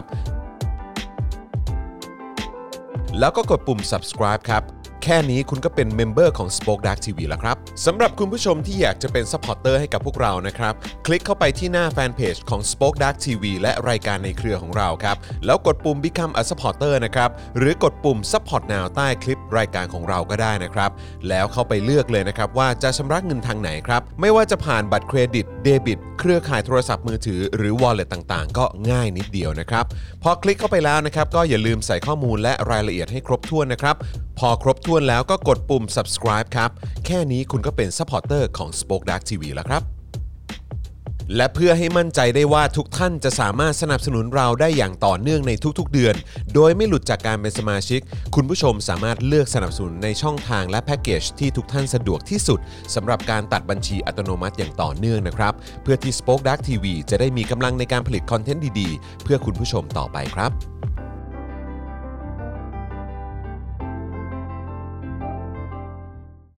แล้วก็กดปุ่ม subscribe ครับแค่นี้คุณก็เป็นเมมเบอร์ของ Spoke Dark TV แล้วครับสำหรับคุณผู้ชมที่อยากจะเป็นซัพพอร์เตอร์ให้กับพวกเรานะครับคลิกเข้าไปที่หน้าแฟนเพจของ Spoke Dark TV และรายการในเครือของเราครับแล้วกดปุ่ม Become a supporter นะครับหรือกดปุ่ม Support Now ใต้คลิปรายการของเราก็ได้นะครับแล้วเข้าไปเลือกเลยนะครับว่าจะชำระเงินทางไหนครับไม่ว่าจะผ่านบัตรเครดิตเดบิตเครือข่ายโทรศัพท์มือถือหรือ Wallet ต่างๆก็ง่ายนิดเดียวนะครับพอคลิกเข้าไปแล้วนะครับก็อย่าลืมใส่ข้อมูลและรายละเอียดให้ครบถ้วนนะครับพอครบถ้วนแล้วก็กดปุ่ม subscribe ครับแค่นี้คุณก็เป็นซัพพอร์เตอร์ของ Spoke Dark TV แล้วครับและเพื่อให้มั่นใจได้ว่าทุกท่านจะสามารถสนับสนุนเราได้อย่างต่อเนื่องในทุกๆเดือนโดยไม่หลุดจากการเป็นสมาชิกคุณผู้ชมสามารถเลือกสนับสนุนในช่องทางและแพ็กเกจที่ทุกท่านสะดวกที่สุดสำหรับการตัดบัญชีอัตโนมัติอย่างต่อเนื่องนะครับเพื่อที่ Spoke Dark TV จะได้มีกำลังในการผลิตคอนเทนต์ดีๆเพื่อคุณผู้ชมต่อไปครับ